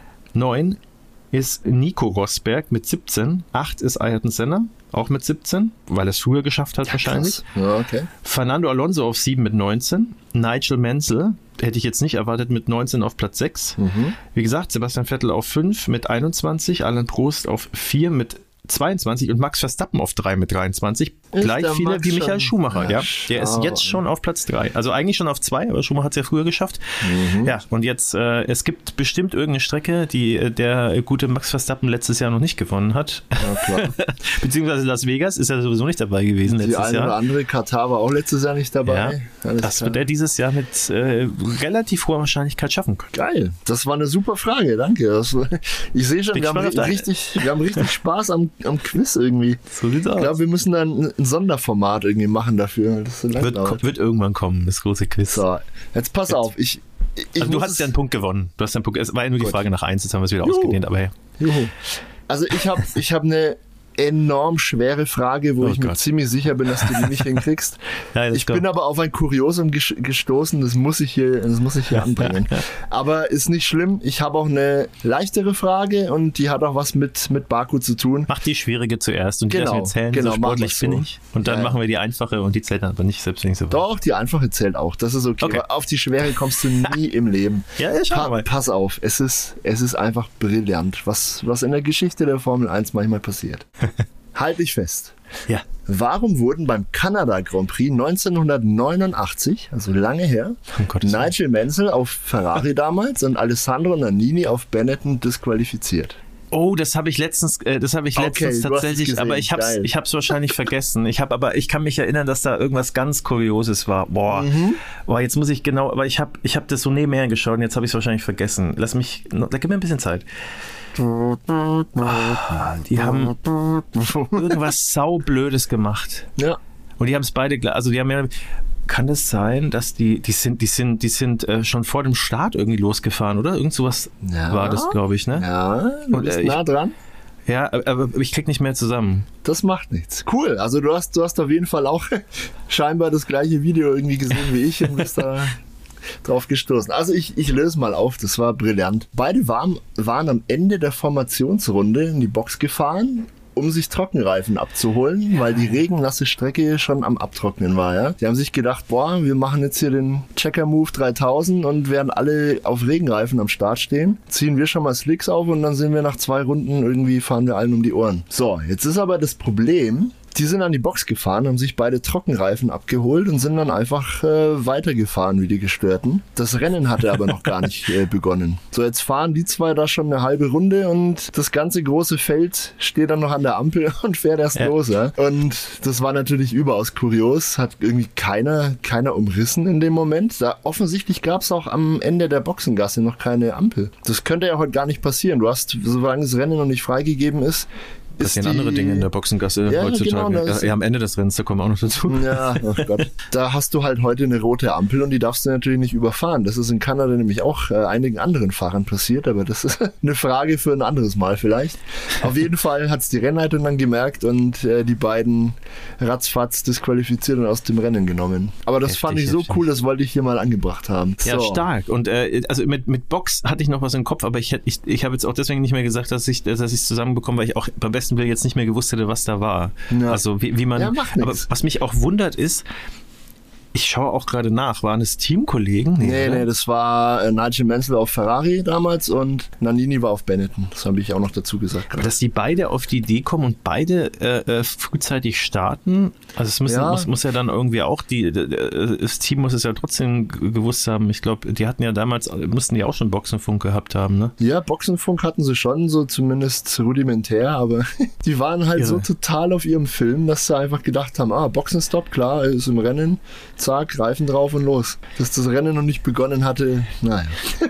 neun ist Nico Rosberg mit siebzehn. acht ist Ayrton Senna, auch mit siebzehn, weil er es früher geschafft hat, ja, wahrscheinlich. Ja, okay. Fernando Alonso auf sieben mit neunzehn. Nigel Mansell, hätte ich jetzt nicht erwartet, mit neunzehn auf Platz sechs. Mhm. Wie gesagt, Sebastian Vettel auf fünf mit einundzwanzig. Alain Prost auf vier mit zweiundzwanzig und Max Verstappen auf drei mit dreiundzwanzig. Ist gleich viele Max wie Michael Schumacher. Ja, ja. Der ist jetzt schon auf Platz drei. Also eigentlich schon auf zwei, aber Schumacher hat es ja früher geschafft. Mhm. Ja, und jetzt, äh, es gibt bestimmt irgendeine Strecke, die äh, der gute Max Verstappen letztes Jahr noch nicht gewonnen hat. Ja, klar. Beziehungsweise Las Vegas ist ja sowieso nicht dabei gewesen die letztes Jahr. Die eine oder andere, Katar war auch letztes Jahr nicht dabei. Ja, das klar. Wird er dieses Jahr mit äh, relativ hoher Wahrscheinlichkeit schaffen können. Geil, das war eine super Frage, danke. Das, ich sehe schon, wir haben, richtig, wir haben richtig Spaß am, am Quiz irgendwie. So sieht's aus. Ich glaube, wir müssen dann ein Sonderformat irgendwie machen dafür. Das so wird, wird irgendwann kommen, das große Quiz. So, jetzt pass jetzt. auf. Ich, ich also du hast ja einen Punkt gewonnen. Du hast einen Punkt. Es war ja nur die Gut. Frage nach eins, jetzt haben wir es wieder Juhu. ausgedehnt, aber ja. Juhu. Also ich habe ich hab eine enorm schwere Frage, wo oh ich Gott. mir ziemlich sicher bin, dass du die nicht hinkriegst. Ja, ich bin aber auf ein Kuriosum gestoßen, das muss ich hier, das muss ich hier anbringen. Aber ist nicht schlimm. Ich habe auch eine leichtere Frage und die hat auch was mit, mit Baku zu tun. Mach die schwierige zuerst und die genau, lassen wir zählen, genau, so sportlich so. bin ich. Und dann ja. machen wir die einfache und die zählt dann aber nicht selbst nicht so weit. Doch, die einfache zählt auch. Das ist okay. okay. Aber auf die schwere kommst du nie im Leben. Ja, schau pa- mal. Pass auf, es ist, es ist einfach brillant, was, was in der Geschichte der Formel eins manchmal passiert. Halt dich fest. Ja. Warum wurden beim Kanada Grand Prix neunzehnhundertneunundachtzig, also lange her, oh Nigel Mansell auf Ferrari damals und Alessandro Nannini auf Benetton disqualifiziert? Oh, das habe ich letztens, äh, das habe ich okay, letztens tatsächlich, aber ich hab's, ich hab's wahrscheinlich vergessen. Ich habe aber, ich kann mich erinnern, dass da irgendwas ganz Kurioses war. Boah, mhm. boah, jetzt muss ich genau, aber ich habe, ich habe das so nebenher geschaut und jetzt habe ich es wahrscheinlich vergessen. Lass mich, da gib mir ein bisschen Zeit. Oh, die haben irgendwas saublödes gemacht. Ja. Und die haben es beide, also die haben ja, kann es sein, dass die, die sind, die sind, die sind äh, schon vor dem Start irgendwie losgefahren, oder? Irgend sowas ja. war das, glaube ich, ne? Ja, du bist und, äh, nah ich, dran. Ja, aber ich krieg nicht mehr zusammen. Das macht nichts. Cool. Also du hast, du hast auf jeden Fall auch scheinbar das gleiche Video irgendwie gesehen wie ich und bist da drauf gestoßen. Also ich, ich löse mal auf, das war brillant. Beide waren, waren am Ende der Formationsrunde in die Box gefahren, um sich Trockenreifen abzuholen, weil die regennasse Strecke schon am Abtrocknen war. Ja? Die haben sich gedacht, boah, wir machen jetzt hier den Checker-Move dreitausend und werden alle auf Regenreifen am Start stehen. Ziehen wir schon mal Slicks auf und dann sind wir nach zwei Runden irgendwie, fahren wir allen um die Ohren. So, jetzt ist aber das Problem, die sind an die Box gefahren, haben sich beide Trockenreifen abgeholt und sind dann einfach äh, weitergefahren wie die Gestörten. Das Rennen hatte aber noch gar nicht äh, begonnen. So, jetzt fahren die zwei da schon eine halbe Runde und das ganze große Feld steht dann noch an der Ampel und fährt erst ja. los. Ja? Und das war natürlich überaus kurios, hat irgendwie keiner, keiner umrissen in dem Moment. Da offensichtlich gab es auch am Ende der Boxengasse noch keine Ampel. Das könnte ja heute gar nicht passieren. Du hast, solange das Rennen noch nicht freigegeben ist, Das sind andere Dinge in der Boxengasse ja, heutzutage. Genau, ja, am Ende des Rennens, da kommen wir auch noch dazu. Ja, oh Gott. Da hast du halt heute eine rote Ampel und die darfst du natürlich nicht überfahren. Das ist in Kanada nämlich auch äh, einigen anderen Fahrern passiert, aber das ist eine Frage für ein anderes Mal vielleicht. Auf jeden Fall hat es die Rennleitung dann gemerkt und äh, die beiden ratzfatz disqualifiziert und aus dem Rennen genommen. Aber das heftig, fand ich so heftig. Cool, das wollte ich hier mal angebracht haben. Ja, so. Stark. Und äh, also mit, mit Box hatte ich noch was im Kopf, aber ich, ich, ich habe jetzt auch deswegen nicht mehr gesagt, dass ich es dass zusammenbekomme, weil ich auch beim besten Will jetzt nicht mehr gewusst hätte, was da war. Ja. Also wie, wie man. Ja, aber was mich auch wundert ist, ich schaue auch gerade nach, waren es Teamkollegen? Nee, nee, nee, das war äh, Nigel Mansell auf Ferrari damals und Nannini war auf Benetton. Das habe ich auch noch dazu gesagt. Aber dass die beide auf die Idee kommen und beide äh, äh, frühzeitig starten, also es müssen, ja. Muss, muss ja dann irgendwie auch, die, das Team muss es ja trotzdem gewusst haben. Ich glaube, die hatten ja damals, mussten die auch schon Boxenfunk gehabt haben, ne? Ja, Boxenfunk hatten sie schon, so zumindest rudimentär, aber die waren halt Irre. so total auf ihrem Film, dass sie einfach gedacht haben, ah, Boxenstopp, klar, ist im Rennen. Zack, Reifen drauf und los. Dass das Rennen noch nicht begonnen hatte, naja.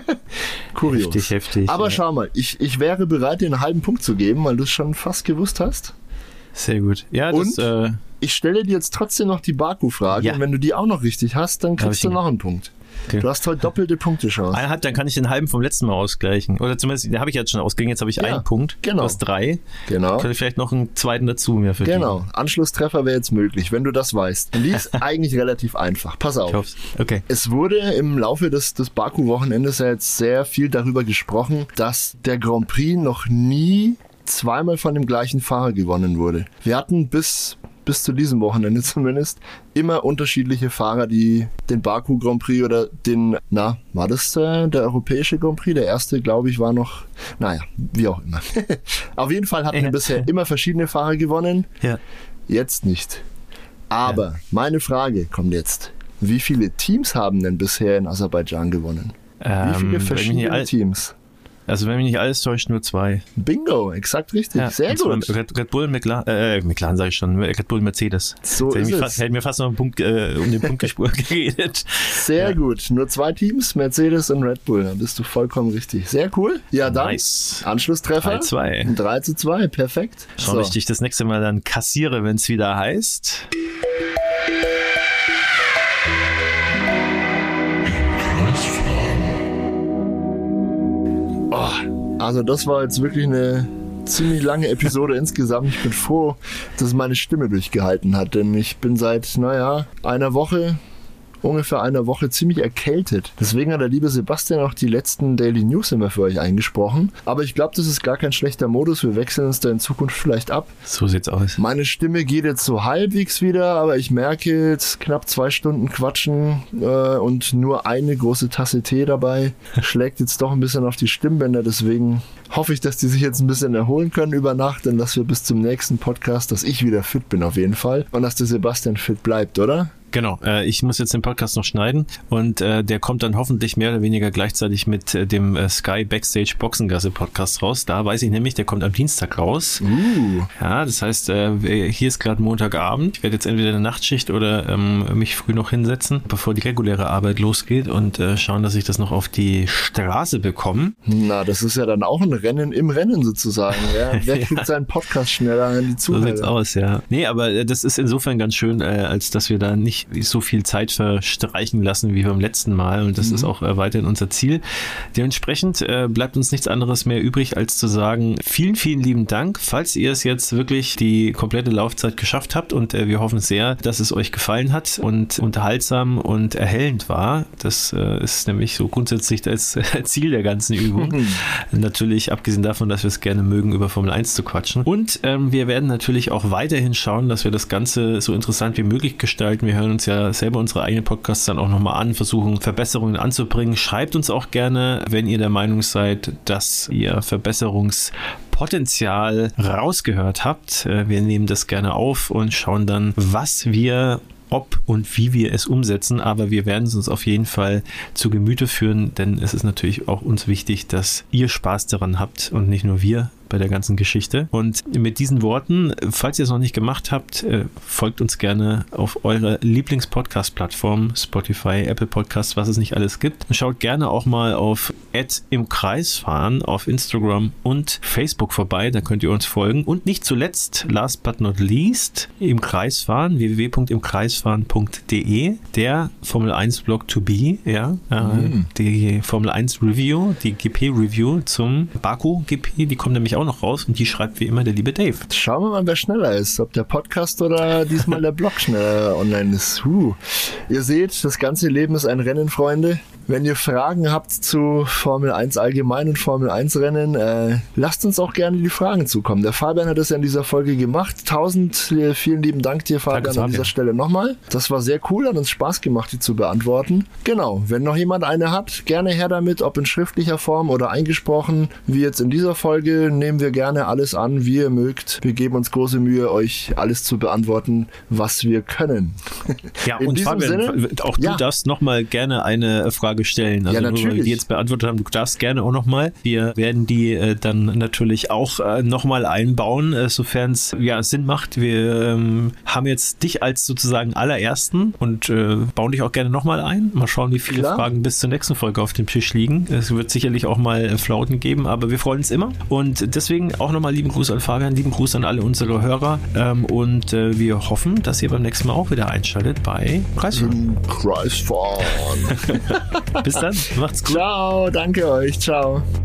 Kurios. Heftig, heftig. Aber ja. schau mal, ich, ich wäre bereit, dir einen halben Punkt zu geben, weil du es schon fast gewusst hast. Sehr gut. Ja, und das, äh, ich stelle dir jetzt trotzdem noch die Baku-Frage ja. und wenn du die auch noch richtig hast, dann kriegst du noch einen Punkt. Okay. Du hast heute doppelte Punkte-Chance. Eineinhalb, dann kann ich den halben vom letzten Mal ausgleichen. Oder zumindest, den habe ich jetzt schon ausgeglichen. Jetzt habe ich ja, einen Punkt. Genau. Du hast drei. Genau. Könnte ich vielleicht noch einen zweiten dazu mehr verdienen. Genau. Anschlusstreffer wäre jetzt möglich, wenn du das weißt. Und die ist eigentlich relativ einfach. Pass auf. Ich hoff's. Okay. Es wurde im Laufe des, des Baku-Wochenendes ja jetzt sehr viel darüber gesprochen, dass der Grand Prix noch nie zweimal von dem gleichen Fahrer gewonnen wurde. Wir hatten bis... bis zu diesem Wochenende zumindest, immer unterschiedliche Fahrer, die den Baku Grand Prix oder den, na, war das äh, der europäische Grand Prix? Der erste, glaube ich, war noch, naja, wie auch immer. Auf jeden Fall hatten wir bisher immer verschiedene Fahrer gewonnen. Ja. Jetzt nicht. Aber ja. meine Frage kommt jetzt. Wie viele Teams haben denn bisher in Aserbaidschan gewonnen? Ähm, wie viele verschiedene Teams? Also wenn mich nicht alles täuscht, nur zwei. Bingo, exakt richtig. Ja, sehr gut. Red, Red Bull, McLaren, äh, McLaren sage ich schon, Red Bull, Mercedes. So ist es. Fast, hätte mir fast noch einen Punkt, äh, um den Punkt geredet. Sehr ja. gut. Nur zwei Teams, Mercedes und Red Bull. Da bist du vollkommen richtig. Sehr cool. Ja, dann nice. Anschlusstreffer. drei zu zwei. drei zu zwei, perfekt. Schauen, so. Ich dich das nächste Mal dann kassiere, wenn es wieder heißt... Also das war jetzt wirklich eine ziemlich lange Episode insgesamt. Ich bin froh, dass meine Stimme durchgehalten hat, denn ich bin seit, naja, einer Woche, ungefähr einer Woche ziemlich erkältet. Deswegen hat der liebe Sebastian auch die letzten Daily News immer für euch eingesprochen. Aber ich glaube, das ist gar kein schlechter Modus. Wir wechseln uns da in Zukunft vielleicht ab. So sieht's aus. Meine Stimme geht jetzt so halbwegs wieder, aber ich merke jetzt knapp zwei Stunden Quatschen äh, und nur eine große Tasse Tee dabei. Schlägt jetzt doch ein bisschen auf die Stimmbänder. Deswegen hoffe ich, dass die sich jetzt ein bisschen erholen können über Nacht und dass wir bis zum nächsten Podcast, dass ich wieder fit bin auf jeden Fall und dass der Sebastian fit bleibt, oder? Genau, äh, ich muss jetzt den Podcast noch schneiden und äh, der kommt dann hoffentlich mehr oder weniger gleichzeitig mit äh, dem äh, Sky Backstage Boxengasse Podcast raus. Da weiß ich nämlich, der kommt am Dienstag raus. Uh. Ja, das heißt, äh, hier ist gerade Montagabend. Ich werde jetzt entweder eine Nachtschicht oder ähm, mich früh noch hinsetzen, bevor die reguläre Arbeit losgeht und äh, schauen, dass ich das noch auf die Straße bekomme. Na, das ist ja dann auch ein Rennen im Rennen sozusagen. Ja? Wer kriegt ja. seinen Podcast schneller an die Zuhörer? So sieht's aus, ja. Nee, aber äh, das ist insofern ganz schön, äh, als dass wir da nicht nicht so viel Zeit verstreichen lassen wie beim letzten Mal und das mhm. ist auch äh, weiterhin unser Ziel. Dementsprechend äh, bleibt uns nichts anderes mehr übrig, als zu sagen, vielen, vielen lieben Dank, falls ihr es jetzt wirklich die komplette Laufzeit geschafft habt und äh, wir hoffen sehr, dass es euch gefallen hat und unterhaltsam und erhellend war. Das äh, ist nämlich so grundsätzlich das äh, Ziel der ganzen Übung. Mhm. Natürlich abgesehen davon, dass wir es gerne mögen, über Formel eins zu quatschen. Und ähm, wir werden natürlich auch weiterhin schauen, dass wir das Ganze so interessant wie möglich gestalten. Wir hören uns ja selber unsere eigenen Podcasts dann auch nochmal an, versuchen Verbesserungen anzubringen. Schreibt uns auch gerne, wenn ihr der Meinung seid, dass ihr Verbesserungspotenzial rausgehört habt. Wir nehmen das gerne auf und schauen dann, was wir ob und wie wir es umsetzen, aber wir werden es uns auf jeden Fall zu Gemüte führen, denn es ist natürlich auch uns wichtig, dass ihr Spaß daran habt und nicht nur wir bei der ganzen Geschichte. Und mit diesen Worten, falls ihr es noch nicht gemacht habt, folgt uns gerne auf eurer Lieblings-Podcast-Plattform, Spotify, Apple Podcasts, was es nicht alles gibt. Und schaut gerne auch mal auf at im Kreis fahren auf Instagram und Facebook vorbei, da könnt ihr uns folgen. Und nicht zuletzt, last but not least, im Kreis fahren, w w w punkt im kreis fahren punkt d e, der Formel eins Blog to be, ja, äh, mhm. die Formel eins Review, die G P Review zum Baku G P, die kommt nämlich auch noch raus und die schreibt wie immer der liebe Dave. Schauen wir mal, wer schneller ist, ob der Podcast oder diesmal der Blog schneller online ist. Huh. Ihr seht, das ganze Leben ist ein Rennen, Freunde. Wenn ihr Fragen habt zu Formel eins allgemein und Formel eins Rennen, äh, lasst uns auch gerne die Fragen zukommen. Der Fabian hat das ja in dieser Folge gemacht. Tausend, äh, vielen lieben Dank dir, Fabian, Danke, an dieser Stelle nochmal. Das war sehr cool, hat uns Spaß gemacht, die zu beantworten. Genau, wenn noch jemand eine hat, gerne her damit, ob in schriftlicher Form oder eingesprochen. Wie jetzt in dieser Folge, nehmen wir gerne alles an, wie ihr mögt. Wir geben uns große Mühe, euch alles zu beantworten, was wir können. Ja, in und Fabian, Sinne, auch du ja. darfst nochmal gerne eine Frage stellen. Also ja, natürlich. Nur, weil die jetzt beantwortet haben, du darfst gerne auch nochmal. Wir werden die äh, dann natürlich auch äh, nochmal einbauen, äh, sofern es ja, Sinn macht. Wir ähm, haben jetzt dich als sozusagen allerersten und äh, bauen dich auch gerne nochmal ein. Mal schauen, wie viele Klar. Fragen bis zur nächsten Folge auf dem Tisch liegen. Es wird sicherlich auch mal äh, Flauten geben, aber wir freuen uns immer. Und deswegen auch nochmal lieben Gruß an Fabian, lieben Gruß an alle unsere Hörer ähm, und äh, wir hoffen, dass ihr beim nächsten Mal auch wieder einschaltet bei Kreisfahren. Kreisfahren. Bis dann, macht's gut. Ciao, danke euch, ciao.